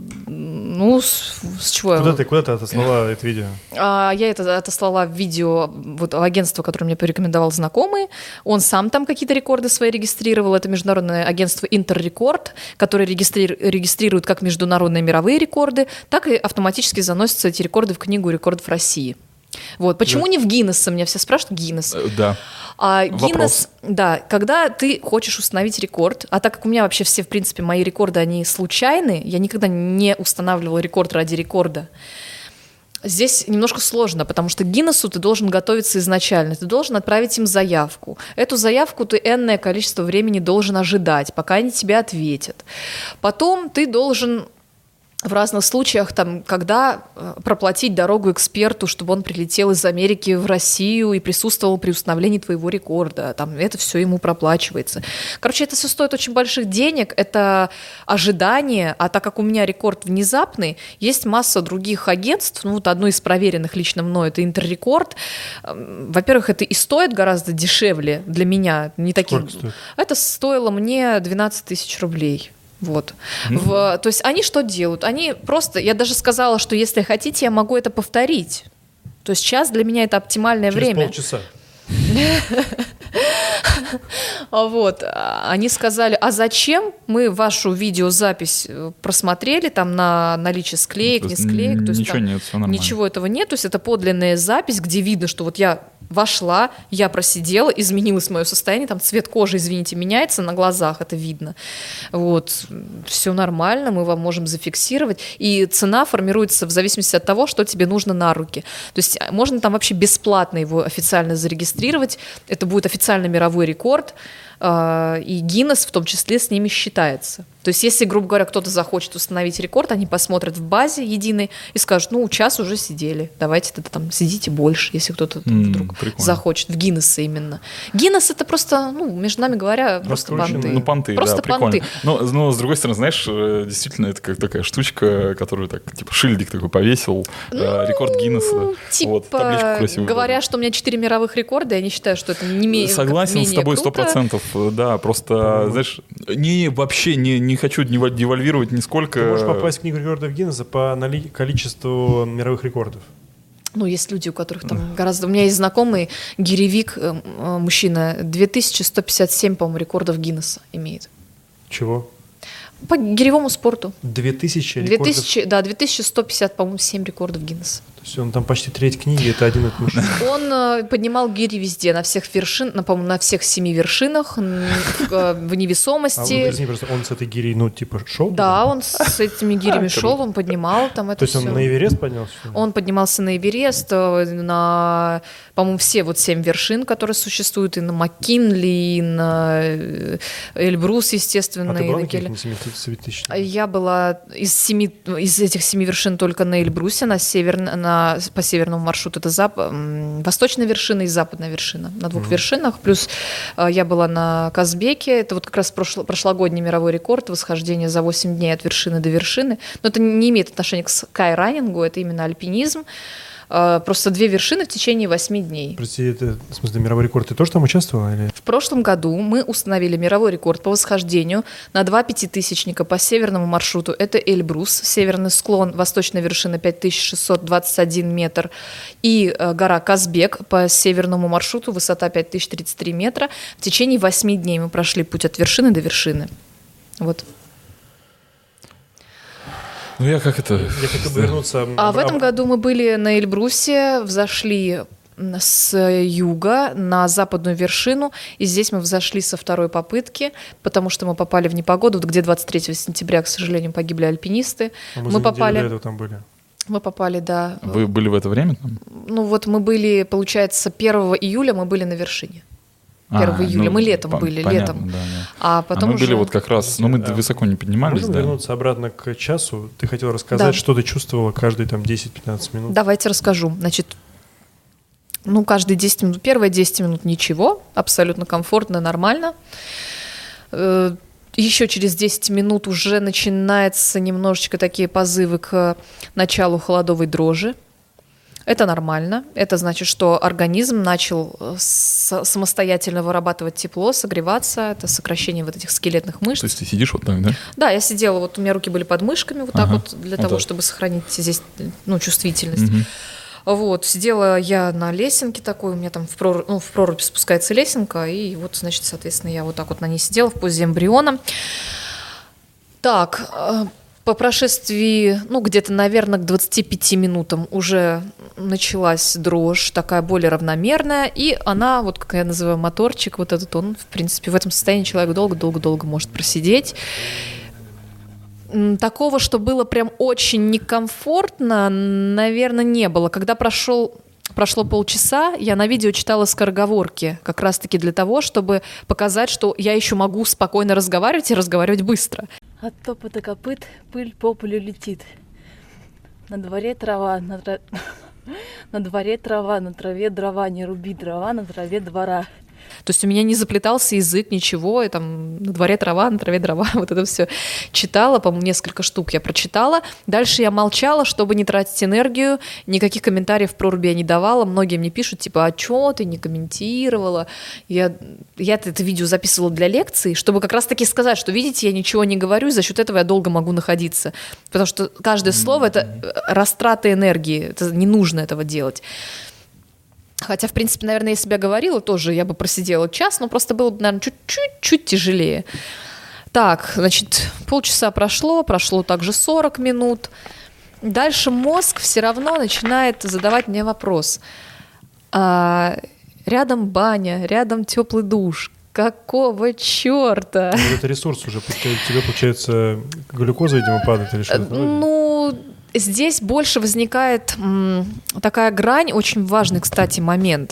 с чего Куда ты отослала это видео? Я это отослала в видео в агентство, которое мне порекомендовал знакомый. Он сам там какие-то рекорды свои регистрировал. Это международное агентство Интеррекорд, которое регистрирует как международные мировые рекорды, так и автоматически заносятся эти рекорды в Книгу рекордов России. Почему не в Гиннесс? Меня все спрашивают, Гиннесс. Да. Гиннесс, да, когда ты хочешь установить рекорд, а так как у меня вообще все, в принципе, мои рекорды, они случайны, я никогда не устанавливала рекорд ради рекорда. Здесь немножко сложно, потому что к Гиннессу ты должен готовиться изначально, ты должен отправить им заявку. Эту заявку ты энное количество времени должен ожидать, пока они тебе ответят. Потом ты должен в разных случаях, когда проплатить дорогу эксперту, чтобы он прилетел из Америки в Россию и присутствовал при установлении твоего рекорда. Это все ему проплачивается. Короче, это все стоит очень больших денег, это ожидание, а так как у меня рекорд внезапный, есть масса других агентств, одно из проверенных лично мной, это Интеррекорд. Во-первых, это и стоит гораздо дешевле для меня. Сколько стоит? Это стоило мне 12 тысяч рублей. То есть они что делают? Они просто, я даже сказала, что если хотите, я могу это повторить. То есть час для меня это оптимальное время. Через полчаса. Они сказали, а зачем мы вашу видеозапись просмотрели, на наличие склеек, не склеек. То есть ничего нет, все нормально. Ничего этого нет, то есть это подлинная запись, где видно, что я вошла, я просидела, изменилось мое состояние, цвет кожи, извините, меняется на глазах, это видно. Все нормально, мы вам можем зафиксировать. И цена формируется в зависимости от того, что тебе нужно на руки. То есть можно вообще бесплатно его официально зарегистрировать, это будет официальный мировой рекорд, и Гиннесс в том числе с ними считается. То есть если, грубо говоря, кто-то захочет установить рекорд, они посмотрят в базе единой и скажут, час уже сидели, давайте тогда сидите больше, если кто-то вдруг захочет, в Гиннессе именно. Гиннесс — это просто, между нами говоря, просто понты. Понты, просто да, прикольно. понты. Но, с другой стороны, знаешь, действительно, это как такая штучка, которую шильдик такой повесил, рекорд Гиннесса. Табличку красивую. Говоря, что у меня 4 мировых рекорда, я не считаю, что это не менее Согласен с тобой круто. 100%, да, просто, знаешь, вообще не хочу девальвировать нисколько. Ты можешь попасть в Книгу рекордов Гиннесса по количеству мировых рекордов. Есть люди, у которых гораздо... У меня есть знакомый гиревик, мужчина, 2157, по-моему, рекордов Гиннесса имеет. Чего? По гиревому спорту. 2000 рекордов? 2150, по-моему, 7 рекордов Гиннесса. То есть он почти треть книги, это один этот мужчина. Он поднимал гири везде, на всех по-моему, на всех 7 вершинах, в невесомости. Просто он с этой гирей, шел? Да, он с этими гирями шел, он поднимал это все. То есть он на Эверест поднялся? Он поднимался на Эверест, на, по-моему, все 7 вершин, которые существуют, и на Маккинли, и на Эльбрус, естественно. А ты была на каких-то 7000? Я была из этих 7 вершин только на Эльбрусе, по северному маршруту. Это восточная вершина и западная вершина. На 2 вершинах. Плюс я была на Казбеке. Это как раз прошлогодний мировой рекорд восхождение за 8 дней от вершины до вершины. Но это не имеет отношения к скайранингу, это именно альпинизм. Просто 2 вершины в течение 8 дней. Прости, это, в смысле, мировой рекорд, ты тоже там участвовала? Или? В прошлом году мы установили мировой рекорд по восхождению на 2 пятитысячника по северному маршруту. Это Эльбрус, северный склон, восточная вершина 5621 метр. И гора Казбек по северному маршруту, высота 5033 метра. В течение 8 дней мы прошли путь от вершины до вершины. Я хотел бы вернуться... В этом году мы были на Эльбрусе, взошли с юга на западную вершину, и здесь мы взошли со 2-й попытки, потому что мы попали в непогоду, где 23 сентября, к сожалению, погибли альпинисты. Мы попали... До этого там были. Мы попали, да. Вы были в это время там? Мы были, получается, 1 июля мы были на вершине. 1 июля. Мы летом были, понятно, летом. Да. А потом мы были уже... как раз, мы высоко не поднимались. Можно вернуться обратно к часу? Ты хотела рассказать, что ты чувствовала каждые 10-15 минут? Давайте расскажу. Каждые 10 минут, первые 10 минут ничего, абсолютно комфортно, нормально. Еще через 10 минут уже начинаются немножечко такие позывы к началу холодовой дрожи. Это нормально. Это значит, что организм начал самостоятельно вырабатывать тепло, согреваться. Это сокращение вот этих скелетных мышц. То есть ты сидишь вот так, да? Да, я сидела, вот у меня руки были под мышками, вот так вот, для того, чтобы сохранить здесь, чувствительность. Вот, сидела я на лесенке такой, у меня там в прорубь спускается лесенка, и вот, значит, соответственно, я вот так вот на ней сидела в позе эмбриона. Так, по прошествии, где-то, наверное, к 25 минутам уже началась дрожь, такая более равномерная, и она, вот как я называю моторчик, вот этот он, в принципе, в этом состоянии человек долго-долго-долго может просидеть. Такого, что было прям очень некомфортно, наверное, не было. Когда прошло полчаса, я на видео читала скороговорки, как раз-таки для того, чтобы показать, что я еще могу спокойно разговаривать и разговаривать быстро. От топота копыт пыль по полю летит. На дворе трава, на дворе трава, на траве дрова, не руби дрова, на траве двора. То есть у меня не заплетался язык, ничего, и там на дворе трава, на траве дрова, вот это все читала, по-моему, несколько штук я прочитала. Дальше я молчала, чтобы не тратить энергию, никаких комментариев в проруби я не давала. Многие мне пишут, типа, а чё ты не комментировала? Я это видео записывала для лекции, чтобы как раз-таки сказать, что, видите, я ничего не говорю, и за счет этого я долго могу находиться. Потому что каждое слово — это растрата энергии, это не нужно этого делать. Хотя, в принципе, наверное, если бы я говорила, тоже я бы просидела час, но просто было бы, наверное, чуть чуть Так, значит, полчаса прошло также 40 минут. Дальше мозг все равно начинает задавать мне вопрос. Рядом баня, рядом теплый душ. Какого черта? Это ресурс уже, тебе, получается, глюкоза, видимо, падает или что-то? Здесь больше возникает такая грань, очень важный, кстати, момент.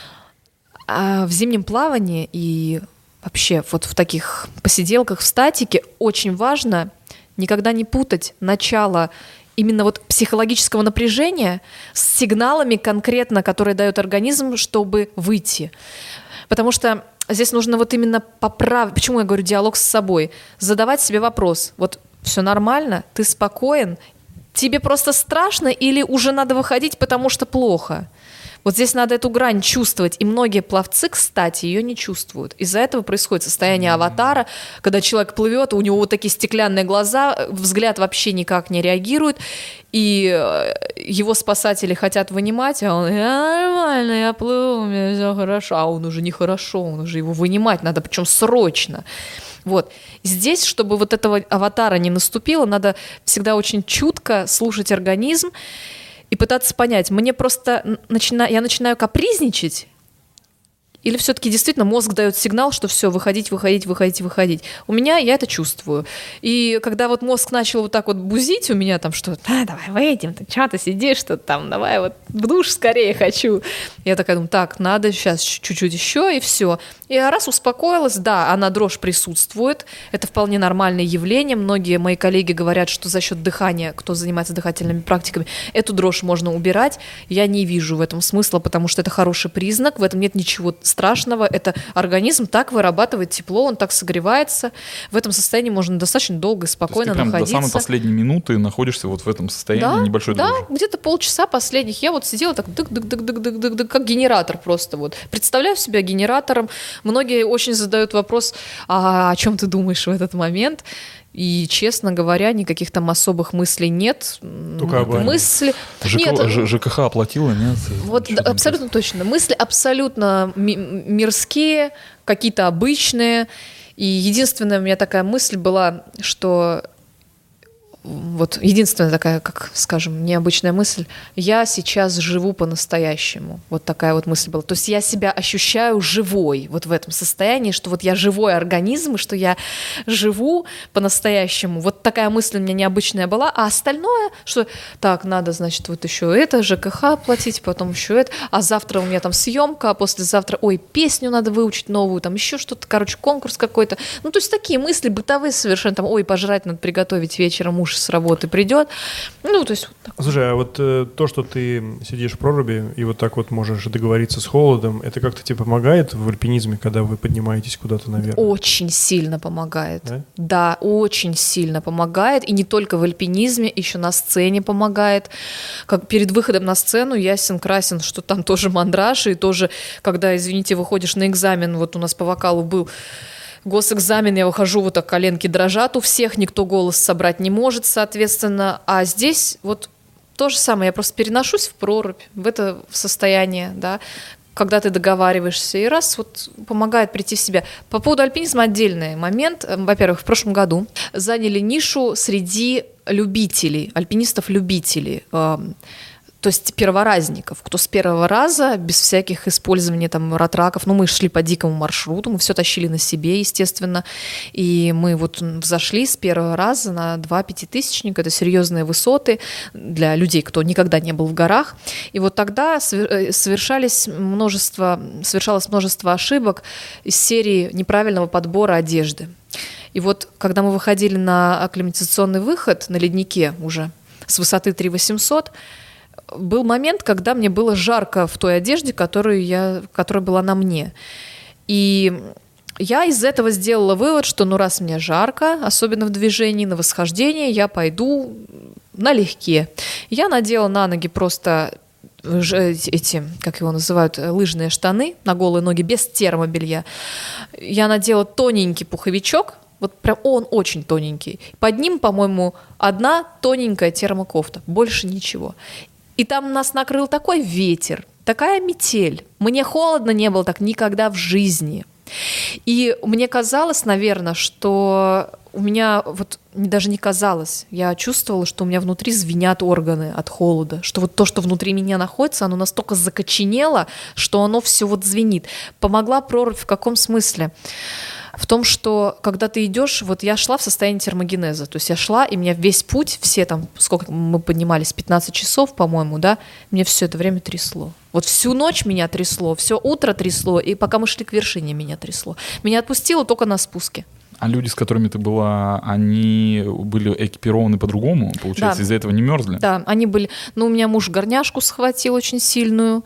В зимнем плавании и вообще вот в таких посиделках в статике очень важно никогда не путать начало именно вот психологического напряжения с сигналами конкретно, которые дает организм, чтобы выйти. Потому что здесь нужно вот именно поправить, почему я говорю диалог с собой, задавать себе вопрос, вот все нормально, ты спокоен, тебе просто страшно или уже надо выходить, потому что плохо? Вот здесь надо эту грань чувствовать. И многие пловцы, кстати, ее не чувствуют. Из-за этого происходит состояние аватара, когда человек плывет, у него вот такие стеклянные глаза, взгляд вообще никак не реагирует, и его спасатели хотят вынимать, а он: я нормально, я плыву, у меня все хорошо. А он уже нехорошо, он уже его вынимать надо, причем срочно. Вот. Здесь, чтобы вот этого аватара не наступило, надо всегда очень чутко слушать организм и пытаться понять, мне просто я начинаю капризничать, или все-таки действительно мозг дает сигнал, что все, выходить. У меня, я это чувствую. И когда вот мозг начал вот так вот бузить у меня там, что давай выйдем, ты что ты сидишь, что там, давай вот в душ скорее хочу. Я такая думаю, так, надо сейчас чуть-чуть еще, и все. И я раз успокоилась, да, она дрожь присутствует, это вполне нормальное явление. Многие мои коллеги говорят, что за счет дыхания, кто занимается дыхательными практиками, эту дрожь можно убирать. Я не вижу в этом смысла, потому что это хороший признак, в этом нет ничего страшного, это организм так вырабатывает тепло, он так согревается, в этом состоянии можно достаточно долго и спокойно находиться. То есть ты прям до самой последней минуты находишься вот в этом состоянии небольшой дрожи? Да, где-то полчаса последних я вот сидела так дык-дык-дык-дык-дык-дык, как генератор просто вот. Представляю себя генератором. Многие очень задают вопрос, о чем ты думаешь в этот момент? И, честно говоря, никаких там особых мыслей нет. Только мысли... ЖКХ оплатила, нет? Вот абсолютно точно. Мысли абсолютно мирские, какие-то обычные. И единственная у меня такая мысль была, что... Вот единственная такая, как, скажем, необычная мысль, я сейчас живу по-настоящему. Вот такая вот мысль была. То есть я себя ощущаю живой вот в этом состоянии, что вот я живой организм, и что я живу по-настоящему. Вот такая мысль у меня необычная была. А остальное, что так, надо, значит, вот еще это, ЖКХ платить, потом еще это, а завтра у меня там съемка, а послезавтра, песню надо выучить новую, там еще что-то, короче, конкурс какой-то. Ну, то есть такие мысли бытовые совершенно, там, пожрать надо приготовить вечером, муж с работы придет. Ну, то есть... Вот так. Слушай, а вот то, что ты сидишь в проруби и вот так вот можешь договориться с холодом, это как-то тебе помогает в альпинизме, когда вы поднимаетесь куда-то наверх? Очень сильно помогает. Да, очень сильно помогает. И не только в альпинизме, еще на сцене помогает. Как перед выходом на сцену ясен-красен, что там тоже мандраж, и тоже, когда, извините, выходишь на экзамен, вот у нас по вокалу был госэкзамен, я выхожу, вот так коленки дрожат у всех, никто голос собрать не может, соответственно. А здесь вот то же самое, я просто переношусь в прорубь, в это состояние, да, когда ты договариваешься, и раз вот помогает прийти в себя. По поводу альпинизма отдельный момент. Во-первых, в прошлом году заняли нишу среди любителей, альпинистов-любителей, то есть перворазников, кто с первого раза, без всяких использования там ратраков, ну, мы шли по дикому маршруту, мы все тащили на себе, естественно, и мы вот взошли с первого раза на 2 пятитысячника, это серьезные высоты для людей, кто никогда не был в горах, и вот тогда совершалось множество ошибок из серии неправильного подбора одежды. И вот когда мы выходили на акклиматизационный выход на леднике уже с высоты 3800, был момент, когда мне было жарко в той одежде, которая была на мне. И я из этого сделала вывод, что ну раз мне жарко, особенно в движении, на восхождение, я пойду налегке. Я надела на ноги просто эти, как его называют, лыжные штаны на голые ноги без термобелья. Я надела тоненький пуховичок, вот прям он очень тоненький. Под ним, по-моему, одна тоненькая термокофта, больше ничего. И там нас накрыл такой ветер, такая метель. Мне холодно не было так никогда в жизни. И мне казалось, наверное, что у меня, вот даже не казалось, я чувствовала, что у меня внутри звенят органы от холода, что вот то, что внутри меня находится, оно настолько закоченело, что оно все вот звенит. Помогла прорубь в каком смысле? В том, что когда ты идешь, вот я шла в состоянии термогенеза, то есть я шла, и меня весь путь, все там, сколько мы поднимались, 15 часов, по-моему, да, мне все это время трясло. Вот всю ночь меня трясло, все утро трясло, и пока мы шли к вершине, меня трясло. Меня отпустило только на спуске. А люди, с которыми ты была, они были экипированы по-другому, получается, да. Из-за этого не мерзли? Да, они были, у меня муж горняшку схватил очень сильную,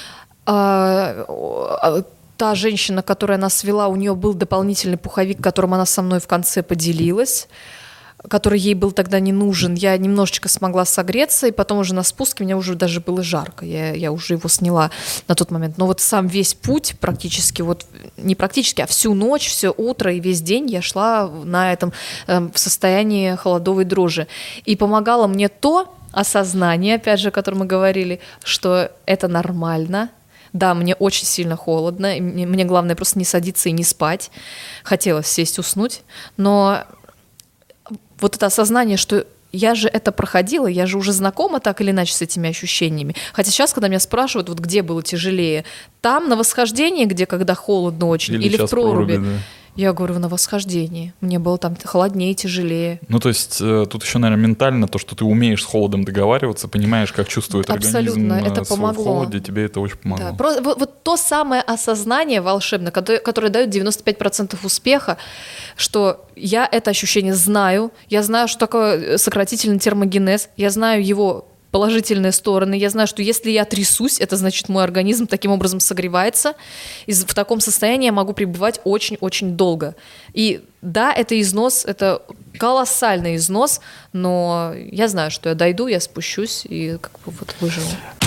та женщина, которая нас свела, у нее был дополнительный пуховик, которым она со мной в конце поделилась, который ей был тогда не нужен. Я немножечко смогла согреться, и потом уже на спуске мне уже даже было жарко. Я уже его сняла на тот момент. Но вот сам весь путь практически, вот не практически, а всю ночь, все утро и весь день я шла на этом в состоянии холодовой дрожи. И помогало мне то осознание, опять же, о котором мы говорили, что это нормально. Да, мне очень сильно холодно, мне главное просто не садиться и не спать. Хотелось сесть, уснуть, но вот это осознание, что я же это проходила, я же уже знакома так или иначе с этими ощущениями. Хотя сейчас, когда меня спрашивают, вот где было тяжелее, там на восхождении, где когда холодно очень, или в проруби, да. Я говорю, на восхождении. Мне было там холоднее, тяжелее. Ну, то есть тут еще, наверное, ментально то, что ты умеешь с холодом договариваться, понимаешь, как чувствует абсолютно, организм это помогло. в холоде, тебе это очень помогло. Да. Вот то самое осознание волшебное, которое дает 95% успеха, что я это ощущение знаю, я знаю, что такое сократительный термогенез, я знаю его положительные стороны. Я знаю, что если я трясусь, это значит, мой организм таким образом согревается. И в таком состоянии я могу пребывать очень-очень долго. И да, это износ, это колоссальный износ, но я знаю, что я дойду, я спущусь и как бы вот выживу.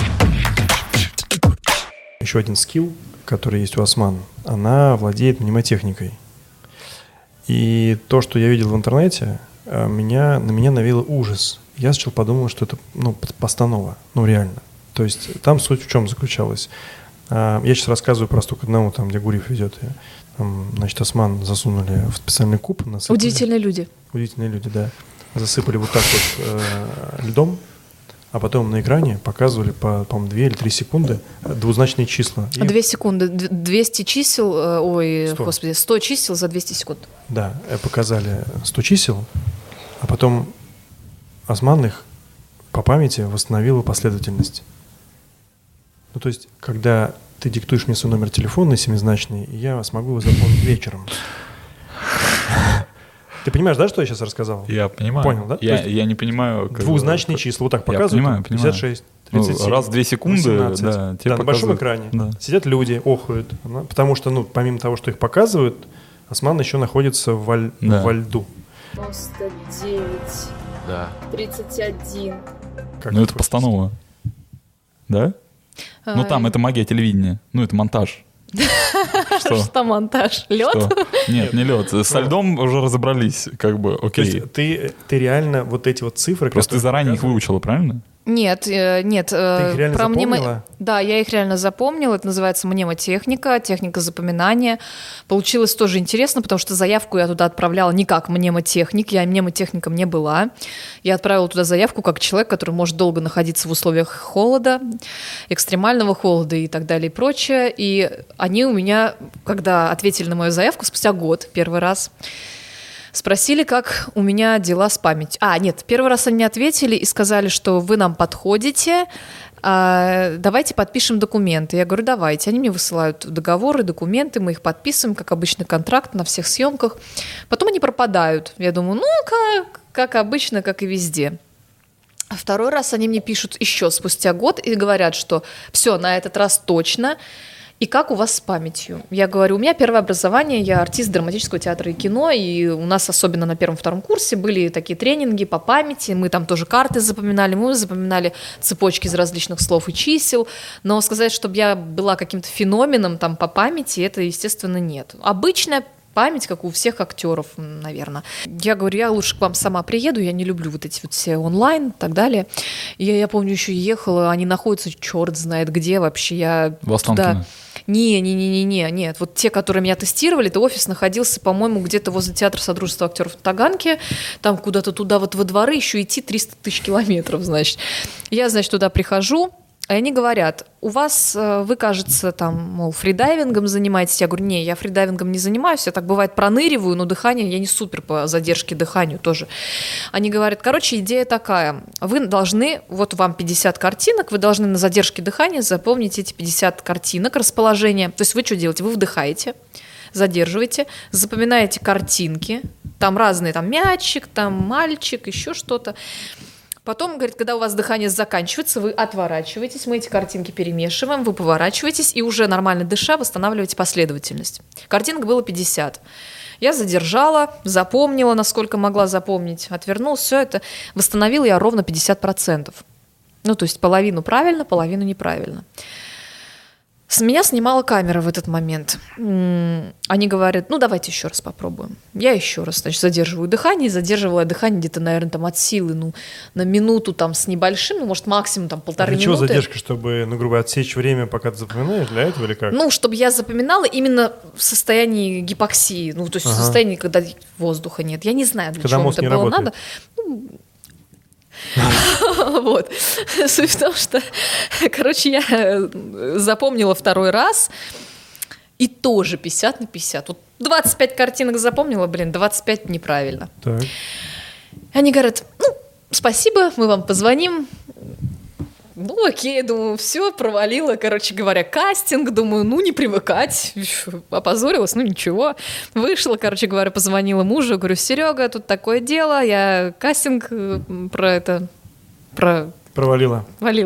Еще один скилл, который есть у Осман, она владеет мнемотехникой. И то, что я видел в интернете, на меня навеяло ужас. Я сначала подумал, что это постанова, реально. То есть там суть в чем заключалась. Я сейчас рассказываю просто к одному, там, где Гурьев ведет. Там, значит, Осман засунули в специальный куб. Насыпали. Удивительные люди. Удивительные люди, да. Засыпали вот так вот льдом, а потом на экране показывали по, по-моему, 2 или 3 секунды двузначные числа. 2 секунды. 200 чисел, 100. 100 чисел за 200 секунд. Да, показали 100 чисел, а потом Осман их по памяти восстановила последовательность. Ну, то есть, когда ты диктуешь мне свой номер телефона 7-значный, я смогу его запомнить вечером. Ты понимаешь, да, что я сейчас рассказал? Я понимаю. Понял, да? Я не понимаю. Двузначные числа вот так показывают. Понимаю. 56, 37, раз в 2 секунды, 18. да, тебе на большом показывают. экране. Да. Сидят люди, охают. Потому что, помимо того, что их показывают, Осман еще находится во льду. 99. Да. 31. Ну, это постанова. Да? Ну, там это магия телевидения. Ну, это монтаж. Что монтаж? Лед? Нет, не лед. Со льдом уже разобрались, как бы, окей. То есть ты реально вот эти вот цифры... Просто ты заранее их выучила, правильно? Нет. Ты их реально запомнила? Да, я их реально запомнила. Это называется мнемотехника, техника запоминания. Получилось тоже интересно, потому что заявку я туда отправляла не как мнемотехник, я мнемотехником не была. Я отправила туда заявку как человек, который может долго находиться в условиях холода, экстремального холода и так далее и прочее. И они у меня, когда ответили на мою заявку, спустя год, первый раз, спросили, как у меня дела с памятью. Нет, первый раз они ответили и сказали, что вы нам подходите, давайте подпишем документы. Я говорю, давайте. Они мне высылают договоры, документы, мы их подписываем, как обычный контракт на всех съемках. Потом они пропадают. Я думаю, как обычно, как и везде. А второй раз они мне пишут еще спустя год и говорят, что все, на этот раз точно. И как у вас с памятью? Я говорю, у меня первое образование, я артист драматического театра и кино, и у нас особенно на 1-2 курсе были такие тренинги по памяти, мы там тоже карты запоминали, мы запоминали цепочки из различных слов и чисел, но сказать, чтобы я была каким-то феноменом там по памяти, это, естественно, нет. Обычная память, как у всех актеров, наверное. Я говорю, я лучше к вам сама приеду, я не люблю вот эти вот все онлайн и так далее. И я помню, еще ехала, они находятся черт знает где вообще. Я в Останкино? Нет. Вот те, которые меня тестировали, то офис находился, по-моему, где-то возле театра Содружества актеров в Таганке, там куда-то туда вот во дворы еще идти 300 тысяч километров, значит. Я, значит, туда прихожу, и они говорят, у вас, вы, кажется, там, мол, фридайвингом занимаетесь. Я говорю, не, я фридайвингом не занимаюсь, я так бывает проныриваю, но дыхание, я не супер по задержке дыханию тоже. Они говорят, короче, идея такая, вы должны, вот вам 50 картинок, вы должны на задержке дыхания запомнить эти 50 картинок, расположение. То есть вы что делаете? Вы вдыхаете, задерживаете, запоминаете картинки, там разные, там мячик, там мальчик, еще что-то. Потом, говорит, когда у вас дыхание заканчивается, вы отворачиваетесь, мы эти картинки перемешиваем, вы поворачиваетесь и уже нормально дыша восстанавливаете последовательность. Картинок было 50. Я задержала, запомнила, насколько могла запомнить, отвернулась, все это. Восстановила я ровно 50%. Ну, то есть половину правильно, половину неправильно. С меня снимала камера в этот момент. Они говорят, давайте еще раз попробуем. Я еще раз, значит, задерживаю дыхание. Задерживала дыхание где-то, наверное, там от силы, на минуту там с небольшим, может, максимум там 1,5 минуты. Для чего задержка? Чтобы, грубо говоря, отсечь время, пока ты запоминаешь? Для этого или как? Чтобы я запоминала именно в состоянии гипоксии. То есть в состоянии, когда воздуха нет. Я не знаю, для чего это было надо. Вот. Суть в том, что, короче, я запомнила второй раз, и тоже 50 на 50. Вот 25 картинок запомнила, 25 неправильно. Так. Они говорят, спасибо, мы вам позвоним. Окей, думаю, все, провалила, короче говоря, кастинг, думаю, не привыкать, опозорилась, ничего. Вышла, короче говоря, позвонила мужу, говорю, Серега, тут такое дело, я кастинг Провалила.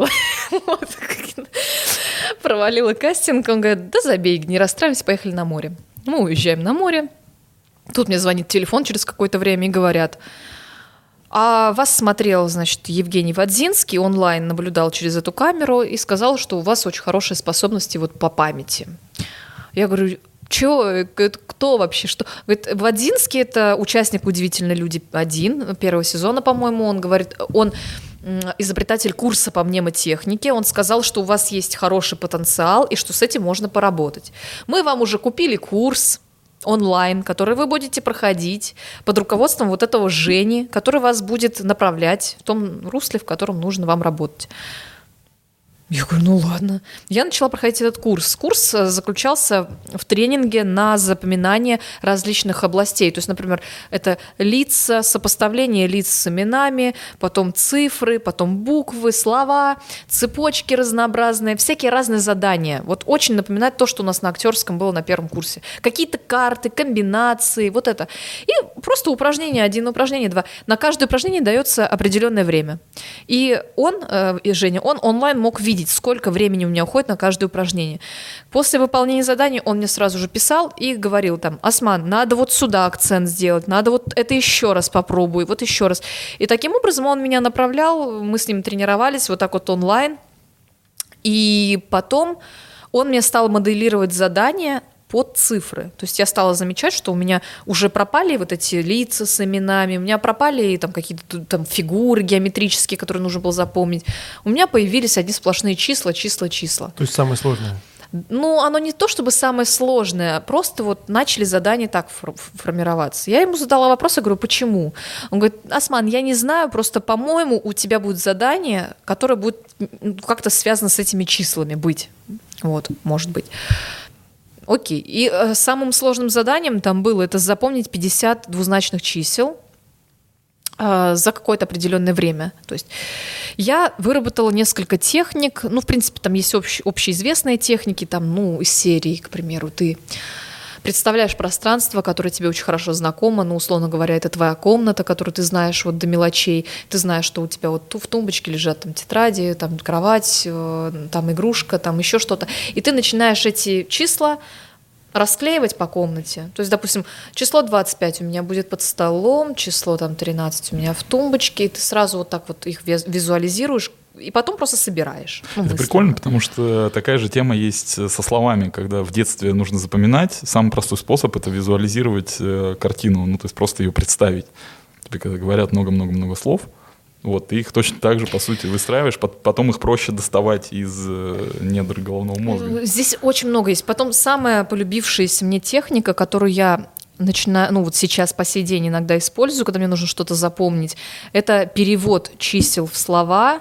Провалила кастинг, он говорит, да забей, не расстраивайся, поехали на море. Мы уезжаем на море, тут мне звонит телефон через какое-то время и говорят... А вас смотрел, значит, Евгений Вадзинский, онлайн наблюдал через эту камеру и сказал, что у вас очень хорошие способности вот по памяти. Я говорю, кто вообще, что? Говорит, Вадзинский — это участник «Удивительные люди» 1, первого сезона, по-моему, он говорит, он изобретатель курса по мнемотехнике, он сказал, что у вас есть хороший потенциал и что с этим можно поработать. Мы вам уже купили курс онлайн, который вы будете проходить под руководством вот этого Жени, который вас будет направлять в том русле, в котором нужно вам работать. Я говорю, ну ладно. Я начала проходить этот курс. Курс заключался в тренинге на запоминание различных областей. То есть, например, это лица, сопоставление лиц с именами, потом цифры, потом буквы, слова, цепочки разнообразные, всякие разные задания. Вот очень напоминает то, что у нас на актерском было на первом курсе. Какие-то карты, комбинации, вот это. И просто упражнение 1, упражнение 2. На каждое упражнение дается определенное время. И Женя, он онлайн мог видеть, сколько времени у меня уходит на каждое упражнение. После выполнения заданий он мне сразу же писал и говорил там: Осман, надо вот сюда акцент сделать, надо вот это еще раз попробуй, вот еще раз. И таким образом он меня направлял, мы с ним тренировались вот так вот онлайн. И потом он мне стал моделировать задания под цифры. То есть я стала замечать, что у меня уже пропали вот эти лица с именами, у меня пропали там какие-то там фигуры геометрические, которые нужно было запомнить. У меня появились одни сплошные числа. То есть самое сложное? Ну, оно не то чтобы самое сложное, просто вот начали задания так формироваться. Я ему задала вопрос, я говорю, почему? Он говорит: Осман, я не знаю, просто, по-моему, у тебя будет задание, которое будет как-то связано с этими числами быть. Вот, может быть. Окей. И самым сложным заданием там было это запомнить 50 двузначных чисел за какое-то определенное время. То есть я выработала несколько техник. Ну, в принципе, там есть общеизвестные техники, там, ну, из серии, к примеру, ты представляешь пространство, которое тебе очень хорошо знакомо, ну, условно говоря, это твоя комната, которую ты знаешь вот до мелочей, ты знаешь, что у тебя вот в тумбочке лежат там тетради, там кровать, там игрушка, там еще что-то, и ты начинаешь эти числа расклеивать по комнате. То есть, допустим, число 25 у меня будет под столом, число там 13 у меня в тумбочке, и ты сразу вот так вот их визуализируешь, и потом просто собираешь. Это прикольно, потому что такая же тема есть со словами, когда в детстве нужно запоминать. Самый простой способ — это визуализировать картину, ну, то есть просто ее представить. Тебе когда говорят много-много-много слов, вот, ты их точно так же, по сути, выстраиваешь, потом их проще доставать из недр головного мозга. Здесь очень много есть. Потом самая полюбившаяся мне техника, которую я начинаю, ну вот сейчас по сей день иногда использую, когда мне нужно что-то запомнить, это перевод чисел в слова,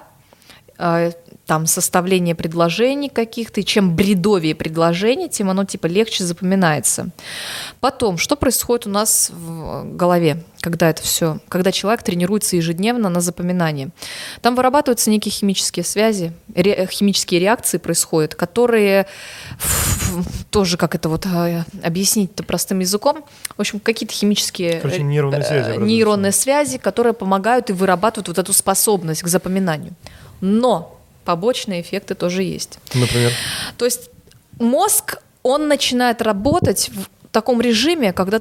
там составление предложений каких-то, и чем бредовее предложение, тем оно типа легче запоминается. Потом, что происходит у нас в голове, когда это все, когда человек тренируется ежедневно на запоминание? Там вырабатываются некие химические связи, химические реакции происходят, которые тоже, как это вот объяснить-то простым языком, в общем, какие-то химические нейронные связи, которые помогают и вырабатывают вот эту способность к запоминанию. Но побочные эффекты тоже есть. Например? То есть мозг, он начинает работать в таком режиме, когда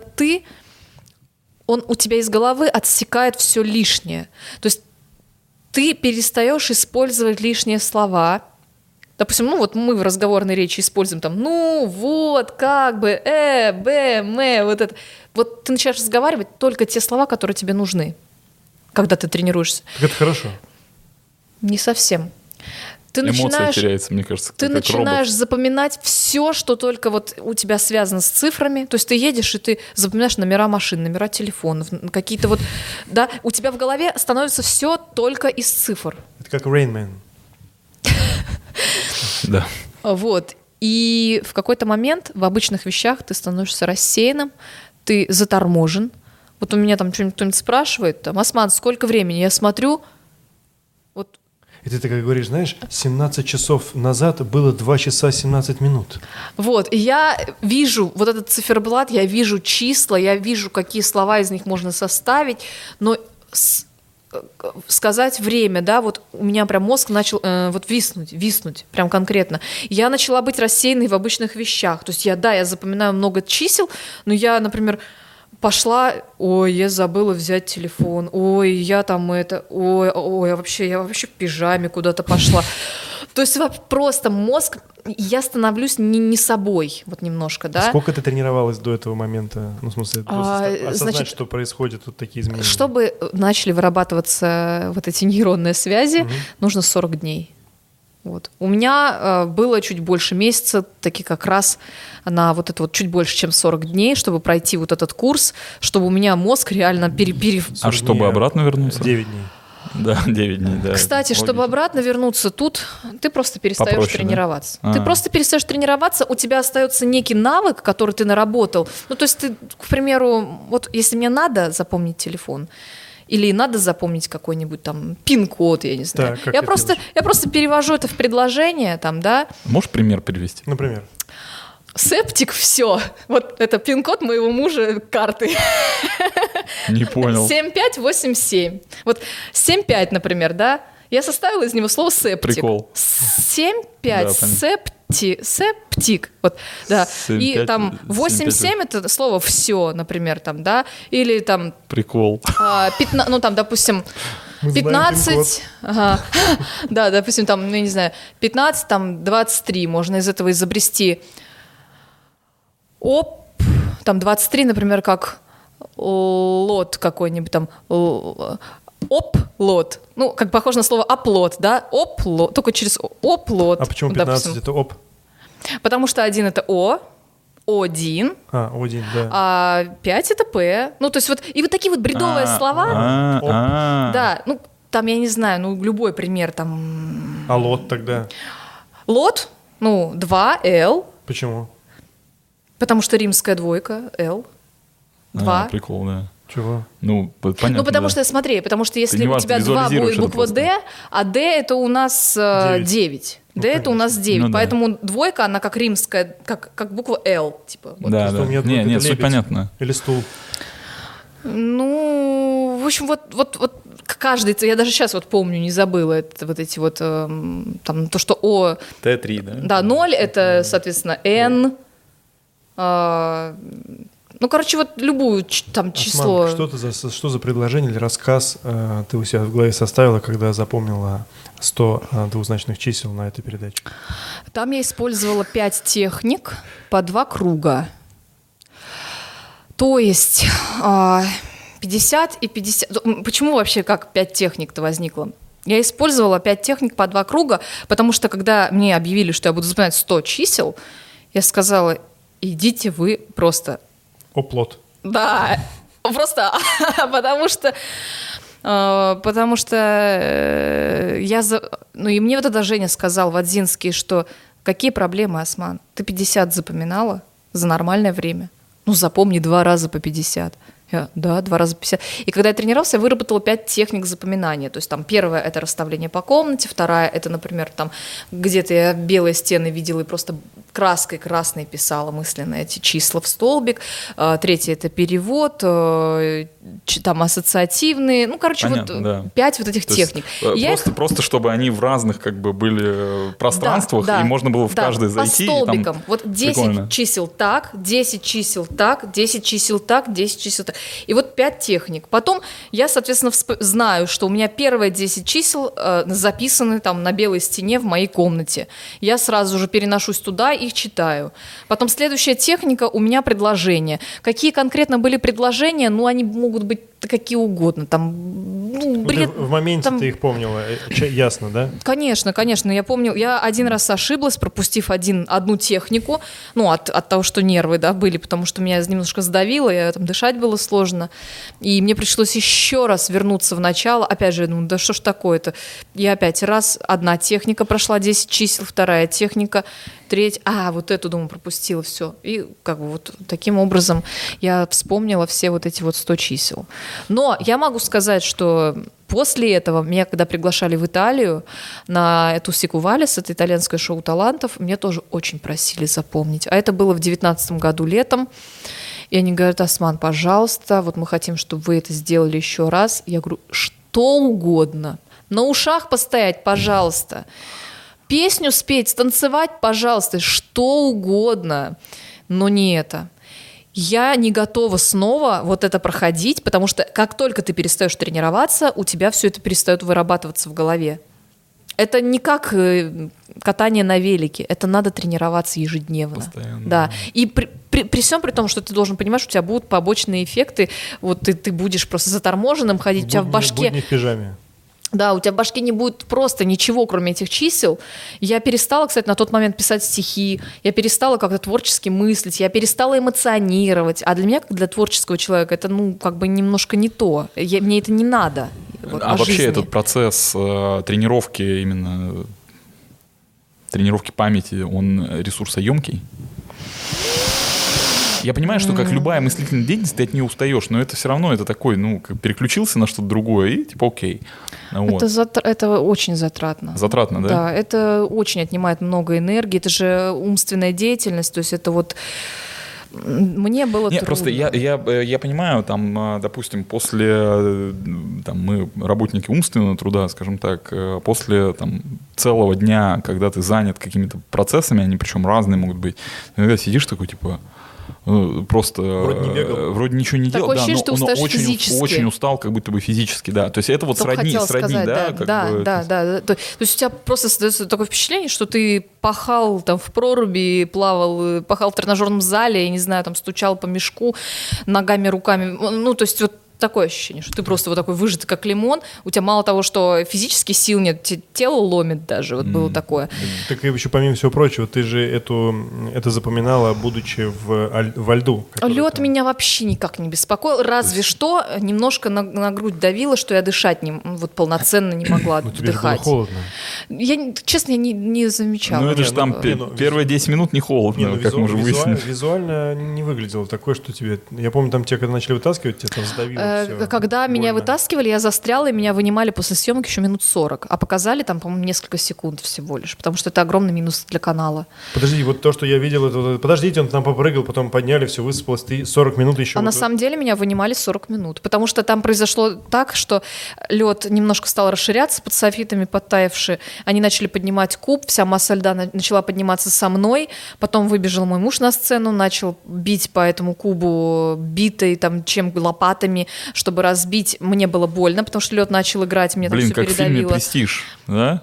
он у тебя из головы отсекает все лишнее. То есть ты перестаешь использовать лишние слова. Допустим, ну вот мы в разговорной речи используем там, ну вот, как бы, вот это. Вот ты начинаешь разговаривать только те слова, которые тебе нужны, когда ты тренируешься. Так это хорошо. Не совсем. Эмоция теряется, мне кажется. Ты начинаешь запоминать все, что только вот у тебя связано с цифрами. То есть ты едешь, и ты запоминаешь номера машин, номера телефонов, какие-то вот... Да, у тебя в голове становится все только из цифр. Это как Rain Man. Да. Вот. И в какой-то момент в обычных вещах ты становишься рассеянным, ты заторможен. Вот у меня там кто-нибудь спрашивает, там, Осман, сколько времени? Я смотрю, вот... И ты как говоришь, знаешь, 17 часов назад было 2 часа 17 минут. Вот, и я вижу вот этот циферблат, я вижу числа, я вижу, какие слова из них можно составить, но сказать время, да, вот у меня прям мозг начал вот виснуть, прям конкретно. Я начала быть рассеянной в обычных вещах, то есть я запоминаю много чисел, но я, например, пошла, ой, я забыла взять телефон, ой, я там я вообще в пижаме куда-то пошла. То есть просто мозг, я становлюсь не собой, вот немножко, да. Сколько ты тренировалась до этого момента? Ну, в смысле, осознать, что происходят вот такие изменения? Чтобы начали вырабатываться вот эти нейронные связи, нужно 40 дней. Вот. У меня было чуть больше месяца, таки как раз на вот это вот чуть больше, чем 40 дней, чтобы пройти вот этот курс, чтобы у меня мозг реально А чтобы обратно вернуться? 9 дней. Да, 9 дней, да. Кстати, чтобы Логично. обратно вернуться тут, ты просто перестаешь Попроще, тренироваться. да? Ты просто перестаешь тренироваться, у тебя остается некий навык, который ты наработал. Ну, то есть ты, к примеру, вот если мне надо запомнить телефон, или надо запомнить какой-нибудь там пин-код, я не знаю. Так, как я это просто перевожу это в предложение, там, да. Можешь пример привести? Например. Септик, все. Вот это пин-код моего мужа карты. Не понял. 7587. Вот 75, например, да? Я составила из него слово септик. Прикол. 75 Да, септик. Вот, да. 7, И 5, там 87 это слово все, например, там, да? Или там Прикол. 15, ну там, допустим, Мы знаем 15, ага, да, допустим, там, ну, я не знаю, 15, там, 23, можно из этого изобрести. Там 23, например, как лот какой-нибудь там, оп-лот. Ну, как похоже на слово оплот, да? Оп-лот, только через оп-лот. А почему 15 допустим. это оп? Потому что 1 это О, О1, Один, да. а 5 это П. Ну, то есть вот, и вот такие вот бредовые слова. Да, ну, там, я не знаю, ну, любой пример, там... А лот тогда? Лот, ну, 2, Л, Почему? потому что римская двойка, Л, 2. Прикол, да. Чего? Ну, понятно. Ну, потому да. что, смотри, потому что если не у важно, тебя 2 визуализируешь будет это буква просто. Д, а Д это у нас 9. Ну, Д это у нас 9, Ну, да. поэтому двойка, она как римская, как буква Л, типа. Вот. Да, Просто да. у меня Не, это нет, суть лебедь. понятна. Или стул. Ну, в общем, вот каждый, я даже сейчас вот помню, не забыла это, вот эти вот, там, то, что О, Т3, да? да, 0 это, соответственно, Н, ну, короче, вот любую там число. Осман, что за предложение или рассказ ты у себя в голове составила, когда запомнила 100 двузначных чисел на этой передаче? Там я использовала 5 техник по 2 круга. То есть 50 и 50... Почему вообще как 5 техник-то возникло? Я использовала 5 техник по 2 круга, потому что когда мне объявили, что я буду запоминать 100 чисел, я сказала, идите вы просто... Оплот. Да, просто потому что я... Ну и мне вот это Женя сказал, Вадзинский, что какие проблемы, Осман? Ты 50 запоминала за нормальное время? Ну запомни 2 раза по 50. Я, да, 2 раза по 50. И когда я тренировался, я выработала 5 техник запоминания. То есть там первая — это расставление по комнате, вторая — это, например, там где-то я белые стены видела и просто краской красной писала мысленно эти числа в столбик. Третья — это перевод, там ассоциативные. Ну, короче, Понятно, вот да. 5 вот этих То есть, техник. просто чтобы они в разных как бы были пространствах, Да, и можно было в да, каждый зайти. по столбикам. И там... Вот 10 Прикольно. чисел так, 10 чисел так, 10 чисел так, 10 чисел так. И вот 5 техник. Потом я, соответственно, знаю, что у меня первые 10 чисел записаны там на белой стене в моей комнате. Я сразу же переношусь туда и их читаю. Потом следующая техника у меня предложения. Какие конкретно были предложения? Ну, они могут быть какие угодно. Там, ну, бред, В моменте там... ты их помнила, ясно, да? Конечно, я помню, я один раз ошиблась, пропустив одну технику, ну, от того, что нервы, да, были, потому что меня немножко сдавило, там дышать было сложно, и мне пришлось еще раз вернуться в начало, опять же, я думаю, да что ж такое-то, я опять раз, одна техника прошла 10 чисел, вторая техника, третья, вот эту, думаю, пропустила, все, и как бы вот таким образом я вспомнила все вот эти вот 100 чисел. Но я могу сказать, что после этого меня, когда приглашали в Италию на эту Сику Валис, это итальянское шоу талантов, меня тоже очень просили запомнить. А это было в 2019 году летом. И они говорят: Осман, пожалуйста, вот мы хотим, чтобы вы это сделали еще раз. Я говорю, что угодно. На ушах постоять, пожалуйста. Песню спеть, станцевать, пожалуйста, что угодно. Но не это. Я не готова снова вот это проходить, потому что как только ты перестаешь тренироваться, у тебя все это перестает вырабатываться в голове. Это не как катание на велике, это надо тренироваться ежедневно. Постоянно. Да. И при всем при том, что ты должен понимать, что у тебя будут побочные эффекты, вот ты будешь просто заторможенным ходить, у тебя в башке... Будни в пижаме. Да, у тебя в башке не будет просто ничего, кроме этих чисел. Я перестала, кстати, на тот момент писать стихи, я перестала как-то творчески мыслить, я перестала эмоционировать. А для меня, как для творческого человека, это, ну, как бы немножко не то. Мне это не надо. Вот, А вообще жизни. этот процесс тренировки, именно тренировки памяти, он ресурсоемкий? Я понимаю, что как любая мыслительная деятельность, ты от нее устаешь, но это все равно, это такой, ну, как переключился на что-то другое и типа окей. Вот. Это очень затратно. Затратно, да? Да, это очень отнимает много энергии, это же умственная деятельность, то есть это вот... Мне было Нет, трудно. просто я понимаю, там, допустим, после, там, мы работники умственного труда, скажем так, после там целого дня, когда ты занят какими-то процессами, они причем разные могут быть, иногда сидишь такой, типа, просто вроде ничего не делал, да, но очень устал, как будто бы физически, да. То есть это вот сродни, сказать, да? Да. То есть у тебя просто создается такое впечатление, что ты пахал там в проруби, пахал в тренажерном зале, я не знаю, там стучал по мешку ногами, руками. Ну, то есть вот такое ощущение, что ты просто вот такой выжатый, как лимон. У тебя мало того, что физически сил нет, тело ломит даже. Вот было такое. Так и еще помимо всего прочего, ты же это запоминала, будучи во льду. Лед меня вообще никак не беспокоил. Разве что немножко на грудь давило, что я дышать вот полноценно не могла дыхать. Тебе же было холодно. Честно, я не замечала. Ну это же там первые 10 минут не холодно, как мы уже выяснили. Визуально не выглядело такое, что тебе... Я помню, там те, когда начали вытаскивать, тебя там сдавило. Когда меня вытаскивали, я застряла, и меня вынимали после съемок еще минут 40. А показали там, по-моему, несколько секунд всего лишь, потому что это огромный минус для канала. Подожди, вот то, что я видел, подождите, он там попрыгал, потом подняли, все высыпалось, ты 40 минут еще... На самом деле меня вынимали 40 минут, потому что там произошло так, что лед немножко стал расширяться под софитами, подтаявший. Они начали поднимать куб, вся масса льда начала подниматься со мной, потом выбежал мой муж на сцену, начал бить по этому кубу битой, там, лопатами, чтобы разбить. Мне было больно, потому что лед начал играть, мне там все передавило. Блин, как в фильме «Престиж», да?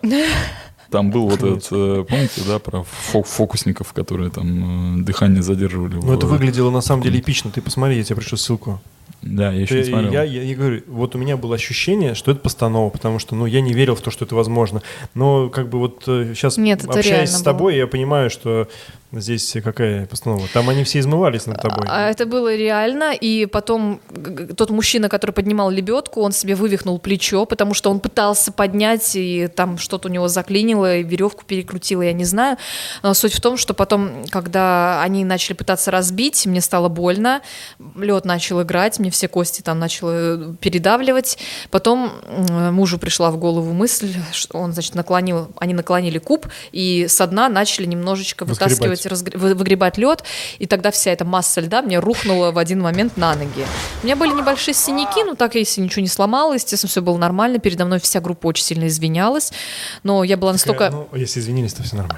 Там был вот этот, помните, да, про фокусников, которые там дыхание задерживали. Ну, это выглядело на самом деле эпично. Ты посмотри, я тебе пришлю ссылку. Да, я еще не смотрел. Я говорю, вот у меня было ощущение, что это постанова, потому что, ну, я не верил в то, что это возможно. Но как бы вот сейчас, общаясь с тобой, я понимаю, что здесь какая постанова. Там они все измывались над тобой. А это было реально, и потом тот мужчина, который поднимал лебедку, он себе вывихнул плечо, потому что он пытался поднять, и там что-то у него заклинило, и веревку перекрутило, я не знаю. Но суть в том, что потом, когда они начали пытаться разбить, мне стало больно, лед начал играть, мне все кости там начало передавливать. Потом мужу пришла в голову мысль, что он, значит, они наклонили куб, и со дна начали немножечко вытаскивать, выгребать лед, и тогда вся эта масса льда мне рухнула в один момент на ноги. У меня были небольшие синяки, но так, если ничего не сломала, естественно, все было нормально. Передо мной вся группа очень сильно извинялась, но я была настолько... Ну, если извинились, то все нормально.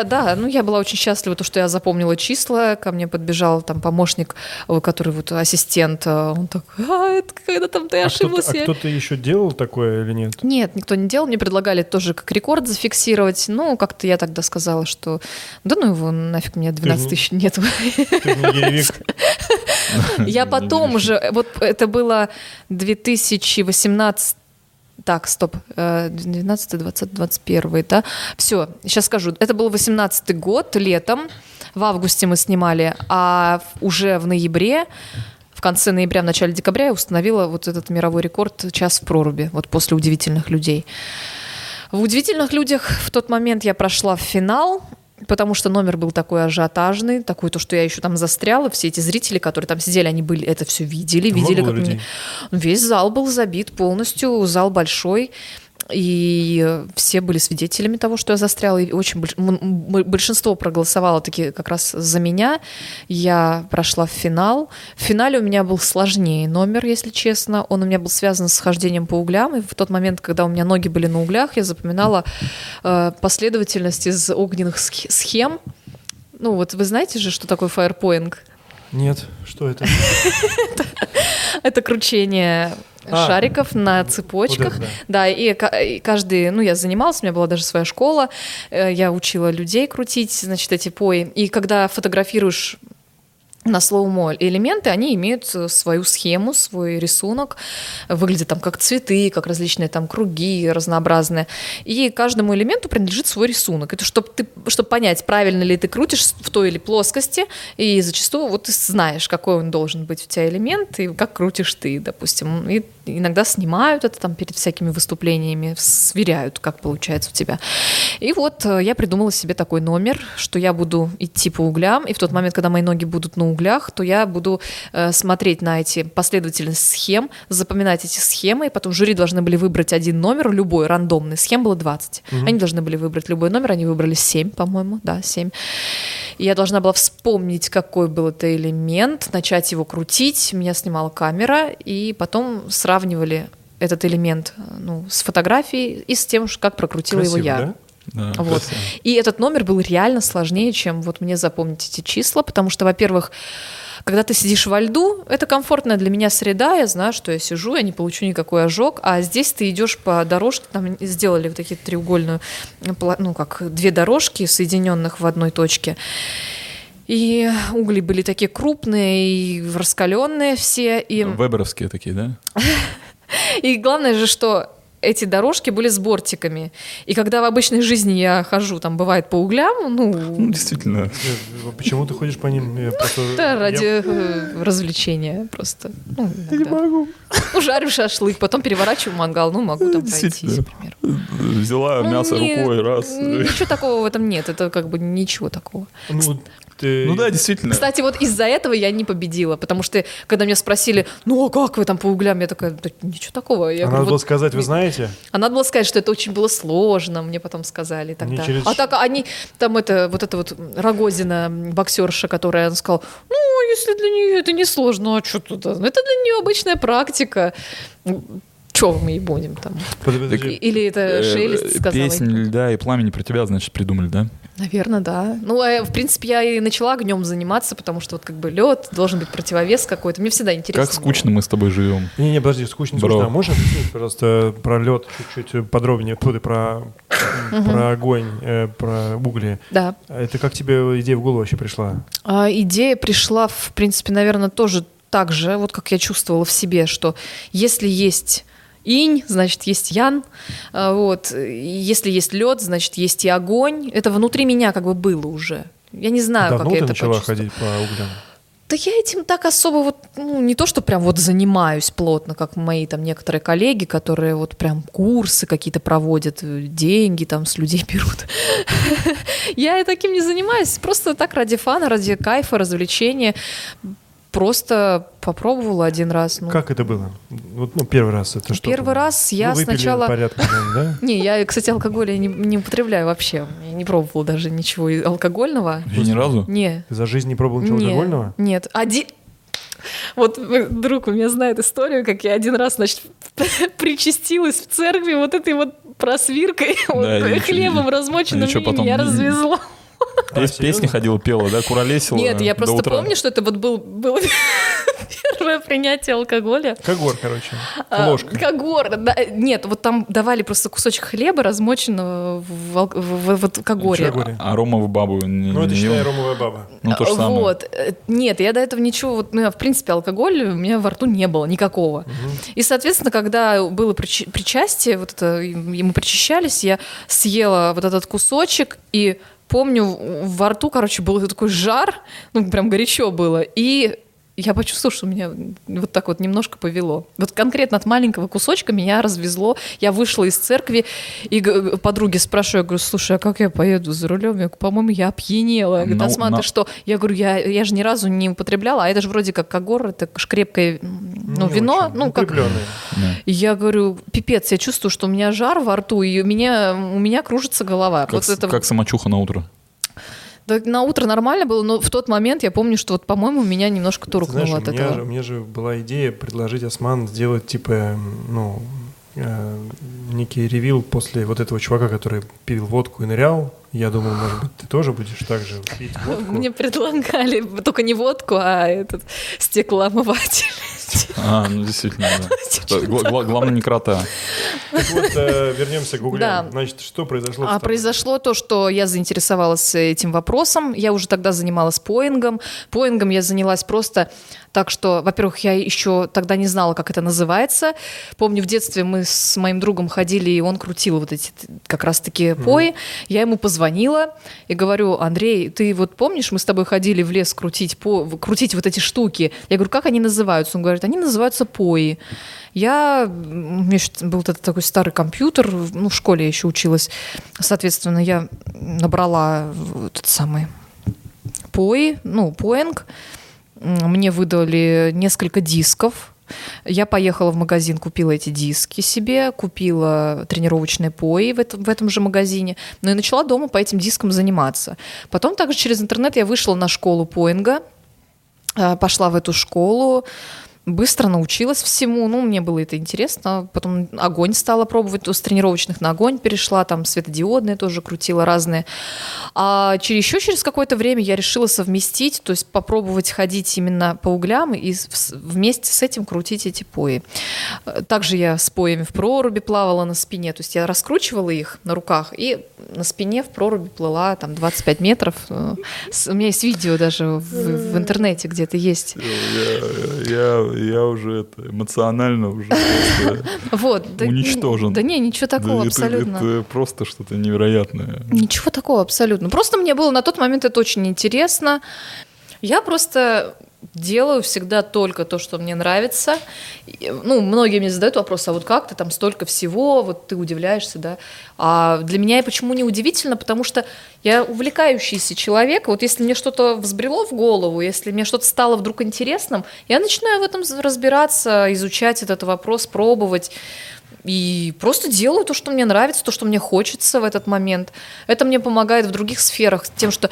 Я была очень счастлива, то, что я запомнила числа. Ко мне подбежал там помощник, который вот ассистент, он так, это когда там ты ошиблась. А кто-то еще делал такое или нет? Нет, никто не делал. Мне предлагали тоже как рекорд зафиксировать. Ну, как-то я тогда сказала, что да ну его нафиг, мне 12 тысяч нету. Я потом уже, вот это было 2018. Так, стоп, 12, 20, 21, да? Все, сейчас скажу. Это был 18-й год, летом. В августе мы снимали, а уже в ноябре, в конце ноября, в начале декабря я установила вот этот мировой рекорд «Час в проруби», вот после «Удивительных людей». В «Удивительных людях» в тот момент я прошла в финал, потому что номер был такой ажиотажный, такой, то, что я еще там застряла, все эти зрители, которые там сидели, они были, это все видели, как мне... Весь зал был забит полностью, зал большой, и все были свидетелями того, что я застряла, и очень большинство проголосовало таки как раз за меня. Я прошла в финал. В финале у меня был сложнее номер, если честно. Он у меня был связан с хождением по углям, и в тот момент, когда у меня ноги были на углях, я запоминала последовательность из огненных схем. Ну вот вы знаете же, что такое фаерпоинг? Нет, что это? Это кручение шариков на цепочках. Вот это, да, и каждый, я занималась, у меня была даже своя школа, я учила людей крутить, значит, эти пои. И когда фотографируешь на слоумо элементы, они имеют свою схему, свой рисунок, выглядят там как цветы, как различные там круги разнообразные, и каждому элементу принадлежит свой рисунок. Это чтобы понять, правильно ли ты крутишь в той или плоскости, и зачастую вот ты знаешь, какой он должен быть у тебя элемент, и как крутишь ты, допустим, и иногда снимают это там перед всякими выступлениями, сверяют, как получается у тебя. И вот я придумала себе такой номер, что я буду идти по углям, и в тот момент, когда мои ноги будут на углях, то я буду смотреть на эти последовательность схем, запоминать эти схемы, и потом жюри должны были выбрать один номер, любой, рандомный. Схем было 20. Они должны были выбрать любой номер, они выбрали 7, по-моему, да, 7. И я должна была вспомнить, какой был это элемент, начать его крутить, меня снимала камера, и потом сравнивали этот элемент с фотографией и с тем, как прокрутила Красиво, его я. Да? Да, Вот. И этот номер был реально сложнее, чем вот мне запомнить эти числа, потому что, во-первых, когда ты сидишь во льду, это комфортная для меня среда, я знаю, что я сижу, я не получу никакой ожог, а здесь ты идешь по дорожке, там сделали вот такие треугольную, как две дорожки, соединенных в одной точке, и угли были такие крупные и раскаленные все. И... Веберовские такие, да? И главное же, что эти дорожки были с бортиками. И когда в обычной жизни я хожу, там бывает по углям, действительно. Почему ты ходишь по ним? Да, ради развлечения просто. Я не могу. Жарю шашлык, потом переворачиваю мангал, могу там пройтись, например. Взяла мясо рукой, раз. Ничего такого в этом нет, это как бы ничего такого. Да, действительно. Кстати, вот из-за этого я не победила, потому что, когда меня спросили, а как вы там по углям, я такая, да, ничего такого. Надо было сказать, вы знаете? А надо было сказать, что это очень было сложно, мне потом сказали тогда. А так они, там вот эта Рогозина, боксерша, которая, она сказала, если для нее это не сложно, а что туда? Это для нее обычная практика. Чего мы и будем там? Или это Шелест сказала? Песнь «Льда и пламени» про тебя, значит, придумали, да? Наверное, да. В принципе, я и начала огнем заниматься, потому что лед, должен быть противовес какой-то. Мне всегда интересно. Как скучно мы с тобой живем. Не, подожди, скучно. А можешь объяснить, пожалуйста, про лед чуть-чуть подробнее, про огонь, про угли? Да. Это как тебе идея в голову вообще пришла? Идея пришла, в принципе, наверное, тоже так же, вот как я чувствовала в себе, что если есть инь, значит, есть ян. Если есть лед, значит, есть и огонь. Это внутри меня как бы было уже. Я не знаю, как я это почувствовала. Давно ты начала ходить по углям? Да я этим так особо не то, что прям занимаюсь плотно, как мои там некоторые коллеги, которые прям курсы какие-то проводят, деньги там с людей берут. Я и таким не занимаюсь. Просто так ради фана, ради кайфа, развлечения. Просто попробовала один раз. Как это было? Первый раз это что? Первый раз я сначала... порядка, да? Не, я, кстати, алкоголь не употребляю вообще. Я не пробовала даже ничего алкогольного. И ни разу? Не. Ты за жизнь не пробовал ничего алкогольного? Нет. Вот друг у меня знает историю, как я один раз, значит, причастилась в церкви этой просвиркой, хлебом размоченным, меня развезло. Песни ходила, пела, да, куролесила. Нет, я просто помню, что это было первое принятие алкоголя. Когор, короче. Ложка. Когор, да. Нет, там давали просто кусочек хлеба, размоченного в когоре. А ромовую бабу не это считай ромовая баба. То же самое. Нет, я до этого ничего, в принципе, алкоголя у меня во рту не было никакого. И, соответственно, когда было причастие, и мы причащались, я съела этот кусочек, и помню, во рту, был такой жар, прям горячо было, и я почувствовала, что меня так немножко повело. Конкретно от маленького кусочка меня развезло. Я вышла из церкви, и подруге спрашиваю, я говорю, слушай, а как я поеду за рулем? Я говорю, по-моему, я опьянела. Говорит, Осман, ты что? Я говорю, я же ни разу не употребляла, а это же вроде как когор, это крепкое вино. И я говорю, пипец, я чувствую, что у меня жар во рту, и у меня кружится голова. Как самочуха на утро? Да, на утро нормально было, но в тот момент я помню, что по-моему, меня немножко торкнуло от этого. У меня же была идея предложить Осман сделать некий ревил после этого чувака, который пил водку и нырял. Я думал, может быть, ты тоже будешь так же пить водку. Мне предлагали только не водку, а стеклоомыватель. Действительно, да. Главное, не крота. Так вот, вернемся к углям. Значит, что произошло? Произошло то, что я заинтересовалась этим вопросом. Я уже тогда занималась поингом. Поингом я занялась просто так, что, во-первых, я еще тогда не знала, как это называется. Помню, в детстве мы с моим другом ходили, и он крутил эти как раз-таки пои. Я ему позвонила и говорю, Андрей, ты помнишь, мы с тобой ходили в лес крутить эти штуки? Я говорю, как они называются? Он говорит, говорит, они называются пои. У меня был такой старый компьютер, в школе я еще училась. Соответственно, я набрала тот самый пои, поинг. Мне выдали несколько дисков. Я поехала в магазин, купила эти диски себе, купила тренировочные пои в этом же магазине, и начала дома по этим дискам заниматься. Потом также через интернет я вышла на школу поинга, пошла в эту школу, быстро научилась всему, мне было это интересно, потом огонь стала пробовать, с тренировочных на огонь перешла, там светодиодные тоже крутила разные. А еще через какое-то время я решила совместить, то есть попробовать ходить именно по углям и вместе с этим крутить эти пои. Также я с поями в проруби плавала на спине, то есть я раскручивала их на руках и на спине в проруби плыла там 25 метров. У меня есть видео даже в интернете где-то есть. Я уже эмоционально уже уничтожен. Да не, ничего такого абсолютно. Это просто что-то невероятное. Ничего такого абсолютно. Просто мне было на тот момент это очень интересно. Я просто делаю всегда только то, что мне нравится. Многие мне задают вопрос, а вот как ты там столько всего, вот ты удивляешься, да? А для меня почему не удивительно? Потому что я увлекающийся человек. Вот если мне что-то взбрело в голову, если мне что-то стало вдруг интересным, я начинаю в этом разбираться, изучать этот вопрос, пробовать. И просто делаю то, что мне нравится, то, что мне хочется в этот момент. Это мне помогает в других сферах тем, что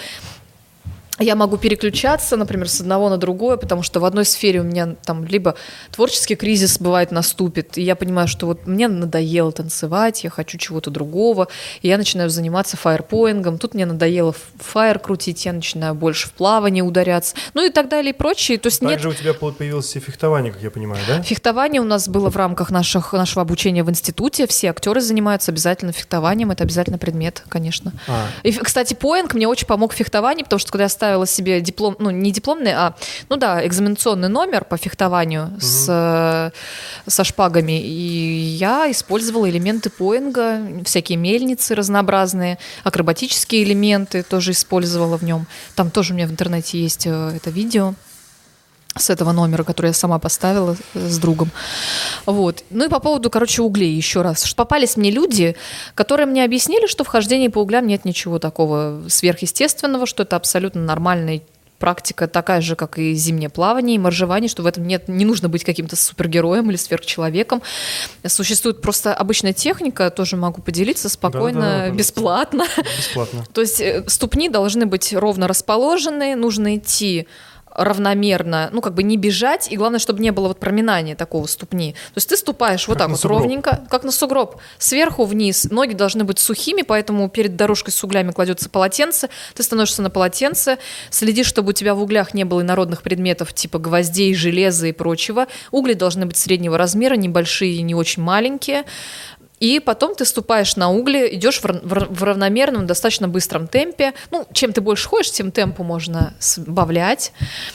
я могу переключаться, например, с одного на другое, потому что в одной сфере у меня там либо творческий кризис бывает наступит, и я понимаю, что вот мне надоело танцевать, я хочу чего-то другого, и я начинаю заниматься фаерпоингом, тут мне надоело фаер крутить, я начинаю больше в плавание ударяться, и так далее и прочее. То есть также у тебя появилось и фехтование, как я понимаю, да? Фехтование у нас было в рамках нашего обучения в институте, все актеры занимаются обязательно фехтованием, это обязательно предмет, конечно. И, кстати, поинг мне очень помог в фехтовании, потому что когда я ставила себе диплом, не дипломный, экзаменационный номер по фехтованию со шпагами, и я использовала элементы поинга, всякие мельницы разнообразные, акробатические элементы тоже использовала в нем. Там тоже у меня в интернете есть это видео с этого номера, который я сама поставила с другом. Вот. И по поводу, углей еще раз. Что попались мне люди, которые мне объяснили, что в хождении по углям нет ничего такого сверхъестественного, что это абсолютно нормальная практика, такая же, как и зимнее плавание, и моржевание, что в этом не нужно быть каким-то супергероем или сверхчеловеком. Существует просто обычная техника, тоже могу поделиться спокойно, бесплатно. То есть ступни должны быть ровно расположены, нужно идти равномерно, не бежать, и главное, чтобы не было проминания такого ступни. То есть ты ступаешь вот так вот ровненько, как на сугроб, сверху вниз, ноги должны быть сухими, поэтому перед дорожкой с углями кладется полотенце, ты становишься на полотенце, следишь, чтобы у тебя в углях не было инородных предметов типа гвоздей, железа и прочего. Угли должны быть среднего размера, небольшие и не очень маленькие. И потом ты ступаешь на угли, идешь в равномерном, достаточно быстром темпе. Чем ты больше ходишь, тем темпу можно сбавлять.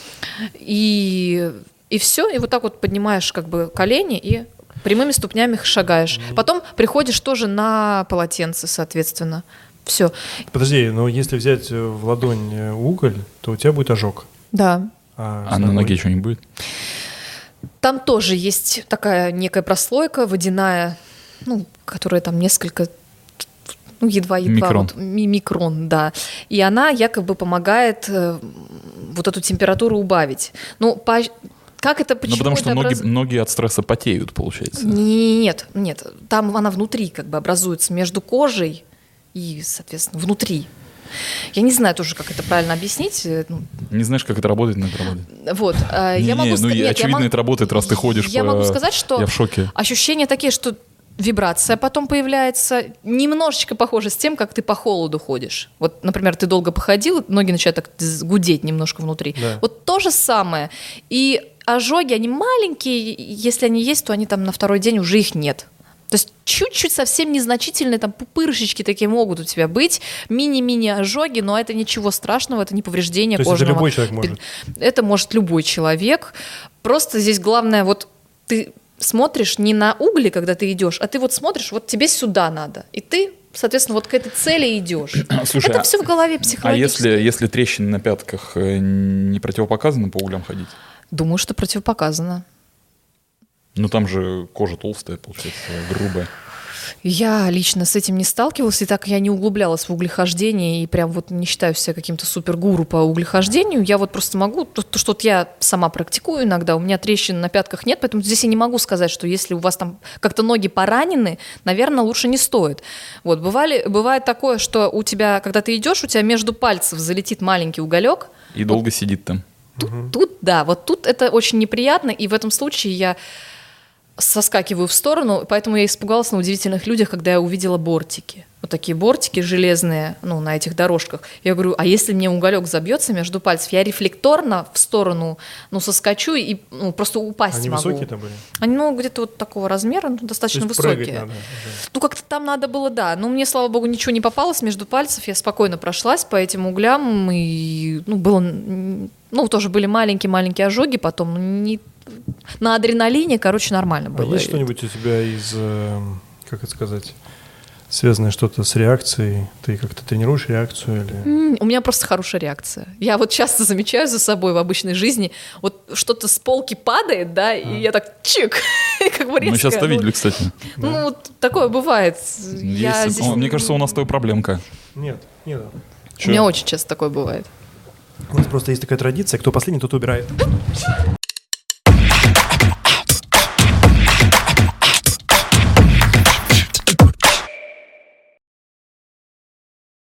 И все. И вот так вот поднимаешь колени и прямыми ступнями шагаешь. Потом приходишь тоже на полотенце, соответственно. Все. Подожди, но если взять в ладонь уголь, то у тебя будет ожог. Да. А на ноге что не будет? Там тоже есть такая некая прослойка водяная, которая там несколько, едва-едва. Микрон, да. И она якобы помогает вот эту температуру убавить. Как это, почему потому что ноги от стресса потеют, получается. Нет. Там она внутри образуется между кожей и, соответственно, внутри. Я не знаю тоже, как это правильно объяснить. Не знаешь, как это работает, но это работает. Вот. Очевидно, это работает, раз ты ходишь. Я могу сказать, что я в шоке. Ощущения такие, что вибрация потом появляется, немножечко похоже с тем, как ты по холоду ходишь. Вот, например, ты долго походил, ноги начинают так гудеть немножко внутри. Да. Вот то же самое. И ожоги, они маленькие, если они есть, то они там на второй день уже их нет. То есть чуть-чуть совсем незначительные там пупырышечки такие могут у тебя быть, мини-мини ожоги, но это ничего страшного, это не повреждение кожного. То есть это любой человек может? Это может любой человек. Просто здесь главное, ты смотришь не на угли, когда ты идешь, а ты смотришь, тебе сюда надо. И ты, соответственно, к этой цели идешь. Слушай, это все в голове психологически. А если трещины на пятках, не противопоказано по углям ходить? Думаю, что противопоказано. Ну там же кожа толстая, получается, грубая. Я лично с этим не сталкивалась, и так я не углублялась в углехождение, и прям вот не считаю себя каким-то супергуру по углехождению. Я вот просто могу, то, что вот я сама практикую иногда, у меня трещин на пятках нет, поэтому здесь я не могу сказать, что если у вас там как-то ноги поранены, наверное, лучше не стоит. Вот, бывает такое, что у тебя, когда ты идешь, у тебя между пальцев залетит маленький уголек. И долго сидит там. Тут это очень неприятно, и в этом случае я соскакиваю в сторону, поэтому я испугалась на удивительных людях, когда я увидела бортики. Вот такие бортики железные, на этих дорожках. Я говорю, а если мне уголек забьется между пальцев, я рефлекторно в сторону, соскочу и просто упасть Они могу. высокие там были? Они, где-то вот такого размера, достаточно высокие. Надо, как-то там надо было, да. Но мне, слава богу, ничего не попалось между пальцев. Я спокойно прошлась по этим углям, и, было, тоже были маленькие-маленькие ожоги потом, на адреналине, нормально было. А есть что-нибудь у тебя из, как это сказать, связанное что-то с реакцией? Ты как-то тренируешь реакцию? Или... У меня просто хорошая реакция. Я вот часто замечаю за собой в обычной жизни, вот что-то с полки падает, да, и я так чик, как бы резко. Мы сейчас-то видели, кстати. Такое бывает. Мне кажется, у нас то проблемка. Нет. У меня очень часто такое бывает. У нас просто есть такая традиция, кто последний, тот убирает.